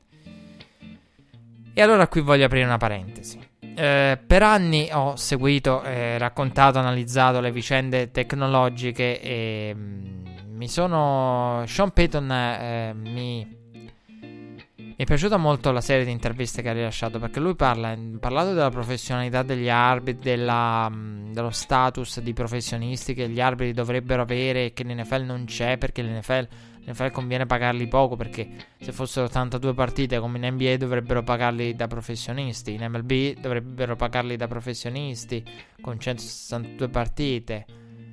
E allora qui voglio aprire una parentesi. Eh, per anni ho seguito, eh, raccontato, analizzato le vicende tecnologiche e mh, mi sono... Sean Payton eh, mi... mi è piaciuta molto la serie di interviste che ha rilasciato, perché lui parla, ha parlato della professionalità degli arbitri, della, mh, dello status di professionisti che gli arbitri dovrebbero avere, che l'N F L non c'è, perché l'N F L... L'N F L conviene pagarli poco, perché se fossero ottantadue partite come in N B A dovrebbero pagarli da professionisti, in M L B dovrebbero pagarli da professionisti con centosessantadue partite,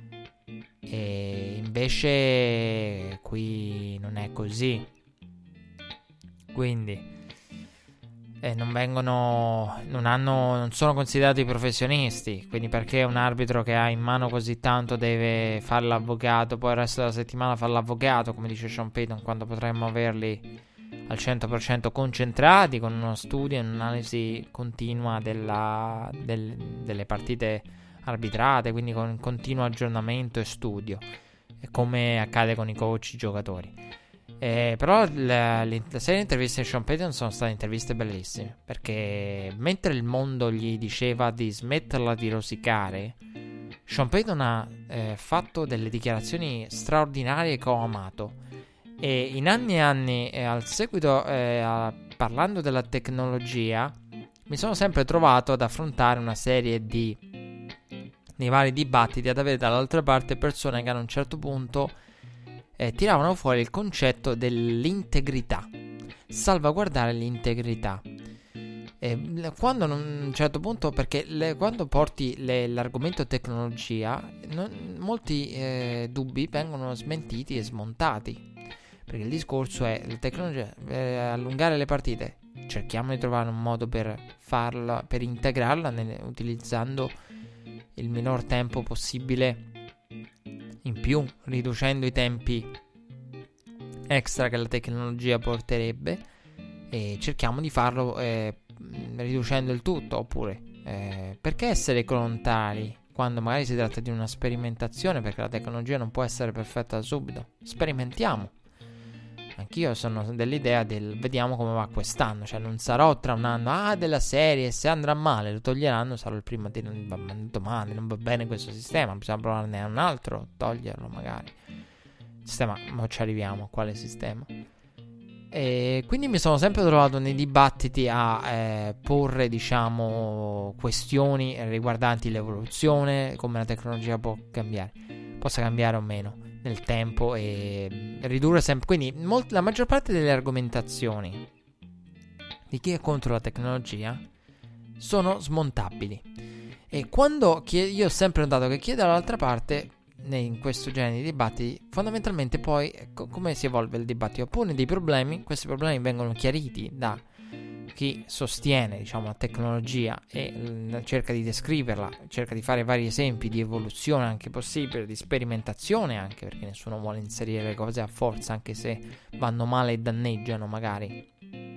e invece qui non è così. Quindi eh, non vengono, non hanno, non sono considerati professionisti. Quindi perché un arbitro che ha in mano così tanto deve fare l'avvocato, poi il resto della settimana fa l'avvocato, come dice Sean Payton, quando potremmo averli al cento per cento concentrati con uno studio e un'analisi continua della, del, delle partite arbitrate, quindi con continuo aggiornamento e studio, come accade con i coach, i giocatori. Eh, però la, la serie di interviste di Sean Payton sono state interviste bellissime, perché mentre il mondo gli diceva di smetterla di rosicare, Sean Payton ha eh, fatto delle dichiarazioni straordinarie che ho amato. E in anni e anni, eh, al seguito, eh, a, parlando della tecnologia, mi sono sempre trovato ad affrontare una serie di nei vari dibattiti, ad avere dall'altra parte persone che a un certo punto Eh, tiravano fuori il concetto dell'integrità, salvaguardare l'integrità. Eh, quando a un certo punto, perché le, quando porti le, l'argomento tecnologia, non, molti eh, dubbi vengono smentiti e smontati, perché il discorso è la tecnologia, eh, allungare le partite. Cerchiamo di trovare un modo per farla, per integrarla, nel, utilizzando il minor tempo possibile in più, riducendo i tempi extra che la tecnologia porterebbe, e cerchiamo di farlo eh, mh, riducendo il tutto, oppure eh, perché essere contrari quando magari si tratta di una sperimentazione, perché la tecnologia non può essere perfetta da subito. Sperimentiamo. Anch'io sono dell'idea del vediamo come va quest'anno, cioè non sarò tra un anno ah della serie, se andrà male lo toglieranno, sarò il primo a dire non va domani, non va bene questo sistema, bisogna provarne un altro, toglierlo magari. Sistema, ma ci arriviamo a quale sistema? E quindi mi sono sempre trovato nei dibattiti a eh, porre, diciamo, questioni riguardanti l'evoluzione, come la tecnologia può cambiare, possa cambiare o meno nel tempo e ridurre sempre. Quindi molt- la maggior parte delle argomentazioni di chi è contro la tecnologia sono smontabili. E quando chied- io ho sempre notato che chi è dall'altra parte in questo genere di dibattiti, fondamentalmente poi co- come si evolve il dibattito? Pone dei problemi, questi problemi vengono chiariti da chi sostiene, diciamo, la tecnologia e l- cerca di descriverla, cerca di fare vari esempi di evoluzione anche possibile, di sperimentazione anche, perché nessuno vuole inserire le cose a forza, anche se vanno male e danneggiano magari.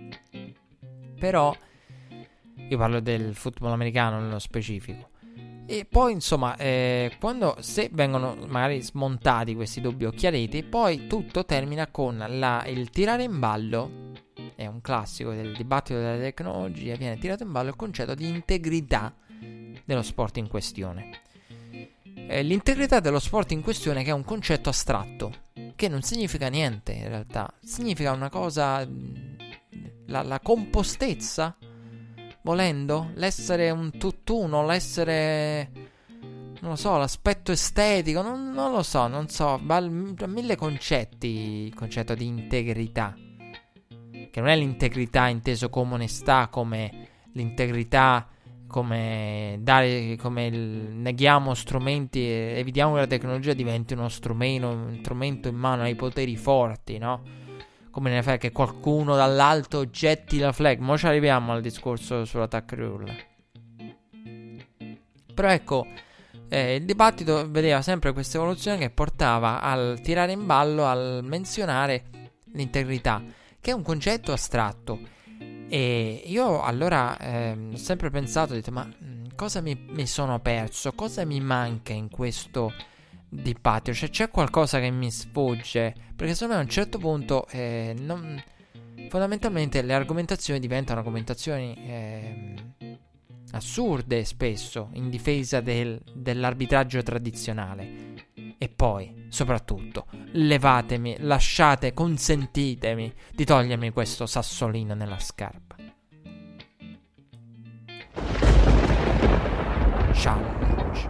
Però io parlo del football americano nello specifico. E poi insomma eh, quando se vengono magari smontati questi dubbi o chiariti, poi tutto termina con la, il tirare in ballo, è un classico del dibattito della tecnologia, viene tirato in ballo il concetto di integrità dello sport in questione. Eh, l'integrità dello sport in questione, che è un concetto astratto, che non significa niente in realtà, significa una cosa, la, la compostezza, volendo, l'essere un tutt'uno, l'essere, non lo so, l'aspetto estetico, non, non lo so, non so, mille concetti, il concetto di integrità, che non è l'integrità inteso come onestà, come l'integrità, come dare, come il, neghiamo strumenti e evitiamo che la tecnologia diventi uno strumento, un strumento in mano ai poteri forti, no? Come ne fai che qualcuno dall'alto getti la flag. Ma ci arriviamo al discorso sull'attack rule. Però ecco, eh, il dibattito vedeva sempre questa evoluzione che portava al tirare in ballo, al menzionare l'integrità, che è un concetto astratto. E io allora eh, ho sempre pensato, ho detto, ma mh, cosa mi, mi sono perso? Cosa mi manca in questo dibattito? Cioè c'è qualcosa che mi sfugge, perché secondo me a un certo punto eh, non, fondamentalmente le argomentazioni diventano argomentazioni eh, assurde spesso in difesa del, dell'arbitraggio tradizionale. E poi soprattutto levatemi, lasciate, consentitemi di togliermi questo sassolino nella scarpa. Challenge.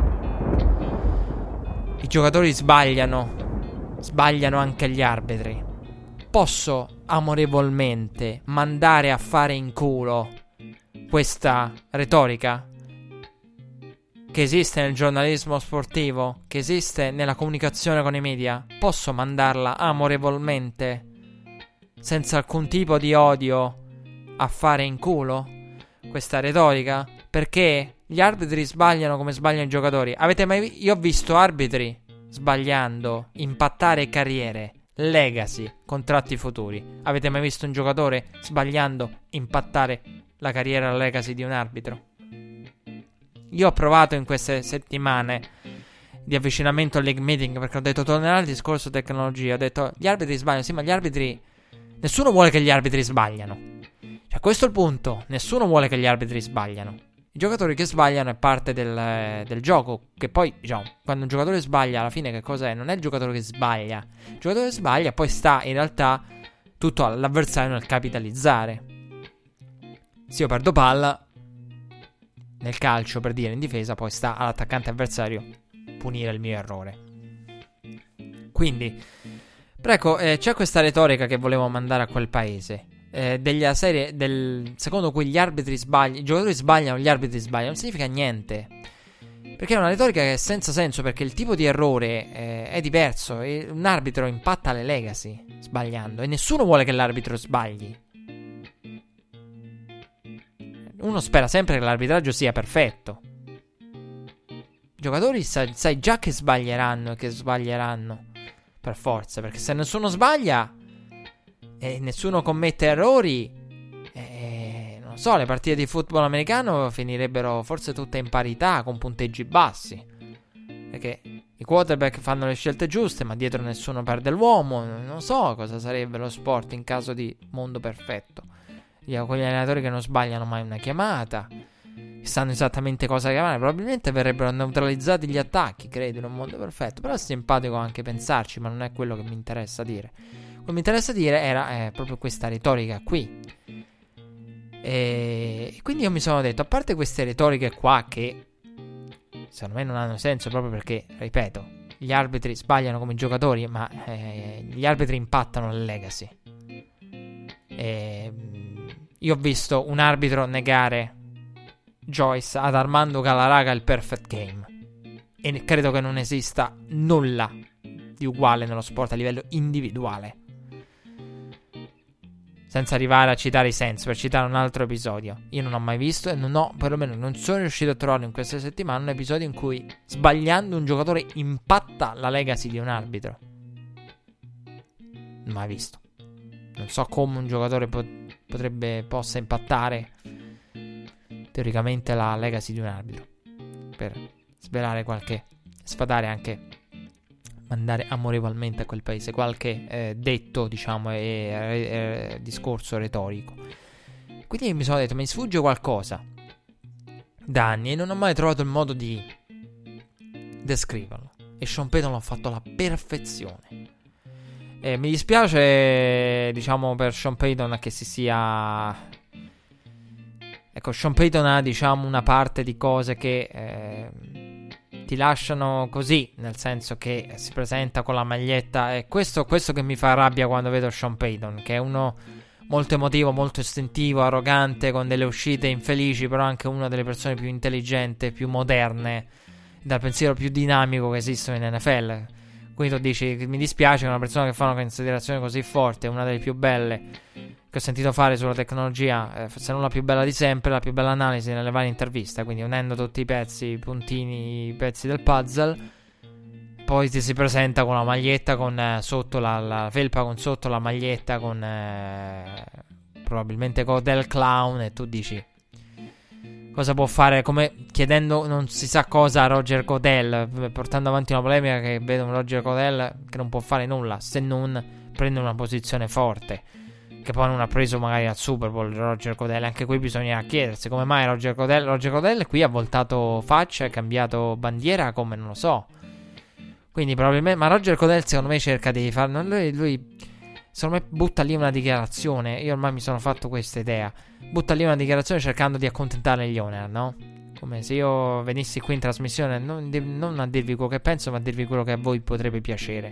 I giocatori sbagliano, sbagliano anche gli arbitri. Posso amorevolmente mandare a fare in culo questa retorica che esiste nel giornalismo sportivo, che esiste nella comunicazione con i media? Posso mandarla amorevolmente, senza alcun tipo di odio, a fare in culo questa retorica? Perché gli arbitri sbagliano come sbagliano i giocatori. Avete mai vi- Io ho visto arbitri sbagliando impattare carriere, legacy, contratti futuri. Avete mai visto un giocatore sbagliando impattare la carriera, la legacy di un arbitro? Io ho provato in queste settimane di avvicinamento al league meeting, perché ho detto, tornerà il discorso tecnologia, ho detto gli arbitri sbagliano. Sì, ma gli arbitri, nessuno vuole che gli arbitri sbagliano. Cioè questo è il punto, nessuno vuole che gli arbitri sbagliano. I giocatori che sbagliano è parte del, del gioco. Che poi, diciamo, quando un giocatore sbaglia, alla fine che cosa è? Non è il giocatore che sbaglia. Il giocatore che sbaglia poi sta in realtà tutto all'avversario nel capitalizzare. Se io perdo palla nel calcio, per dire, in difesa, poi sta all'attaccante avversario punire il mio errore. Quindi, però ecco, eh, c'è questa retorica che volevo mandare a quel paese, eh, della serie del, secondo cui gli arbitri sbagliano, i giocatori sbagliano, gli arbitri sbagliano. Non significa niente, perché è una retorica che è senza senso, perché il tipo di errore eh, è diverso. E un arbitro impatta le legacy sbagliando, e nessuno vuole che l'arbitro sbagli. Uno spera sempre che l'arbitraggio sia perfetto. I giocatori sai, sai già che sbaglieranno e che sbaglieranno per forza, perché se nessuno sbaglia e nessuno commette errori, eh, non so, le partite di football americano finirebbero forse tutte in parità, con punteggi bassi, perché i quarterback fanno le scelte giuste, ma dietro nessuno perde l'uomo. Non so cosa sarebbe lo sport in caso di mondo perfetto. Io, quegli allenatori che non sbagliano mai una chiamata, sanno esattamente cosa chiamare, probabilmente verrebbero neutralizzati gli attacchi, credo, in un mondo perfetto. Però è simpatico anche pensarci, ma non è quello che mi interessa dire. Quello che mi interessa dire era eh, proprio questa retorica qui. E quindi io mi sono detto, a parte queste retoriche qua che secondo me non hanno senso, proprio perché, ripeto, gli arbitri sbagliano come i giocatori, ma eh, gli arbitri impattano le legacy. E io ho visto un arbitro negare Joyce ad Armando Galarraga il perfect game, e credo che non esista nulla di uguale nello sport a livello individuale, senza arrivare a citare i Saints, per citare un altro episodio. Io non ho mai visto, e non ho, perlomeno non sono riuscito a trovarlo in queste settimane, un episodio in cui sbagliando un giocatore impatta la legacy di un arbitro. Mai visto. Non so come un giocatore po- potrebbe possa impattare teoricamente la legacy di un arbitro, per svelare qualche, sfatare anche, mandare amorevolmente a quel paese qualche eh, detto, diciamo, e, e, e discorso retorico. Quindi mi sono detto, mi sfugge qualcosa da anni e non ho mai trovato il modo di descriverlo, e Sean Payton l'ha fatto alla perfezione. E mi dispiace, diciamo, per Sean Payton che si sia... Ecco, Sean Payton ha, diciamo, una parte di cose che eh, ti lasciano così, nel senso che si presenta con la maglietta, e questo, questo che mi fa rabbia quando vedo Sean Payton, che è uno molto emotivo, molto istintivo, arrogante, con delle uscite infelici, però anche una delle persone più intelligenti, più moderne, dal pensiero più dinamico che esistono in N F L. Quindi tu dici, mi dispiace che una persona che fa una considerazione così forte, una delle più belle che ho sentito fare sulla tecnologia, eh, se non la più bella di sempre, la più bella analisi nelle varie interviste, quindi unendo tutti i pezzi, i puntini, i pezzi del puzzle, poi ti si presenta con la maglietta con eh, sotto la, la felpa, con sotto la maglietta con eh, probabilmente Godel Clown, e tu dici cosa può fare, come chiedendo non si sa cosa a Roger Godel, portando avanti una polemica che vedo un Roger Godel che non può fare nulla se non prendere una posizione forte, che poi non ha preso magari al Super Bowl Roger Godel. Anche qui bisogna chiedersi come mai Roger Godel Roger Godel qui ha voltato faccia e cambiato bandiera, come non lo so. Quindi probabilmente, ma Roger Godel secondo me cerca di far, non, lui, lui secondo me butta lì una dichiarazione. Io ormai mi sono fatto questa idea, butta lì una dichiarazione cercando di accontentare gli owner, no? Come se io venissi qui in trasmissione non, non a dirvi quello che penso, ma a dirvi quello che a voi potrebbe piacere.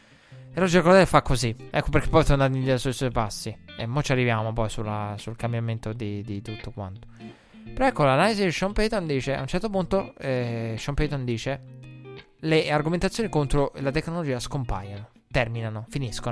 E Roger Godel fa così, ecco perché poi è tornato indietro sui suoi passi. E mo ci arriviamo poi sulla, sul cambiamento di, di tutto quanto. Però ecco, l'analisi di Sean Payton dice, a un certo punto eh, Sean Payton dice, le argomentazioni contro la tecnologia scompaiono, terminano, finiscono.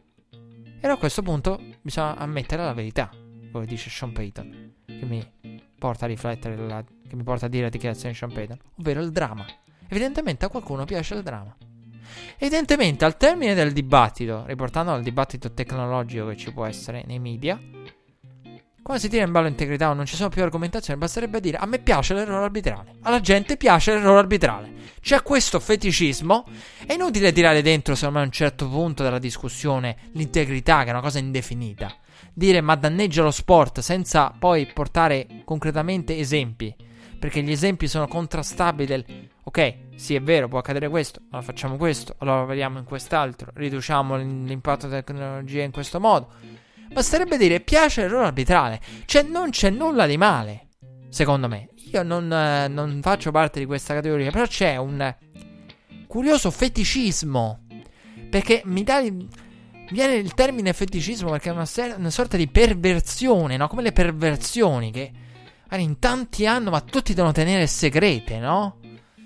E a questo punto bisogna ammettere la verità, come dice Sean Payton, che mi porta a riflettere, la, che mi porta a dire la dichiarazione di Sean Payton, ovvero il dramma. Evidentemente a qualcuno piace il dramma. Evidentemente al termine del dibattito, riportando al dibattito tecnologico che ci può essere nei media, quando si tira in ballo integrità o non ci sono più argomentazioni, basterebbe dire a me piace l'errore arbitrale, alla gente piace l'errore arbitrale. C'è questo feticismo. È inutile tirare dentro, secondo me, a un certo punto della discussione l'integrità, che è una cosa indefinita, dire ma danneggia lo sport senza poi portare concretamente esempi, perché gli esempi sono contrastabili del ok, sì è vero, può accadere questo, allora facciamo questo, allora vediamo in quest'altro, riduciamo l'impatto della tecnologia in questo modo. Basterebbe dire piace l'errore arbitrale, cioè non c'è nulla di male, secondo me. Io non, eh, non faccio parte di questa categoria, però c'è un curioso feticismo, perché mi dà, viene il termine feticismo perché è una, ser- una sorta di perversione, no? Come le perversioni che in tanti hanno, ma tutti devono tenere segrete, no?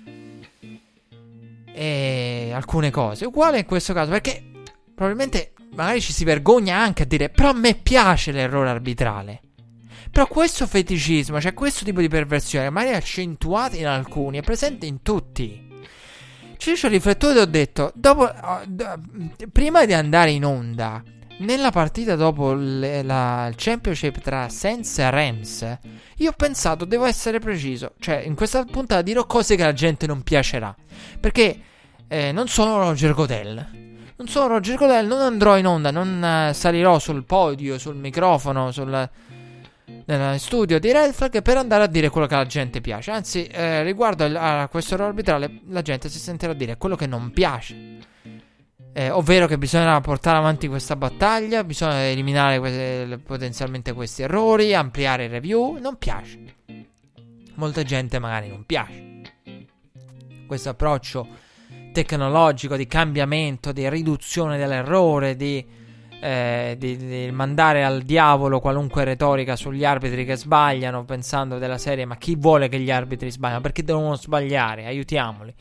E alcune cose uguale in questo caso, perché probabilmente magari ci si vergogna anche a dire però a me piace l'errore arbitrale. Però questo feticismo, cioè questo tipo di perversione, magari accentuata in alcuni, è presente in tutti. Cioè io ci ho riflettuto e ho detto, dopo, uh, d- prima di andare in onda, nella partita dopo le, la, il championship tra Saints e Rams, io ho pensato, devo essere preciso, cioè in questa puntata dirò cose che la gente non piacerà, perché eh, non sono Roger Godel, non sono Roger Godel, non andrò in onda, non uh, salirò sul podio, sul microfono, sul nel studio di Red Flag per andare a dire quello che alla gente piace. Anzi, eh, riguardo il, a questo errore arbitrale, la gente si sentirà dire quello che non piace, eh, ovvero che bisogna portare avanti questa battaglia, bisogna eliminare que- potenzialmente questi errori, ampliare il review. Non piace, molta gente magari non piace questo approccio tecnologico di cambiamento, di riduzione dell'errore, di Eh, di, di mandare al diavolo qualunque retorica sugli arbitri che sbagliano, pensando della serie: ma chi vuole che gli arbitri sbagliano? Perché devono sbagliare? Aiutiamoli.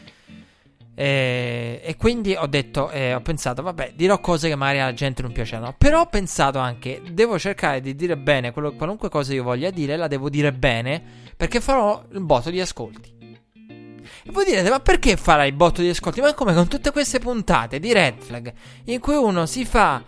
Eh, e quindi ho detto, eh, ho pensato, vabbè, dirò cose che magari alla gente non piaceranno. Però ho pensato anche, devo cercare di dire bene quello, qualunque cosa io voglia dire, la devo dire bene, perché farò il botto di ascolti. E voi direte, ma perché farai il botto di ascolti? Ma come con tutte queste puntate di Red Flag in cui uno si fa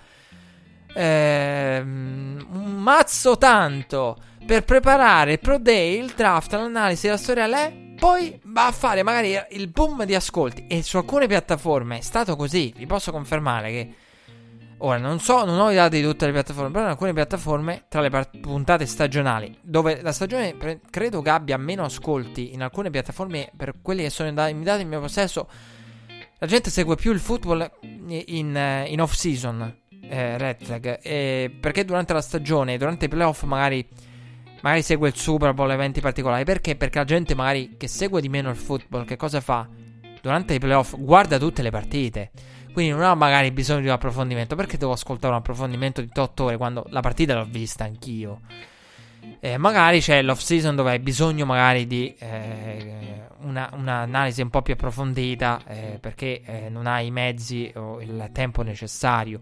ehm, un mazzo tanto per preparare il Pro Day, il draft, l'analisi, la storia, lei poi va a fare magari il boom di ascolti. E su alcune piattaforme è stato così. Vi posso confermare che ora non so, non ho i dati di tutte le piattaforme, però in alcune piattaforme, tra le part- puntate stagionali, dove la stagione pre- credo che abbia meno ascolti, in alcune piattaforme, per quelli che sono i dati in mio possesso, la gente segue più il football in, in off season, eh, Red Flag, eh, perché durante la stagione, durante i playoff magari magari segue il Super Bowl, eventi particolari. Perché? Perché la gente magari che segue di meno il football, che cosa fa? Durante i playoff guarda tutte le partite, quindi non ha magari bisogno di un approfondimento. Perché devo ascoltare un approfondimento di otto ore quando la partita l'ho vista anch'io? Eh, magari c'è l'off season dove hai bisogno magari di eh, una, un'analisi un po' più approfondita, eh, perché eh, non hai i mezzi o il tempo necessario.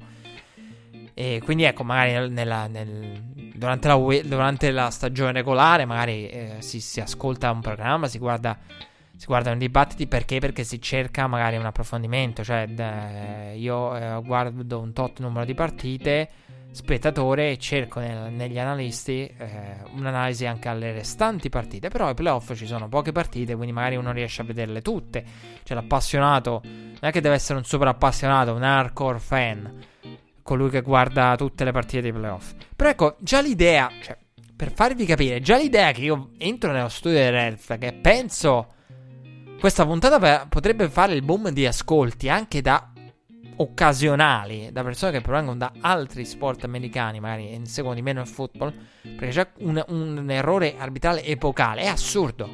E quindi ecco, magari nella, nel, durante, la, durante la stagione regolare magari eh, si, si ascolta un programma, si guarda si guardano i dibattiti. Perché? Perché si cerca magari un approfondimento. Cioè eh, io eh, guardo un tot numero di partite, spettatore, e cerco nel, negli analisti eh, un'analisi anche alle restanti partite. Però ai playoff ci sono poche partite, quindi magari uno riesce a vederle tutte. Cioè l'appassionato non è che deve essere un super appassionato, un hardcore fan, colui che guarda tutte le partite dei playoff. Però ecco, già l'idea, cioè per farvi capire, già l'idea che io entro nello studio di Red Flag e penso questa puntata potrebbe fare il boom di ascolti anche da occasionali, da persone che provengono da altri sport americani, magari seguono di meno il football, perché c'è un, un errore arbitrale epocale. È assurdo.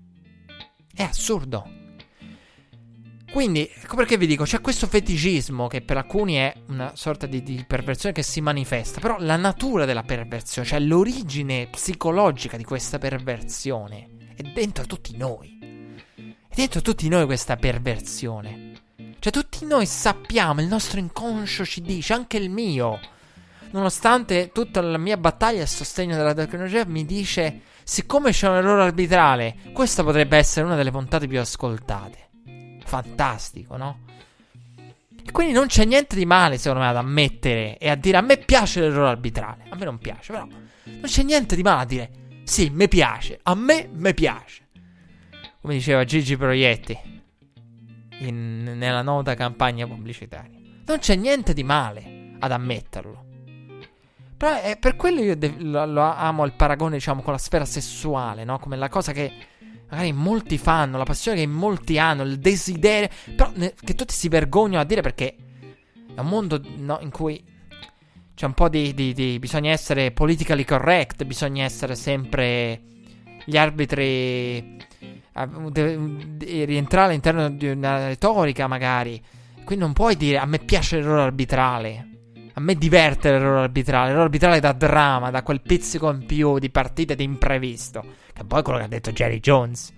È assurdo. Quindi, ecco perché vi dico, c'è questo feticismo che per alcuni è una sorta di, di perversione che si manifesta. Però la natura della perversione, cioè l'origine psicologica di questa perversione, è dentro tutti noi. È dentro tutti noi questa perversione. Cioè tutti noi sappiamo, il nostro inconscio ci dice, anche il mio, nonostante tutta la mia battaglia a sostegno della tecnologia, mi dice, siccome c'è un errore arbitrale, questa potrebbe essere una delle puntate più ascoltate. Fantastico, no? E quindi non c'è niente di male, secondo me, ad ammettere e a dire: a me piace l'errore arbitrale. A me non piace, però non c'è niente di male a dire: sì, mi piace, a me me piace. Come diceva Gigi Proietti in, nella nota campagna pubblicitaria. Non c'è niente di male ad ammetterlo. Però è per quello io de- lo, lo amo il paragone, diciamo, con la sfera sessuale, no? Come la cosa che magari molti fanno, la passione che molti hanno, il desiderio, però ne- che tutti si vergognano a dire, perché è un mondo, no, in cui c'è un po' di, di, di bisogna essere politically correct, bisogna essere sempre gli arbitri, deve rientrare all'interno di una retorica magari. Quindi non puoi dire: a me piace l'errore arbitrale, a me diverte l'errore arbitrale. L'errore arbitrale dà dramma, da quel pizzico in più di partita di imprevisto, che poi è quello che ha detto Jerry Jones.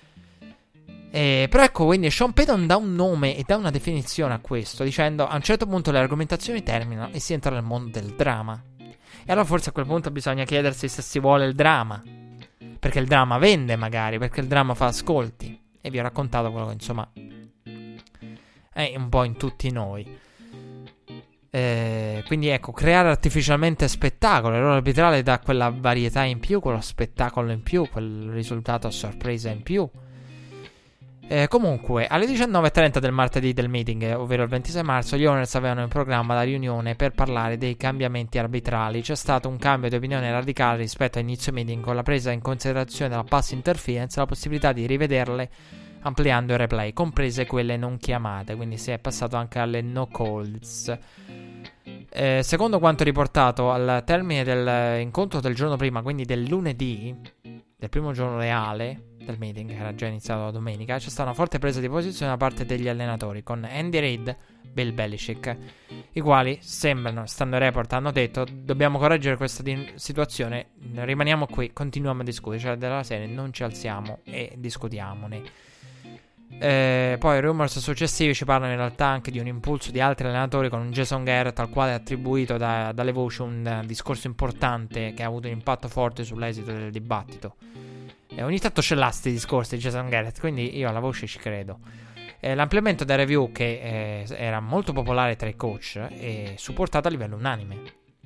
E, però ecco, quindi Sean Payton dà un nome e dà una definizione a questo, dicendo: a un certo punto le argomentazioni terminano e si entra nel mondo del dramma. E allora forse a quel punto bisogna chiedersi se si vuole il dramma, perché il dramma vende magari, perché il dramma fa ascolti. E vi ho raccontato quello che insomma è un po' in tutti noi. Eh, quindi ecco, creare artificialmente spettacolo. L'errore arbitrale dà quella varietà in più, quello spettacolo in più, quel risultato a sorpresa in più. Eh, comunque, alle diciannove e trenta del martedì del meeting, ovvero il ventisei marzo, gli owners avevano in programma la riunione per parlare dei cambiamenti arbitrali. C'è stato un cambio di opinione radicale rispetto all'inizio meeting, con la presa in considerazione della pass interference e la possibilità di rivederle ampliando il replay, comprese quelle non chiamate, quindi si è passato anche alle no calls. Eh, secondo quanto riportato al termine dell'incontro del giorno prima, quindi del lunedì, del primo giorno reale del meeting, che era già iniziato la domenica, c'è stata una forte presa di posizione da parte degli allenatori, con Andy Reid, Bill Belichick, i quali sembrano, stando ai report, hanno detto: dobbiamo correggere questa di- situazione, rimaniamo qui, continuiamo a discutere, cioè della serie non ci alziamo e discutiamone. Eh, poi rumors successivi ci parlano in realtà anche di un impulso di altri allenatori, con un Jason Garrett al quale è attribuito da, dalle voci un uh, discorso importante che ha avuto un impatto forte sull'esito del dibattito. E ogni tanto ce l'ha sti discorsi di Jason Garrett, quindi io alla voce ci credo. Eh, l'ampliamento del review, che eh, era molto popolare tra i coach, è supportato a livello unanime.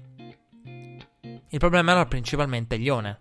Il problema era principalmente gli owner,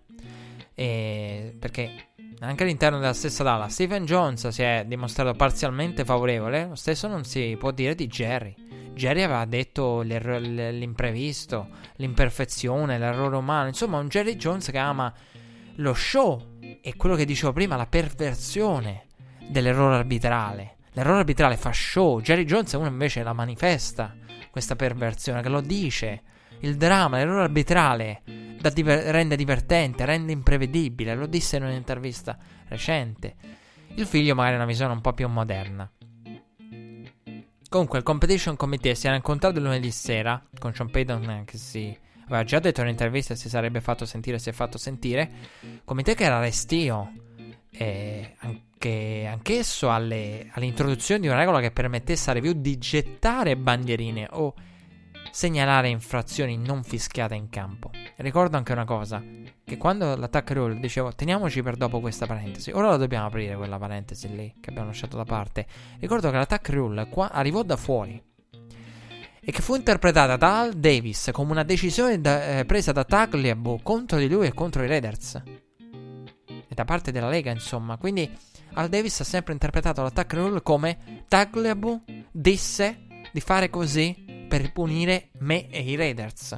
eh, perché anche all'interno della stessa Dallas Stephen Jones si è dimostrato parzialmente favorevole. Lo stesso non si può dire di Jerry. Jerry aveva detto l'imprevisto, l'imperfezione, l'errore umano. Insomma, un Jerry Jones che ama lo show e quello che dicevo prima, la perversione dell'errore arbitrale. L'errore arbitrale fa show. Jerry Jones è uno invece la manifesta, questa perversione, che lo dice. Il dramma, l'errore arbitrale da diver- rende divertente, rende imprevedibile. Lo disse in un'intervista recente. Il figlio magari ha una visione un po' più moderna. Comunque il Competition Committee si era incontrato lunedì sera con Sean Payton, che si aveva già detto in un'intervista si sarebbe fatto sentire, si è fatto sentire. Comité che era restio, e anche, anch'esso alle, all'introduzione di una regola che permettesse a review di gettare bandierine o segnalare infrazioni non fischiate in campo. Ricordo anche una cosa, che quando l'attack rule dicevo teniamoci per dopo questa parentesi, ora la dobbiamo aprire quella parentesi lì che abbiamo lasciato da parte. Ricordo che l'attack rule qua arrivò da fuori e che fu interpretata da Al Davis come una decisione da, eh, presa da Tagliabue contro di lui e contro i Raiders e da parte della Lega, insomma. Quindi Al Davis ha sempre interpretato l'attack rule come Tagliabue disse di fare così per punire me e i Raiders.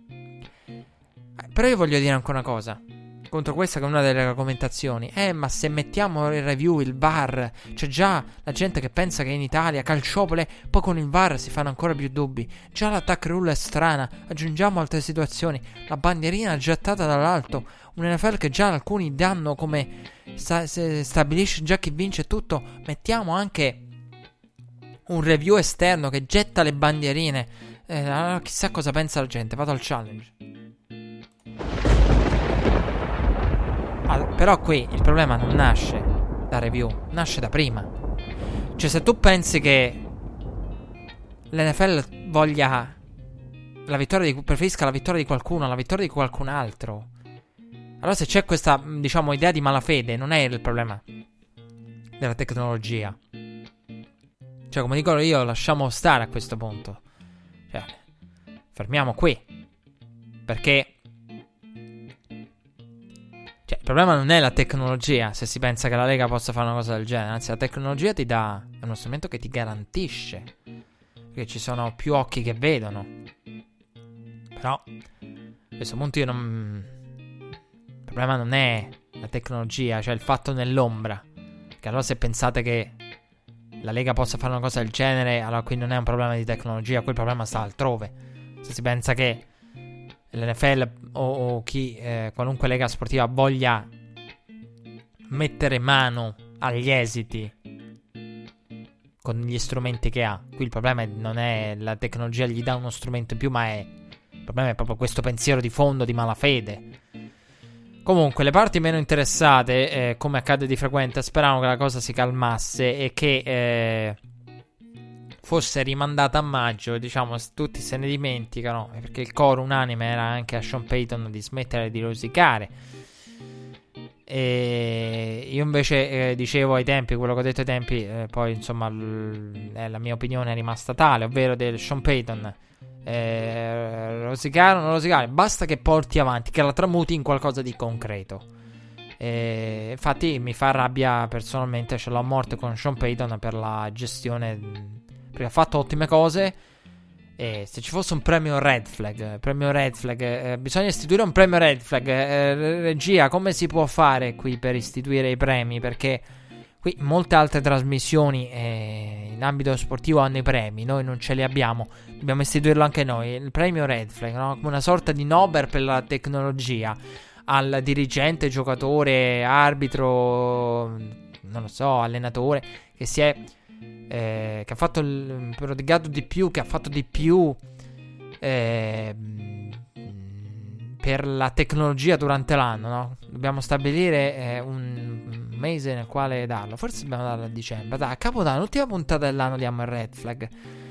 Però io voglio dire anche una cosa contro questa, che è una delle argomentazioni. Eh, ma se mettiamo il review, il V A R, c'è già la gente che pensa che in Italia calciopole, poi con il V A R si fanno ancora più dubbi. Già l'attack rule è strana, aggiungiamo altre situazioni, la bandierina gettata dall'alto, un N F L che già alcuni danno come sta- stabilisce già chi vince tutto. Mettiamo anche un review esterno che getta le bandierine. Eh, chissà cosa pensa la gente. Vado al challenge. Ah, però qui il problema non nasce da review, nasce da prima. Cioè, se tu pensi che l'N F L voglia la vittoria di, preferisca la vittoria di qualcuno alla vittoria di qualcun altro, allora se c'è questa, diciamo, idea di malafede, non è il problema della tecnologia. Cioè, come dico io, lasciamo stare a questo punto. Cioè, fermiamo qui. Perché cioè, il problema non è la tecnologia, se si pensa che la Lega possa fare una cosa del genere. Anzi, la tecnologia ti dà, è uno strumento che ti garantisce, perché ci sono più occhi che vedono. Però a questo punto io non... il problema non è la tecnologia, cioè il fatto nell'ombra. Che allora se pensate che la Lega possa fare una cosa del genere, allora qui non è un problema di tecnologia, qui il problema sta altrove. Se si pensa che l'N F L o, o chi, eh, qualunque lega sportiva voglia mettere mano agli esiti con gli strumenti che ha, qui il problema non è la tecnologia, gli dà uno strumento in più, ma è il problema è proprio questo pensiero di fondo di malafede. Comunque le parti meno interessate, eh, come accade di frequente, speravano che la cosa si calmasse e che eh, fosse rimandata a maggio. Diciamo, tutti se ne dimenticano, perché il coro unanime era anche a Sean Payton di smettere di rosicare. E io invece eh, dicevo ai tempi quello che ho detto ai tempi, eh, poi insomma l- eh, la mia opinione è rimasta tale, ovvero del Sean Payton eh, rosicare o non rosicare, basta che porti avanti, che la tramuti in qualcosa di concreto. Eh, infatti mi fa rabbia personalmente, ce l'ho a morte con Sean Payton per la gestione, perché ha fatto ottime cose. E se ci fosse un premio Red Flag, premio Red Flag, eh, bisogna istituire un premio Red Flag. Eh, regia, come si può fare qui per istituire i premi? Perché qui molte altre trasmissioni eh, in ambito sportivo hanno i premi, noi non ce li abbiamo, dobbiamo istituirlo anche noi. Il premio Red Flag, no? Come una sorta di Nobel per la tecnologia al dirigente, giocatore, arbitro, non lo so, allenatore che si è Eh, che ha fatto il prodigato di più, che ha fatto di più eh, per la tecnologia durante l'anno, no? Dobbiamo stabilire eh, un mese nel quale darlo. Forse dobbiamo darlo a dicembre. Dai, a Capodanno, l'ultima puntata dell'anno diamo il Red Flag,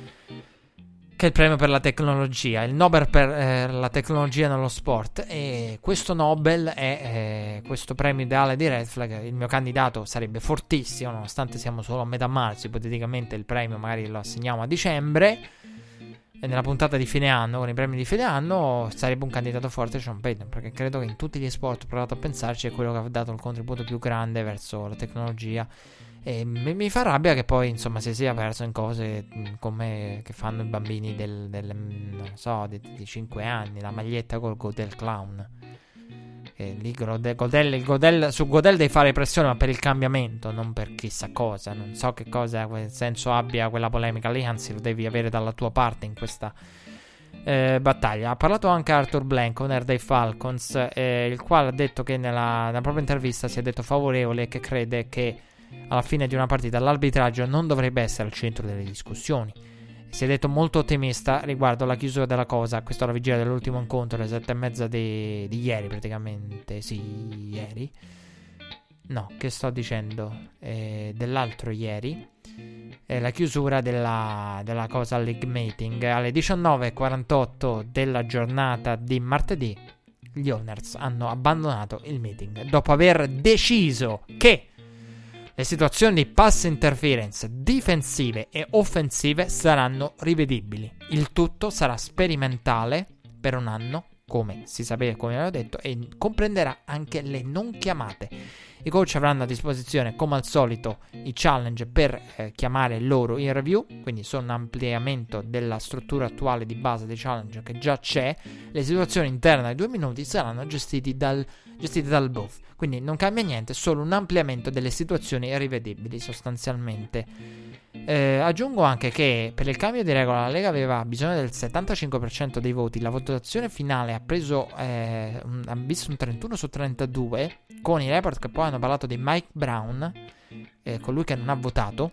che è il premio per la tecnologia, il Nobel per eh, la tecnologia nello sport. E questo Nobel è eh, questo premio ideale di Red Flag. Il mio candidato sarebbe fortissimo, nonostante siamo solo a metà marzo. Ipoteticamente il premio magari lo assegniamo a dicembre, e nella puntata di fine anno, con i premi di fine anno, sarebbe un candidato forte Sean Payton, perché credo che in tutti gli sport, ho provato a pensarci, è quello che ha dato il contributo più grande verso la tecnologia. E mi, mi fa rabbia che poi insomma si sia perso in cose come che fanno i bambini del, del non so di, di cinque anni, la maglietta col Godel Clown, e lì Godel, Godel, il Godel, su Godel devi fare pressione, ma per il cambiamento, non per chissà cosa. Non so che cosa quel senso abbia quella polemica lì, anzi lo devi avere dalla tua parte in questa eh, battaglia. Ha parlato anche Arthur Blank, owner dei Falcons, eh, il quale ha detto che nella, nella propria intervista si è detto favorevole, che crede che alla fine di una partita l'arbitraggio non dovrebbe essere al centro delle discussioni. Si è detto molto ottimista riguardo alla chiusura della cosa. Questo alla vigilia dell'ultimo incontro, alle sette e mezza di, di ieri praticamente. Sì, ieri. No, che sto dicendo? Eh, dell'altro ieri. Eh, la chiusura della, della cosa league meeting. Alle diciannove e quarantotto della giornata di martedì gli owners hanno abbandonato il meeting dopo aver deciso che le situazioni di pass interference difensive e offensive saranno rivedibili. Il tutto sarà sperimentale per un anno, come si sapeva, come avevo detto, e comprenderà anche le non chiamate. I coach avranno a disposizione, come al solito, i challenge per eh, chiamare loro in review, quindi sono un ampliamento della struttura attuale di base dei challenge che già c'è. Le situazioni interne ai due minuti saranno gestiti dal, gestite dal booth, quindi non cambia niente, solo un ampliamento delle situazioni rivedibili sostanzialmente. Eh, aggiungo anche che per il cambio di regola la Lega aveva bisogno del settantacinque per cento dei voti. La votazione finale ha preso eh, un, ha visto un trentuno su trentadue, con i report che poi hanno parlato di Mike Brown, eh, colui che non ha votato,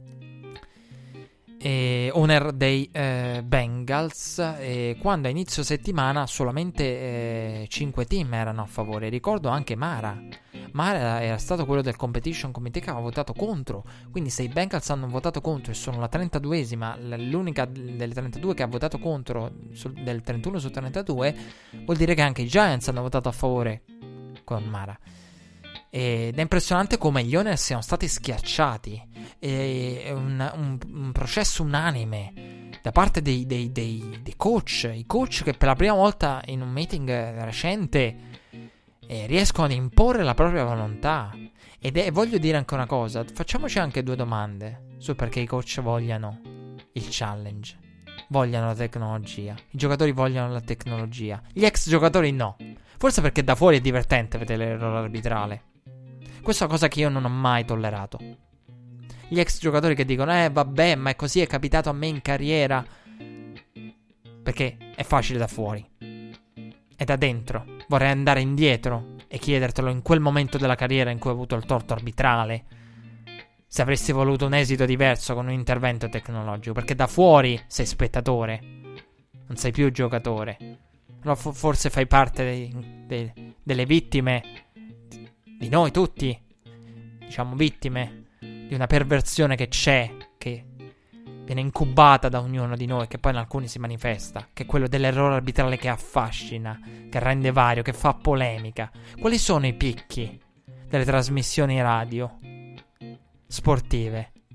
eh, owner dei eh, Bengals, eh, quando a inizio settimana solamente eh, cinque team erano a favore. Ricordo anche Mara Mara era stato quello del Competition Committee che aveva votato contro, quindi se i Bengals hanno votato contro e sono la trentaduesima, l'unica delle trentadue che ha votato contro sul, del trentuno su trentadue, vuol dire che anche i Giants hanno votato a favore con Mara. Ed è impressionante come gli owners siano stati schiacciati. È un, un, un processo unanime da parte dei, dei, dei, dei coach. I coach che per la prima volta in un meeting recente eh, riescono ad imporre la propria volontà. Ed è, voglio dire anche una cosa, facciamoci anche due domande su perché i coach vogliano il challenge, vogliano la tecnologia. I giocatori vogliono la tecnologia, gli ex giocatori no. Forse perché da fuori è divertente vedere l'errore arbitrale. Questa è una cosa che io non ho mai tollerato. Gli ex giocatori che dicono eh vabbè, ma è così, è capitato a me in carriera. Perché è facile da fuori. È da dentro. Vorrei andare indietro e chiedertelo in quel momento della carriera in cui ho avuto il torto arbitrale, se avresti voluto un esito diverso con un intervento tecnologico. Perché da fuori sei spettatore, non sei più giocatore. Allora f- forse fai parte dei, dei, delle vittime di noi tutti, diciamo vittime di una perversione che c'è, che viene incubata da ognuno di noi, che poi in alcuni si manifesta, che è quello dell'errore arbitrale che affascina, che rende vario, che fa polemica. Quali sono i picchi delle trasmissioni radio sportive?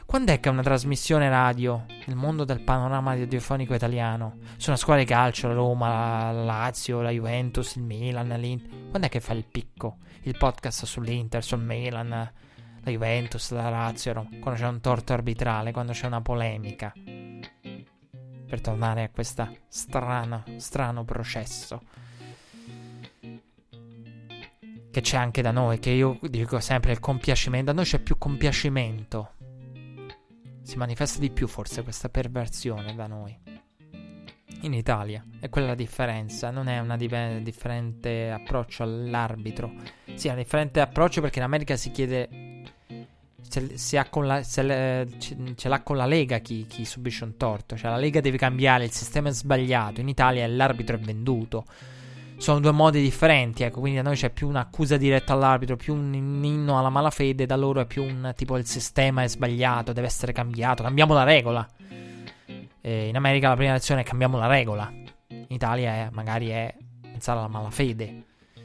Quando è che una trasmissione radio nel mondo del panorama radiofonico italiano, su una squadra di calcio, la Roma, la Lazio, la Juventus, il Milan, l'Inter, quando è che fa il picco? Il podcast sull'Inter, sul Milan, la Juventus, la Lazio, no? Quando c'è un torto arbitrale, quando c'è una polemica, per tornare a questo strano, strano processo che c'è anche da noi, che io dico sempre il compiacimento. Da noi c'è più compiacimento, si manifesta di più forse questa perversione da noi in Italia, è quella la differenza. Non è una div- differente approccio all'arbitro, sì, è un differente approccio perché in America si chiede se, se ha con la, se le, ce, ce l'ha con la Lega chi, chi subisce un torto, cioè la Lega deve cambiare, il sistema è sbagliato. In Italia l'arbitro è venduto. Sono due modi differenti, ecco, quindi da noi c'è più un'accusa diretta all'arbitro, più un inno alla malafede, da loro è più un tipo il sistema è sbagliato, deve essere cambiato, cambiamo la regola. E in America la prima lezione è cambiamo la regola, in Italia è, magari è pensare alla malafede.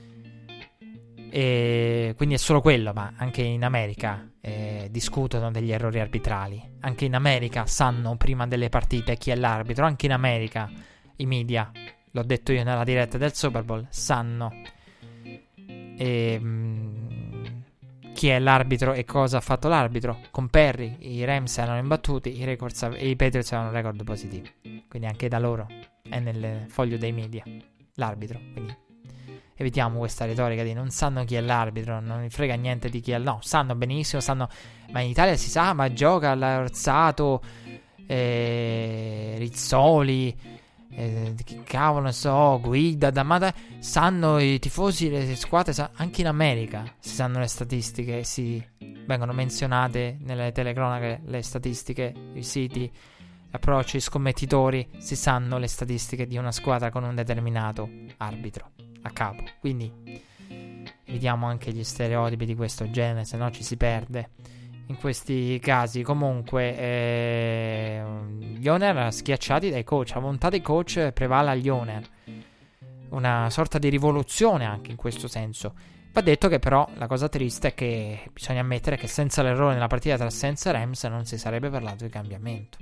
E quindi è solo quello, ma anche in America eh, discutono degli errori arbitrali. Anche in America sanno prima delle partite chi è l'arbitro, anche in America i media, l'ho detto io nella diretta del Super Bowl, sanno e, mh, chi è l'arbitro e cosa ha fatto l'arbitro. Con Perry i Rams erano imbattuti, i, records, i Patriots avevano un record positivo, quindi anche da loro è nel foglio dei media l'arbitro. Quindi evitiamo questa retorica di non sanno chi è l'arbitro, non mi frega niente di chi è. No, sanno benissimo, sanno, ma in Italia si sa, ma gioca l'Orzato, eh, Rizzoli, Eh, che cavolo ne so, Guida, D'Amata, sanno i tifosi, le squadre, sa- anche in America si sanno le statistiche, si vengono menzionate nelle telecronache le statistiche, i siti, approcci, i scommettitori, si sanno le statistiche di una squadra con un determinato arbitro a capo. Quindi evitiamo anche gli stereotipi di questo genere, se no ci si perde in questi casi. Comunque eh, gli owner schiacciati dai coach, la volontà dei coach prevale agli owner, una sorta di rivoluzione anche in questo senso. Va detto che però la cosa triste è che bisogna ammettere che senza l'errore nella partita tra Saints e Rams non si sarebbe parlato di cambiamento.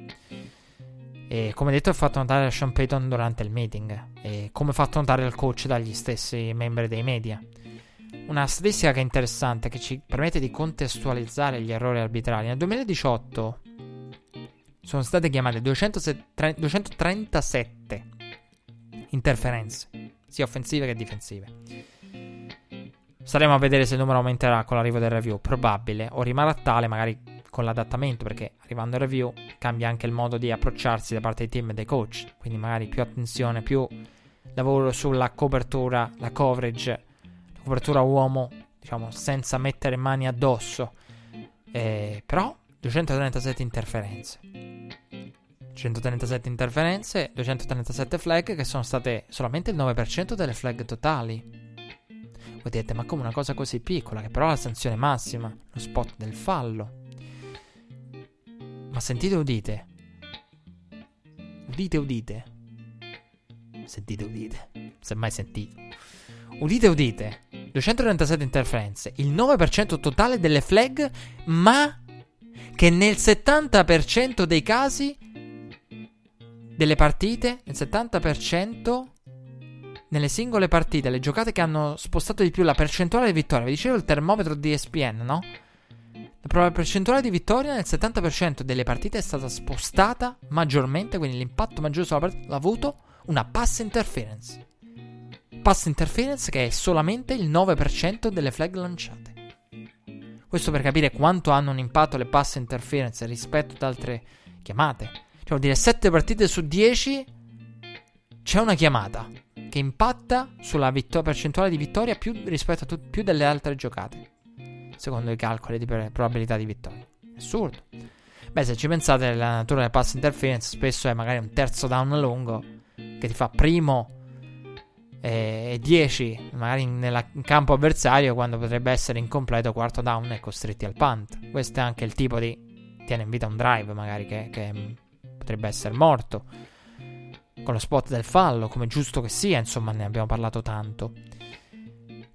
E come detto è fatto notare da Sean Payton durante il meeting, e come fatto notare al coach dagli stessi membri dei media. Una statistica che è interessante, che ci permette di contestualizzare gli errori arbitrali. Nel duemiladiciotto sono state chiamate duecentotrentasette interferenze, sia offensive che difensive. Staremo a vedere se il numero aumenterà con l'arrivo del review, probabile, o rimarrà tale magari con l'adattamento, perché arrivando al review cambia anche il modo di approcciarsi da parte dei team e dei coach, quindi magari più attenzione, più lavoro sulla copertura, la coverage, copertura uomo, diciamo, senza mettere mani addosso. Eh, però duecentotrentasette interferenze, centotrentasette interferenze, duecentotrentasette flag, che sono state solamente il nove per cento delle flag totali. Voi dite, ma come una cosa così piccola, che però ha la sanzione massima, lo spot del fallo. Ma sentite, udite, udite, udite, sentite, udite, se mai sentito. Udite, udite, duecentotrentasette interferenze, il nove per cento totale delle flag, ma che nel settanta per cento dei casi delle partite, nel settanta per cento nelle singole partite, le giocate che hanno spostato di più la percentuale di vittoria. Vi dicevo il termometro di E S P N, no? La percentuale di vittoria nel settanta per cento delle partite è stata spostata maggiormente, quindi l'impatto maggiore sulla partita l'ha avuto una pass interference. Pass interference che è solamente il nove per cento delle flag lanciate. Questo per capire quanto hanno un impatto le pass interference rispetto ad altre chiamate. Cioè vuol dire sette partite su dieci c'è una chiamata che impatta sulla vittor- percentuale di vittoria più rispetto a tu- più delle altre giocate, secondo i calcoli di per- probabilità di vittoria. Assurdo. Beh, se ci pensate, la natura del pass interference spesso è magari un terzo down lungo che ti fa primo e dieci magari nel campo avversario, quando potrebbe essere incompleto quarto down e costretti al punt. Questo è anche il tipo di tiene in vita un drive magari che, che potrebbe essere morto con lo spot del fallo, come giusto che sia, insomma ne abbiamo parlato tanto.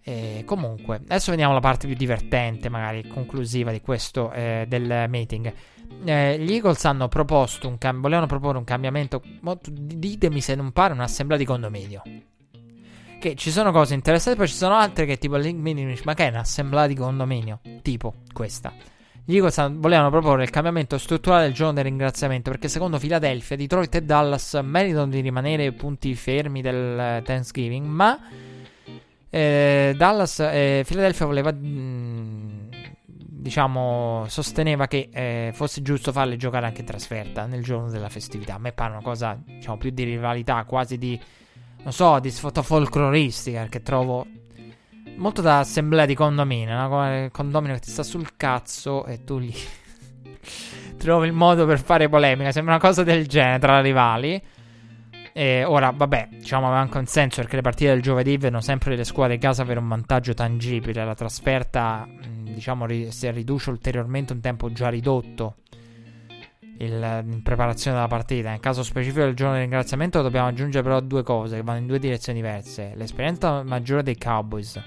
E comunque, adesso vediamo la parte più divertente, magari conclusiva di questo eh, del meeting. Eh, gli Eagles hanno proposto un cam- volevano proporre un cambiamento. Ditemi se non pare un'assemblea di condominio. Che ci sono cose interessanti, poi ci sono altre che tipo Link Mini, ma che è un'assemblea di condominio? Tipo questa. Gli Eagles volevano proporre il cambiamento strutturale del giorno del ringraziamento, perché secondo Philadelphia, Detroit e Dallas meritano di rimanere punti fermi del Thanksgiving, ma eh, Dallas e eh, Philadelphia voleva mh, diciamo sosteneva che eh, fosse giusto farle giocare anche in trasferta nel giorno della festività. A me pare una cosa, diciamo, più di rivalità, quasi di, non so, di sfoto folcloristica, perché trovo molto da assemblea di condominio, no? Condominio che ti sta sul cazzo e tu gli trovi il modo per fare polemica. Sembra una cosa del genere tra rivali. E ora, vabbè, diciamo aveva anche un senso, perché le partite del giovedì vedono sempre le squadre in casa avere un vantaggio tangibile. La trasferta, diciamo, ri- si riduce ulteriormente un tempo già ridotto il, in preparazione della partita. Nel caso specifico del giorno di ringraziamento dobbiamo aggiungere però due cose che vanno in due direzioni diverse: l'esperienza maggiore dei Cowboys,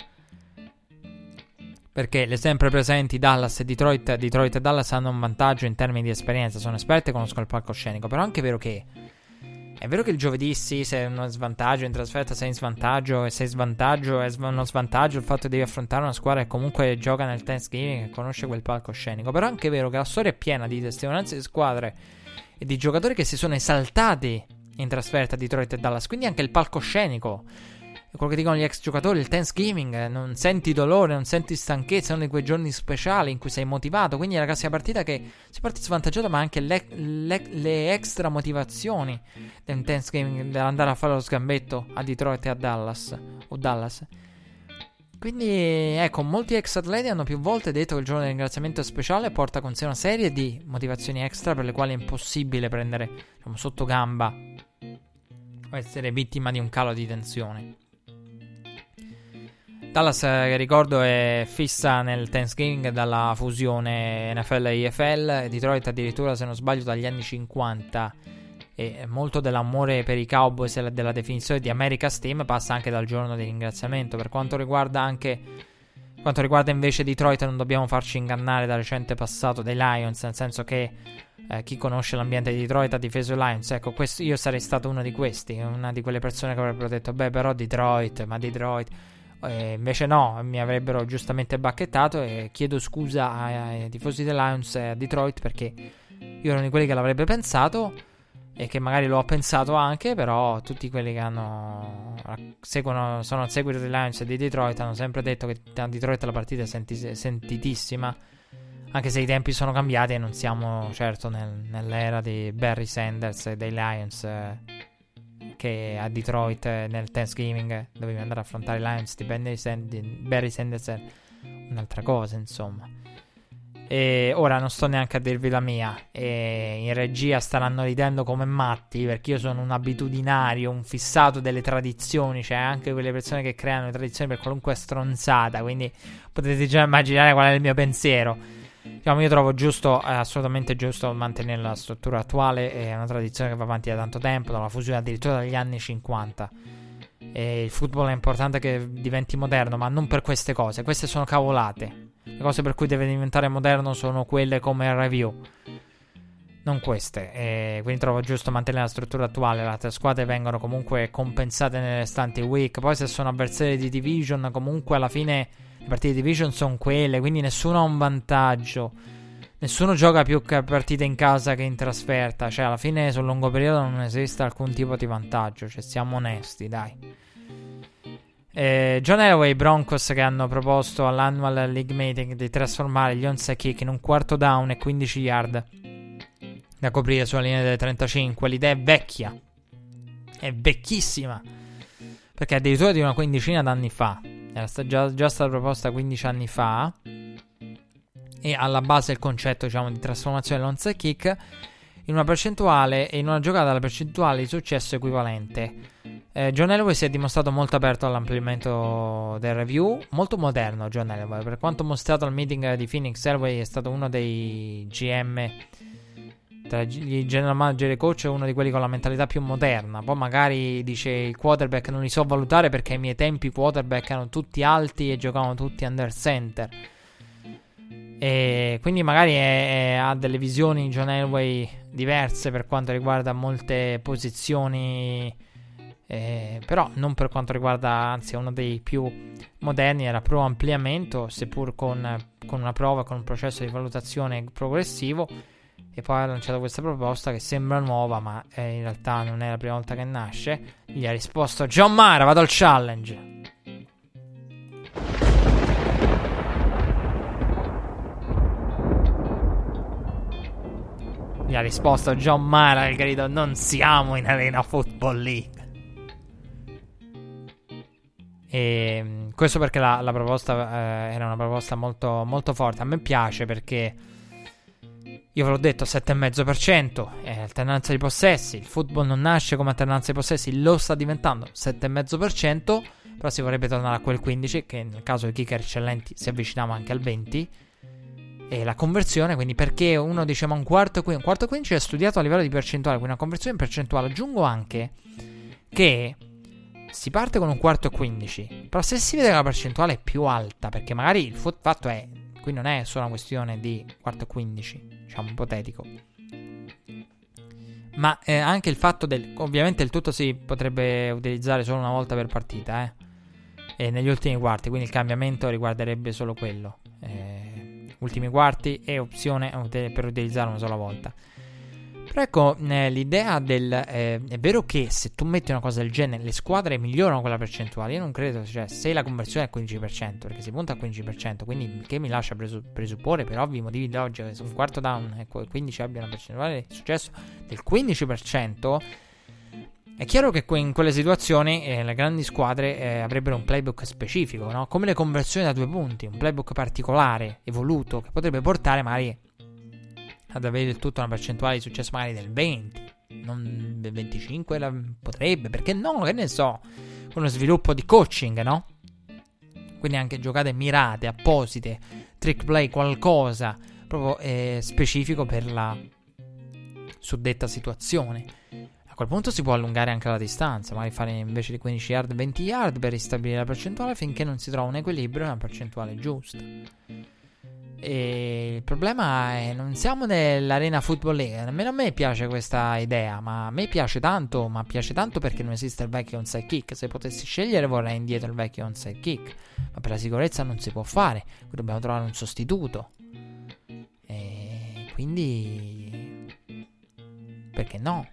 perché le sempre presenti Dallas e Detroit Detroit e Dallas hanno un vantaggio in termini di esperienza, sono esperti e conoscono il palcoscenico. Però è anche vero che È vero che il giovedì sì, sei in uno svantaggio, in trasferta sei in svantaggio, e sei in svantaggio, è uno svantaggio il fatto che devi affrontare una squadra che comunque gioca nel Thanksgiving e conosce quel palcoscenico. Però è anche vero che la storia è piena di testimonianze di squadre e di giocatori che si sono esaltati in trasferta a Detroit e Dallas, quindi anche il palcoscenico, quello che dicono gli ex giocatori, il Thanksgiving, non senti dolore, non senti stanchezza, uno di quei giorni speciali in cui sei motivato. Quindi è la classica partita che si parte svantaggiata, ma anche le, le, le extra motivazioni del Thanksgiving, dell'andare a fare lo sgambetto a Detroit e a Dallas o Dallas. Quindi ecco, molti ex atleti hanno più volte detto che il giorno del ringraziamento è speciale e porta con sé una serie di motivazioni extra per le quali è impossibile prendere, diciamo, sotto gamba o essere vittima di un calo di tensione. Dallas, che ricordo, è fissa nel Thanksgiving dalla fusione N F L e I F L. Detroit addirittura, se non sbaglio, dagli anni cinquanta. E molto dell'amore per i Cowboys e della definizione di America's Team passa anche dal giorno di ringraziamento. Per quanto riguarda anche quanto riguarda invece Detroit, non dobbiamo farci ingannare dal recente passato dei Lions, nel senso che eh, chi conosce l'ambiente di Detroit ha difeso i Lions. Ecco, questo, io sarei stato uno di questi, una di quelle persone che avrebbero detto beh, però Detroit, ma Detroit... E invece no, mi avrebbero giustamente bacchettato. E chiedo scusa ai, ai tifosi dei Lions e a Detroit, perché io ero uno di quelli che l'avrebbe pensato e che magari lo ho pensato anche. Però tutti quelli che hanno seguono, sono al seguito dei Lions e di Detroit hanno sempre detto che a Detroit la partita è senti, sentitissima, anche se i tempi sono cambiati e non siamo certo nel, nell'era di Barry Sanders e dei Lions, eh, che a Detroit nel Thanksgiving dovevi andare a affrontare i Lions di Barry Sanders, Barry Sanders è un'altra cosa, insomma. E ora non sto neanche a dirvi la mia, e in regia staranno ridendo come matti, perché io sono un abitudinario, un fissato delle tradizioni, cioè anche quelle persone che creano le tradizioni per qualunque stronzata, quindi potete già immaginare qual è il mio pensiero. Diciamo, io trovo giusto, eh, assolutamente giusto, mantenere la struttura attuale. È una tradizione che va avanti da tanto tempo, dalla fusione addirittura dagli anni cinquanta. E il football è importante che diventi moderno, ma non per queste cose. Queste sono cavolate. Le cose per cui deve diventare moderno sono quelle come il review, non queste. E quindi trovo giusto mantenere la struttura attuale. Le altre squadre vengono comunque compensate nelle restanti week. Poi se sono avversari di division, comunque alla fine le partite di division sono quelle, quindi nessuno ha un vantaggio. Nessuno gioca più che partite in casa che in trasferta. Cioè alla fine sul lungo periodo non esiste alcun tipo di vantaggio. Cioè siamo onesti, dai. eh, John Elway, Broncos, che hanno proposto all'annual league meeting di trasformare gli onside kick in un quarto down e quindici yard da coprire sulla linea delle trentacinque. L'idea è vecchia, è vecchissima, perché addirittura di una quindicina d'anni fa. Era già, già stata proposta quindici anni fa. E alla base il concetto, diciamo, di trasformazione dell'onside kick in una percentuale e in una giocata alla percentuale di successo equivalente. eh, John Elway si è dimostrato molto aperto all'ampliamento del review, molto moderno John Elway. Per quanto mostrato al meeting di Phoenix, Elway è stato uno dei G M tra i general manager e coach è uno di quelli con la mentalità più moderna. Poi magari dice il quarterback non li so valutare perché ai miei tempi i quarterback erano tutti alti e giocavano tutti under center, e quindi magari è, è, ha delle visioni John Elway diverse per quanto riguarda molte posizioni, eh, però non per quanto riguarda, anzi è uno dei più moderni, era pro ampliamento, seppur con, con una prova, con un processo di valutazione progressivo, e poi ha lanciato questa proposta che sembra nuova, ma eh, in realtà non è la prima volta che nasce. Gli ha risposto John Mara, vado al challenge. Gli ha risposto John Mara al grido: non siamo in Arena Football League. E questo perché la, la proposta eh, era una proposta molto, molto forte. A me piace perché, io ve l'ho detto, sette virgola cinque per cento è alternanza di possessi. Il football non nasce come alternanza di possessi, lo sta diventando sette virgola cinque per cento, però si vorrebbe tornare a quel quindici, che nel caso dei kicker eccellenti si avvicinava anche al venti. E la conversione, quindi perché uno dice ma un quarto qui, un quarto quindici è studiato a livello di percentuale, quindi una conversione in percentuale. Aggiungo anche che si parte con un quarto e quindici, però se si vede che la percentuale è più alta, perché magari il fatto è, qui non è solo una questione di quarto e quindici, diciamo ipotetico, ma eh, anche il fatto del, ovviamente il tutto si potrebbe utilizzare solo una volta per partita, eh, e negli ultimi quarti, quindi il cambiamento riguarderebbe solo quello, eh, ultimi quarti e opzione per utilizzare una sola volta. Però ecco, eh, l'idea del eh, è vero che se tu metti una cosa del genere le squadre migliorano quella percentuale. Io non credo, cioè se la conversione è al quindici per cento, perché si punta al quindici per cento, quindi che mi lascia presu- presupporre per ovvi motivi di logica che su un quarto down ecco, il quindici abbia una percentuale di successo del quindici per cento, è chiaro che in quelle situazioni eh, le grandi squadre eh, avrebbero un playbook specifico, no? Come le conversioni da due punti, un playbook particolare, evoluto, che potrebbe portare magari ad avere il tutto una percentuale di successo magari del venti, non del venticinque, la, potrebbe, perché no, che ne so, con lo sviluppo di coaching, no? Quindi anche giocate mirate, apposite, trick play, qualcosa proprio eh, specifico per la suddetta situazione. A quel punto si può allungare anche la distanza, magari fare invece di quindici yard venti yard per ristabilire la percentuale finché non si trova un equilibrio e una percentuale giusta. E il problema è non siamo nell'Arena Football League. Nemmeno a me piace questa idea, ma a me piace tanto, ma piace tanto perché non esiste il vecchio onside kick. Se potessi scegliere vorrei indietro il vecchio onside kick, ma per la sicurezza non si può fare, quindi dobbiamo trovare un sostituto, e quindi perché no?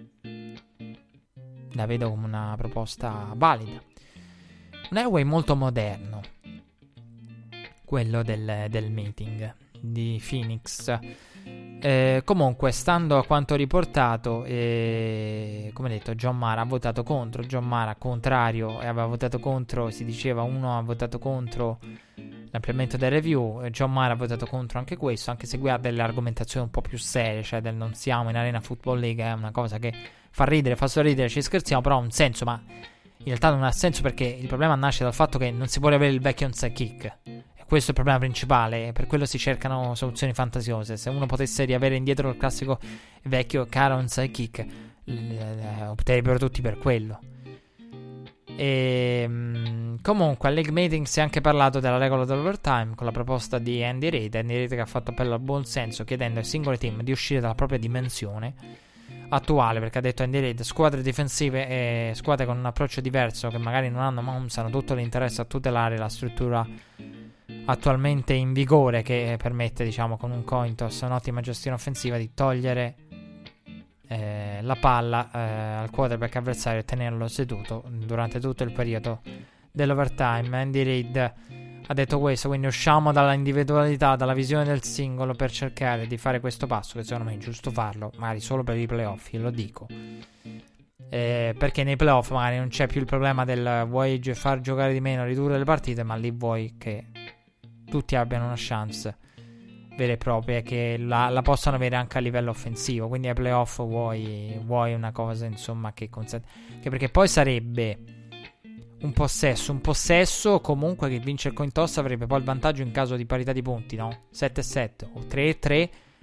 La vedo come una proposta valida. Un Elway molto moderno, quello del, del meeting di Phoenix. Eh, comunque, stando a quanto riportato, eh, come detto, John Mara ha votato contro. John Mara contrario e aveva votato contro, si diceva uno ha votato contro l'ampliamento del review, John Mara ha votato contro anche questo, anche se qui ha delle argomentazioni un po' più serie, cioè del non siamo in Arena Football League, è una cosa che fa ridere, fa sorridere, ci scherziamo, però ha un senso, ma in realtà non ha senso perché il problema nasce dal fatto che non si può avere il vecchio onside kick. Questo è il problema principale, per quello si cercano soluzioni fantasiose. Se uno potesse riavere indietro il classico vecchio caro onside kick, opterebbero tutti per quello. E comunque al League Meeting si è anche parlato della regola dell'overtime con la proposta di Andy Reid. Andy Reid che ha fatto appello al buon senso chiedendo ai singoli team di uscire dalla propria dimensione attuale, perché ha detto Andy Reid, squadre difensive e squadre con un approccio diverso che magari non hanno Mahomes hanno tutto l'interesse a tutelare la struttura attualmente in vigore, che permette, diciamo, con un coin toss, un'ottima gestione offensiva, di togliere eh, la palla eh, al quarterback avversario e tenerlo seduto durante tutto il periodo dell'overtime. Andy Reid ha detto questo, quindi usciamo dalla individualità, dalla visione del singolo per cercare di fare questo passo, che secondo me è giusto farlo, magari solo per i playoff, io lo dico. Eh, perché nei playoff magari non c'è più il problema del vuoi far giocare di meno, ridurre le partite, ma lì vuoi che tutti abbiano una chance vera e propria e che la, la possano avere anche a livello offensivo. Quindi ai playoff vuoi, vuoi una cosa, insomma, che consente, che perché poi sarebbe un possesso un possesso comunque che vince il coin toss avrebbe poi il vantaggio in caso di parità di punti, no? sette sette o tre tre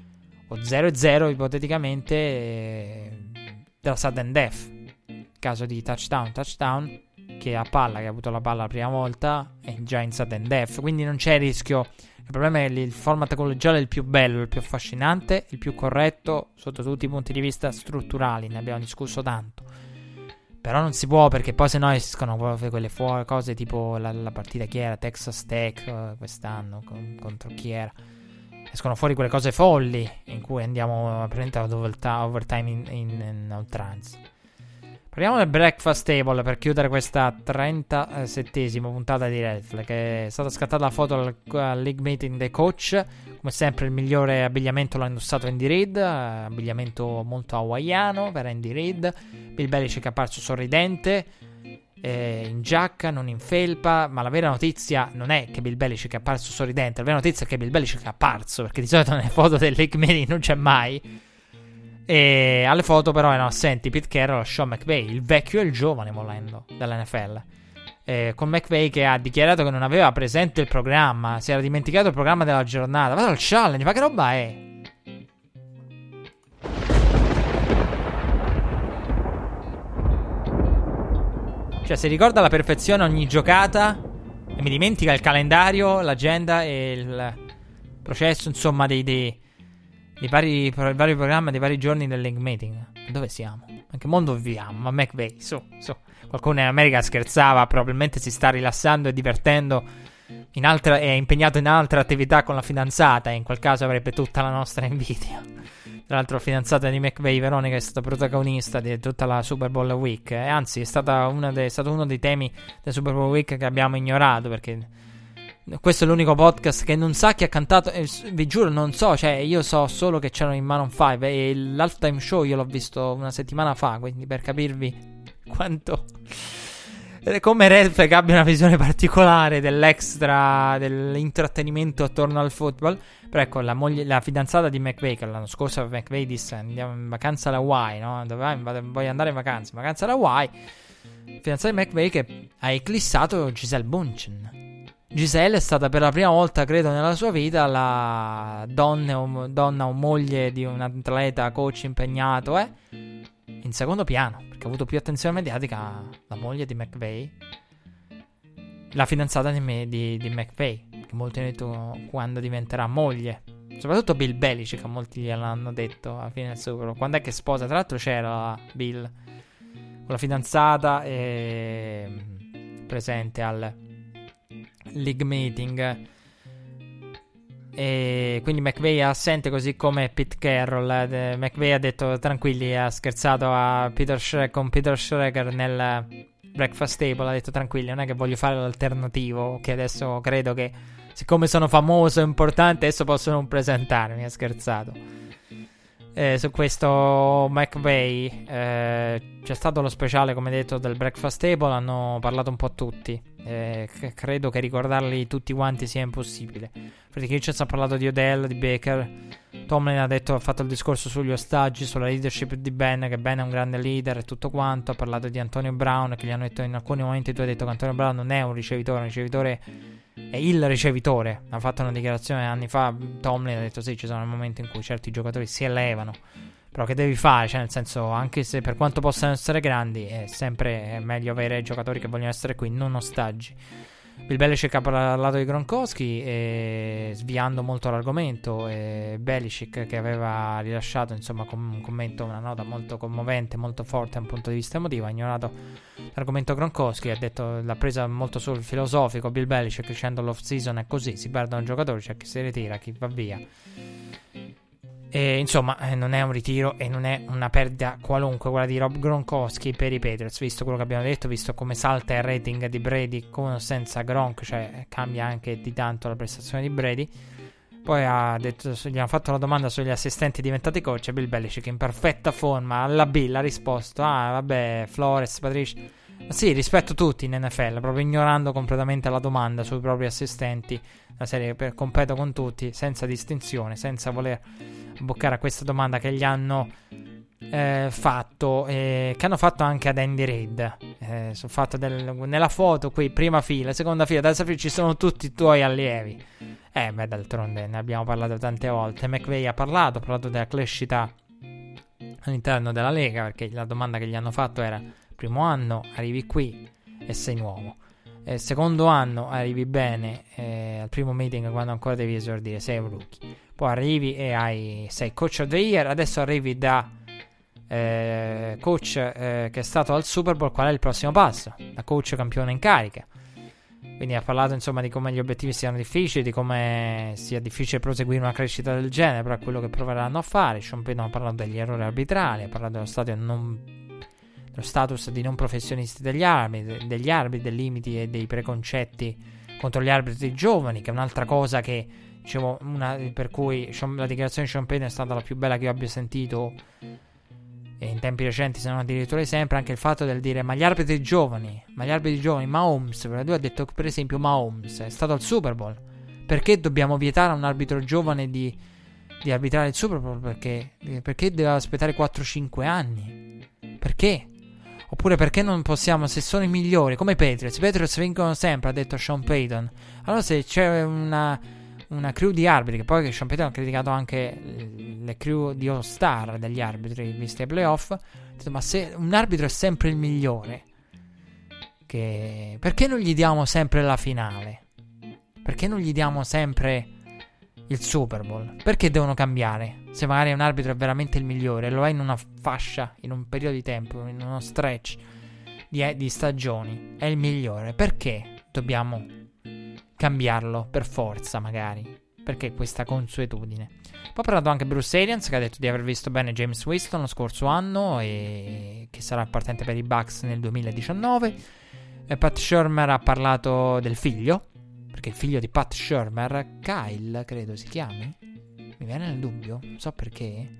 o zero zero ipoteticamente eh, della sudden death, caso di touchdown touchdown che a palla, che ha avuto la palla la prima volta, è già in sudden death, quindi non c'è rischio. Il problema è che il format collegiale è il più bello, il più affascinante, il più corretto sotto tutti i punti di vista strutturali, ne abbiamo discusso tanto. Però non si può, perché poi se no escono quelle fuori cose tipo la, la partita chi era, Texas Tech uh, quest'anno con, contro chi era, escono fuori quelle cose folli in cui andiamo a prendere overtime in, in, in oltranza. Parliamo del breakfast table per chiudere questa trentasettesima puntata di Redflag, che è stata scattata la foto al, al League Meeting dei coach. Come sempre il migliore abbigliamento l'ha indossato Andy Reid, abbigliamento molto hawaiano per Andy Reid. Bill Belichick è apparso sorridente, eh, in giacca, non in felpa, ma la vera notizia non è che Bill Belichick è apparso sorridente, la vera notizia è che Bill Belichick è apparso, perché di solito nelle foto del League Meeting non c'è mai. E alle foto però erano assenti Pete Carroll e Sean McVay, il vecchio e il giovane volendo dell'N F L, eh, con McVay che ha dichiarato che non aveva presente il programma, si era dimenticato il programma della giornata. Guarda il challenge, ma che roba è? Cioè si ricorda alla perfezione ogni giocata e mi dimentica il calendario, l'agenda e il processo, insomma, dei... dei I vari, i vari programmi dei vari giorni del League Meeting. Dove siamo? In che mondo viviamo? Ma McVay, su, su. Qualcuno in America scherzava, probabilmente si sta rilassando e divertendo in altra, è impegnato in altre attività con la fidanzata, e in quel caso avrebbe tutta la nostra invidia. Tra l'altro la fidanzata di McVay, Veronica, è stata protagonista di tutta la Super Bowl Week, e anzi è, stata una de, è stato uno dei temi del Super Bowl Week che abbiamo ignorato, perché questo è l'unico podcast che non sa chi ha cantato, eh, vi giuro non so, cioè io so solo che c'erano in Maroon cinque, e l'halftime show io l'ho visto una settimana fa, quindi per capirvi quanto come Redflag abbia una visione particolare dell'extra, dell'intrattenimento attorno al football. Però ecco, la moglie, la fidanzata di McVay, che l'anno scorso McVay disse andiamo in vacanza alla Hawaii, no? Dove voglio andare in vacanza, in vacanza alla Hawaii. Fidanzata di McVay che ha eclissato Gisele Bündchen. Gisele è stata per la prima volta, credo, nella sua vita la donna o, donna o moglie di un atleta, coach impegnato, eh? in secondo piano, perché ha avuto più attenzione mediatica la moglie di McVay, la fidanzata di, me, di, di McVay, che molti hanno detto quando diventerà moglie. Soprattutto Bill Belichick, molti gliel'hanno detto alla fine del Super Bowl. Quando è che sposa? Tra l'altro c'era Bill con la fidanzata e presente al League Meeting, e quindi McVay è assente, così come Pete Carroll. eh, McVay ha detto tranquilli, ha scherzato a Peter Schre- con Peter Schreger nel breakfast table, ha detto tranquilli, non è che voglio fare l'alternativo, che adesso credo che siccome sono famoso e importante adesso posso non presentarmi, ha scherzato. Eh, su questo McVay eh, c'è stato lo speciale, come detto, del breakfast table, hanno parlato un po' tutti, eh, c- credo che ricordarli tutti quanti sia impossibile. Freddie Kitchens ha parlato di Odell, di Baker, Tomlin ha detto, ha fatto il discorso sugli ostaggi, sulla leadership di Ben, che Ben è un grande leader e tutto quanto. Ha parlato di Antonio Brown, che gli hanno detto in alcuni momenti, tu hai detto che Antonio Brown non è un ricevitore, un ricevitore è il ricevitore. Ha fatto una dichiarazione anni fa Tomlin, ha detto sì, ci sono momenti in cui certi giocatori si elevano, però che devi fare? Cioè nel senso, anche se per quanto possano essere grandi, è sempre meglio avere giocatori che vogliono essere qui, non ostaggi. Bill Belichick ha parlato di Gronkowski, e sviando molto l'argomento, e Belichick, che aveva rilasciato insomma com- un commento, una nota molto commovente, molto forte da un punto di vista emotivo, ha ignorato l'argomento Gronkowski, ha detto, l'ha presa molto sul filosofico. Bill Belichick dicendo l'off season è così, si perdono giocatori, c'è chi si ritira, chi va via, e insomma eh, non è un ritiro e non è una perdita qualunque quella di Rob Gronkowski per i Patriots, visto quello che abbiamo detto, visto come salta il rating di Brady con o senza Gronk, cioè cambia anche di tanto la prestazione di Brady. Poi ha detto, gli hanno fatto la domanda sugli assistenti diventati coach, e Bill Belichick in perfetta forma alla Bill ha risposto ah vabbè, Flores, Patricia, ma sì, rispetto tutti in N F L, proprio ignorando completamente la domanda sui propri assistenti, la serie per competo con tutti senza distinzione, senza voler abboccare a questa domanda che gli hanno eh, fatto, eh, che hanno fatto anche ad Andy Reid. Eh, sono fatto del, nella foto qui, prima fila, seconda fila, terza fila, ci sono tutti i tuoi allievi. Eh, beh, d'altronde ne abbiamo parlato tante volte. McVay ha parlato, ha parlato della crescita all'interno della Lega, perché la domanda che gli hanno fatto era: primo anno arrivi qui e sei nuovo, eh, secondo anno arrivi bene, eh, al primo meeting quando ancora devi esordire sei un rookie, poi arrivi e hai sei coach of the year, adesso arrivi da eh, coach eh, che è stato al Super Bowl, qual è il prossimo passo? Da coach campione in carica. Quindi ha parlato insomma di come gli obiettivi siano difficili, di come sia difficile proseguire una crescita del genere, però è quello che proveranno a fare. Sean Payton ha parlato degli errori arbitrali, ha parlato dello, stadio non, dello status di non professionisti degli arbitri, degli arbitri, dei limiti e dei preconcetti contro gli arbitri giovani, che è un'altra cosa che, dicevo, una, per cui Sean, la dichiarazione di Sean Payton è stata la più bella che io abbia sentito e in tempi recenti, se non addirittura sempre. Anche il fatto del dire: ma gli arbitri giovani, ma gli arbitri giovani, Mahomes, lui ha detto, per esempio, Mahomes è stato al Super Bowl, perché dobbiamo vietare a un arbitro giovane di, di arbitrare il Super Bowl? Perché, perché deve aspettare quattro cinque anni? Perché? Oppure perché non possiamo, se sono i migliori, come i Patriots, i Patriots vincono sempre, ha detto Sean Payton, allora se c'è una una crew di arbitri, che poi che Sean Payton ha criticato anche le crew di All-Star degli arbitri visti ai playoff, ha detto: ma se un arbitro è sempre il migliore, che perché non gli diamo sempre la finale? Perché non gli diamo sempre il Super Bowl? Perché devono cambiare? Se magari un arbitro è veramente il migliore, lo è in una fascia, in un periodo di tempo, in uno stretch di, di stagioni, è il migliore, perché dobbiamo cambiarlo per forza, magari? Perché questa consuetudine? Poi ha parlato anche Bruce Arians, che ha detto di aver visto bene James Winston lo scorso anno e che sarà partente per i Bucks nel duemiladiciannove. E Pat Shurmur ha parlato del figlio, perché il figlio di Pat Shurmur, Kyle credo si chiami, mi viene nel dubbio, non so perché,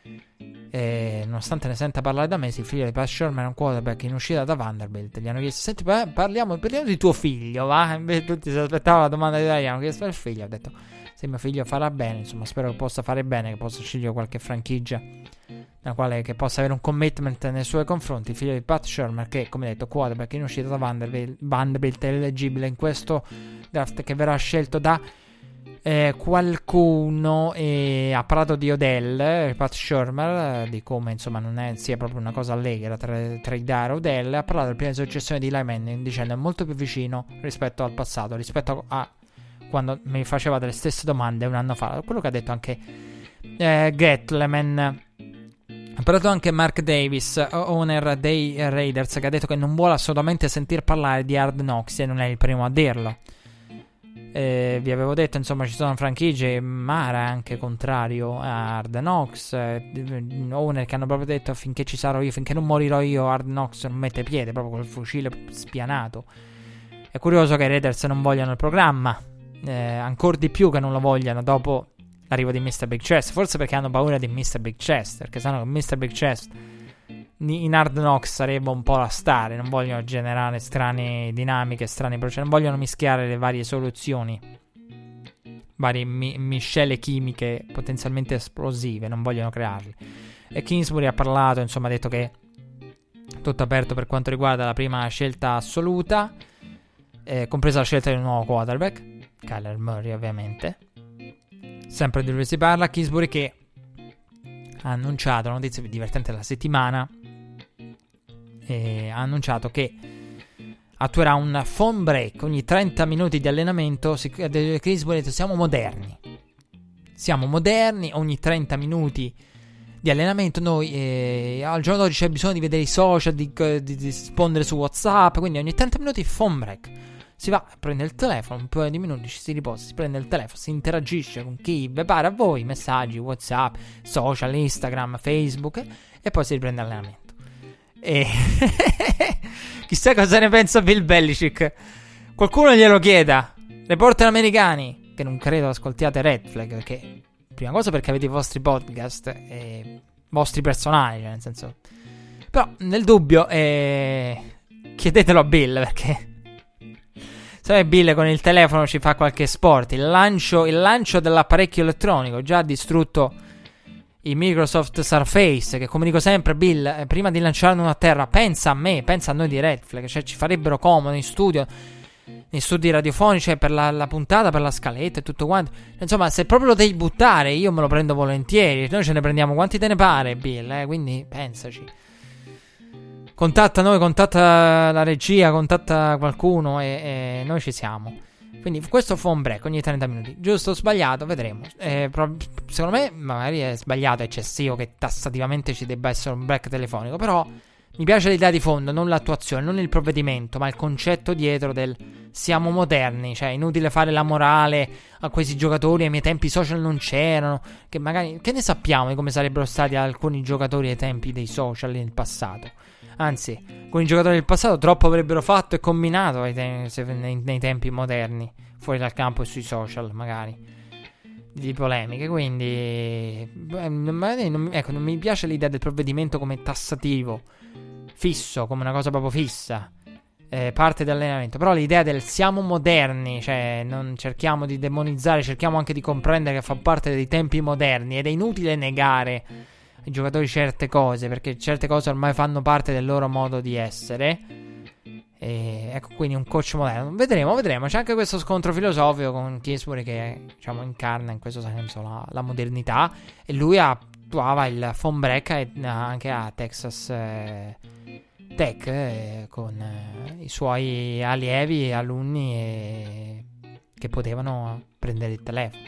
e nonostante ne senta parlare da mesi, il figlio di Pat Shurmur è un quarterback in uscita da Vanderbilt. Gli hanno chiesto: senti, parliamo, parliamo di tuo figlio, va? Invece tutti si aspettavano la domanda di Dai, hanno chiesto al figlio, ha detto: se mio figlio farà bene, insomma, spero che possa fare bene, che possa scegliere qualche franchigia nella quale che possa avere un commitment nei suoi confronti. Il figlio di Pat Shurmur, che come detto quarterback in uscita da Vanderbilt, Vanderbilt è eleggibile in questo draft che verrà scelto da Eh, qualcuno, e ha parlato di Odell, Pat Shurmur, di come insomma non è sia proprio una cosa allegra tra, tradare Odell. Ha parlato del piano di successione di Eli Manning, dicendo: è molto più vicino rispetto al passato, rispetto a quando mi faceva delle stesse domande un anno fa. Quello che ha detto anche eh, Gettleman. Ha parlato anche Mark Davis, owner dei Raiders, che ha detto che non vuole assolutamente sentir parlare di Hard Knocks, e non è il primo a dirlo. Eh, vi avevo detto, insomma, ci sono franchigie, Mara anche contrario a Hard Knocks, eh, owner che hanno proprio detto: finché ci sarò io, finché non morirò io, Hard Knocks non mette piede, proprio col fucile spianato. È curioso che i Raiders non vogliano il programma, eh, ancora di più che non lo vogliano dopo l'arrivo di mister Big Chest, forse perché hanno paura di mister Big Chest, perché sanno che mister Big Chest in Hard Knocks sarebbe un po' la star, non vogliono generare strane dinamiche, strani processi, non vogliono mischiare le varie soluzioni, varie mi- miscele chimiche potenzialmente esplosive, non vogliono crearle. E Kingsbury ha parlato, insomma, ha detto che è tutto aperto per quanto riguarda la prima scelta assoluta, eh, compresa la scelta di un nuovo quarterback, Kyler Murray ovviamente. Sempre di lui si parla. Kingsbury che ha annunciato, la notizia più divertente della settimana, e ha annunciato che attuerà un phone break ogni trenta minuti di allenamento. Kingsbury ha detto: siamo moderni, siamo moderni, ogni trenta minuti di allenamento noi eh, al giorno d'oggi c'è bisogno di vedere i social, di, di, di rispondere su WhatsApp, quindi ogni trenta minuti phone break. Si va, prende il telefono, un paio di minuti ci si riposa, si prende il telefono, si interagisce con chi vi pare a voi, messaggi, WhatsApp, social, Instagram, Facebook, e poi si riprende l'allenamento. E chissà cosa ne pensa Bill Belichick. Qualcuno glielo chieda. Reporter americani, che non credo ascoltiate Red Flag, perché prima cosa perché avete i vostri podcast e vostri personali, cioè nel senso. Però nel dubbio eh, chiedetelo a Bill, perché se Bill con il telefono ci fa qualche sport, il lancio, il lancio dell'apparecchio elettronico già ha distrutto i Microsoft Surface, che come dico sempre, Bill, eh, prima di lanciarlo a terra, pensa a me, pensa a noi di Red Flag, cioè ci farebbero comodo in studio, nei studi radiofonici, per la, la puntata, per la scaletta e tutto quanto. Insomma, se proprio lo devi buttare, io me lo prendo volentieri. Noi ce ne prendiamo quanti te ne pare, Bill, eh? Quindi pensaci. Contatta noi, contatta la regia, contatta qualcuno e, e noi ci siamo. Quindi questo phone break ogni trenta minuti. Giusto o sbagliato? Vedremo. Eh, pro- secondo me magari è sbagliato, è eccessivo che tassativamente ci debba essere un break telefonico. Però mi piace l'idea di fondo, non l'attuazione, non il provvedimento, ma il concetto dietro del siamo moderni. Cioè, inutile fare la morale a questi giocatori. Ai miei tempi i social non c'erano. Che magari, che ne sappiamo di come sarebbero stati alcuni giocatori ai tempi dei social nel passato? Anzi, con i giocatori del passato troppo avrebbero fatto e combinato ai te- se, nei, nei tempi moderni, fuori dal campo e sui social, magari, di polemiche. Quindi, beh, non, ecco, non mi piace l'idea del provvedimento come tassativo, fisso, come una cosa proprio fissa, eh, parte dell'allenamento. Però l'idea del siamo moderni, cioè non cerchiamo di demonizzare, cerchiamo anche di comprendere che fa parte dei tempi moderni ed è inutile negare ai giocatori certe cose, perché certe cose ormai fanno parte del loro modo di essere. E ecco, quindi un coach moderno. Vedremo, vedremo. C'è anche questo scontro filosofico con Kingsbury che, diciamo, incarna in questo senso la, la modernità. E lui attuava il phone break e, anche a Texas eh, Tech eh, con eh, i suoi allievi e alunni eh, che potevano prendere il telefono.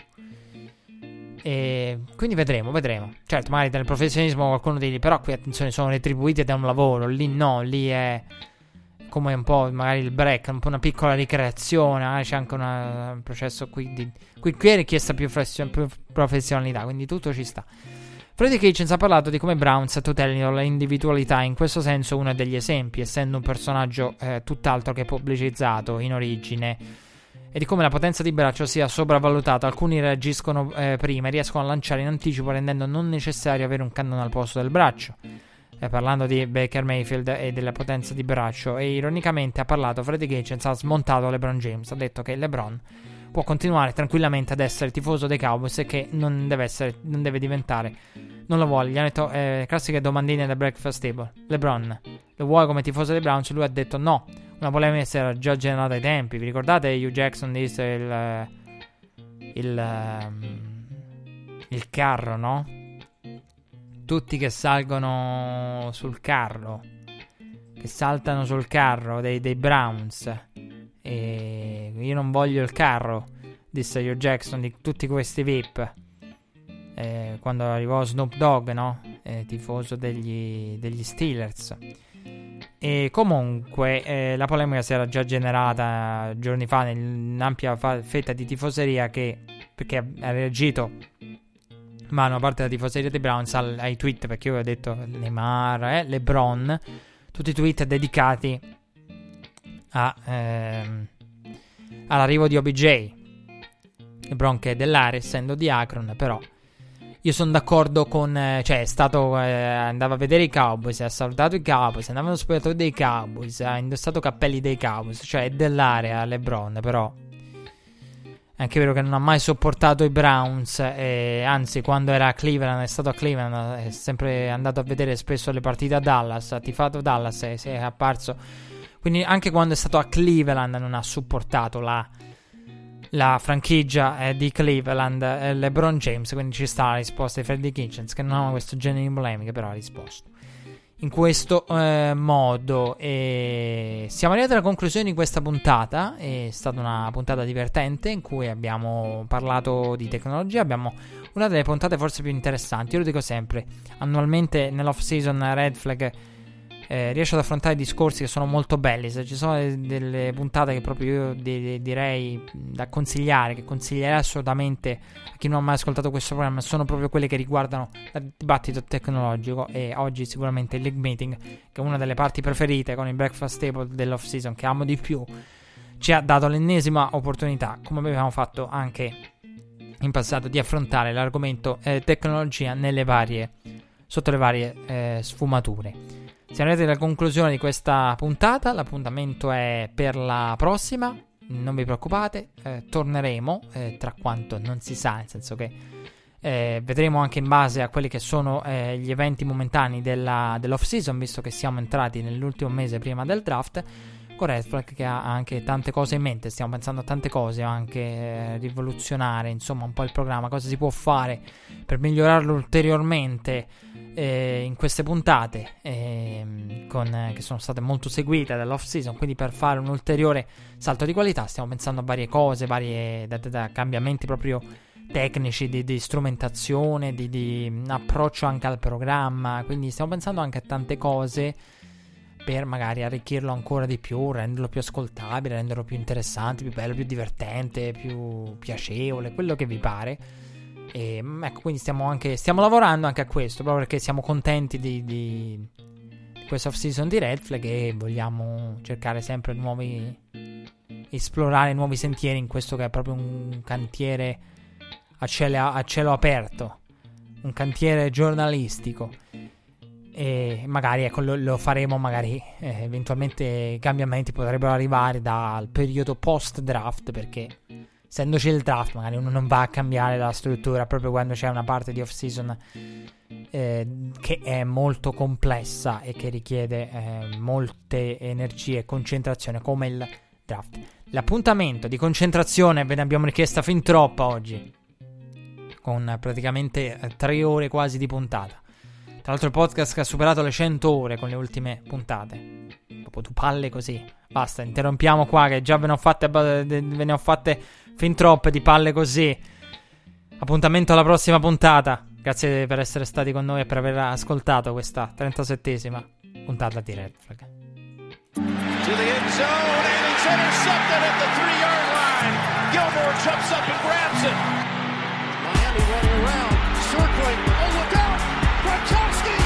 E quindi vedremo, vedremo. Certo, magari nel professionismo qualcuno dice, però qui attenzione, sono retribuiti da un lavoro. Lì no, lì è come un po' magari il break, un po' una piccola ricreazione. Magari c'è anche una, un processo qui di, qui, qui è richiesta più, flessio, più professionalità, quindi tutto ci sta. Freddie Kitchens ha parlato di come Browns tutelino l'individualità. In questo senso uno degli esempi, essendo un personaggio eh, tutt'altro che pubblicizzato in origine, e di come la potenza di braccio sia sopravvalutata. Alcuni reagiscono eh, prima e riescono a lanciare in anticipo, rendendo non necessario avere un cannone al posto del braccio. Eh, parlando di Baker Mayfield e della potenza di braccio, e ironicamente ha parlato Freddie Kitchens, ha smontato LeBron James, ha detto che LeBron può continuare tranquillamente ad essere tifoso dei Cowboys e che non deve essere, non deve diventare, non lo vuole. Gli hanno detto eh, classiche domandine da breakfast table. LeBron, lo vuoi come tifoso dei Browns? Lui ha detto no. Una polemica si era già generata ai tempi. Vi ricordate Hugh Jackson disse il il, il carro, no? Tutti che salgono sul carro, che saltano sul carro dei, dei Browns, e io non voglio il carro, disse Hugh Jackson, di tutti questi V I P, eh, quando arrivò Snoop Dogg, no? Eh, tifoso degli, degli Steelers. E comunque eh, la polemica si era già generata giorni fa nell'ampia fa- fetta di tifoseria, che perché ha reagito, ma una parte della tifoseria dei Browns al, ai tweet, perché io ho detto Neymar, eh, LeBron, tutti i tweet dedicati a, ehm, all'arrivo di O B J. LeBron che è dell'area, essendo di Akron, però io sono d'accordo con, eh, cioè è stato, eh, andava a vedere i Cowboys, ha salutato i Cowboys, andava nello spogliatoio dei Cowboys, ha indossato cappelli dei Cowboys, cioè è dell'area LeBron, però è anche vero che non ha mai sopportato i Browns, eh, anzi quando era a Cleveland, è stato a Cleveland, è sempre andato a vedere spesso le partite a Dallas, ha tifato Dallas e si è apparso, quindi anche quando è stato a Cleveland non ha supportato la la franchigia eh, di Cleveland, eh, LeBron James. Quindi ci sta la risposta di Freddie Kitchens, che non ama questo genere di polemiche, però ha risposto in questo eh, modo. E siamo arrivati alla conclusione di questa puntata. È stata una puntata divertente in cui abbiamo parlato di tecnologia. Abbiamo una delle puntate forse più interessanti. Io lo dico sempre, annualmente nell'off season Red Flag Eh, riesce ad affrontare discorsi che sono molto belli. Se ci sono delle puntate che proprio io di- direi da consigliare, che consiglierei assolutamente a chi non ha mai ascoltato questo programma, sono proprio quelle che riguardano il dibattito tecnologico. E oggi sicuramente il League Meeting, che è una delle parti preferite con il breakfast table dell'off season, che amo di più, ci ha dato l'ennesima opportunità, come abbiamo fatto anche in passato, di affrontare l'argomento eh, tecnologia nelle varie sotto le varie eh, sfumature. Siamo arrivati alla conclusione di questa puntata. L'appuntamento è per la prossima. Non vi preoccupate, eh, torneremo, eh, tra quanto non si sa, nel senso che Eh, vedremo anche in base a quelli che sono eh, gli eventi momentanei della, dell'off season, visto che siamo entrati nell'ultimo mese prima del draft, con Red Flag che ha anche tante cose in mente. Stiamo pensando a tante cose, anche eh, rivoluzionare insomma un po' il programma, cosa si può fare per migliorarlo ulteriormente eh, in queste puntate eh, con, eh, che sono state molto seguite dall'off season, quindi per fare un ulteriore salto di qualità stiamo pensando a varie cose, varie da, da, da cambiamenti proprio tecnici, di, di strumentazione, di, di approccio anche al programma, quindi stiamo pensando anche a tante cose per magari arricchirlo ancora di più, renderlo più ascoltabile, renderlo più interessante, più bello, più divertente, più piacevole, quello che vi pare. E ecco, quindi stiamo anche stiamo lavorando anche a questo, proprio perché siamo contenti di, di, di questa off season di Red Flag e vogliamo cercare sempre nuovi, esplorare nuovi sentieri in questo che è proprio un cantiere a cielo, a cielo aperto, un cantiere giornalistico. E magari ecco lo, lo faremo, magari eh, eventualmente i cambiamenti potrebbero arrivare dal periodo post draft, perché essendoci il draft magari uno non va a cambiare la struttura proprio quando c'è una parte di off season eh, che è molto complessa e che richiede eh, molte energie e concentrazione come il draft. L'appuntamento di concentrazione ve ne abbiamo richiesta fin troppa oggi, con praticamente eh, tre ore quasi di puntata. Tra l'altro il podcast che ha superato le cento ore con le ultime puntate. Proprio tu palle così. Basta, interrompiamo qua che già ve ne ho fatte, ve ne ho fatte fin troppe di palle così. Appuntamento alla prossima puntata. Grazie per essere stati con noi e per aver ascoltato questa trentasettesima puntata di Red Flag. To the end zone and it's intercepted at the three-yard line. Gilmore jumps up and grabs it. Miami running around, circling. Oh, look out! Gronkowski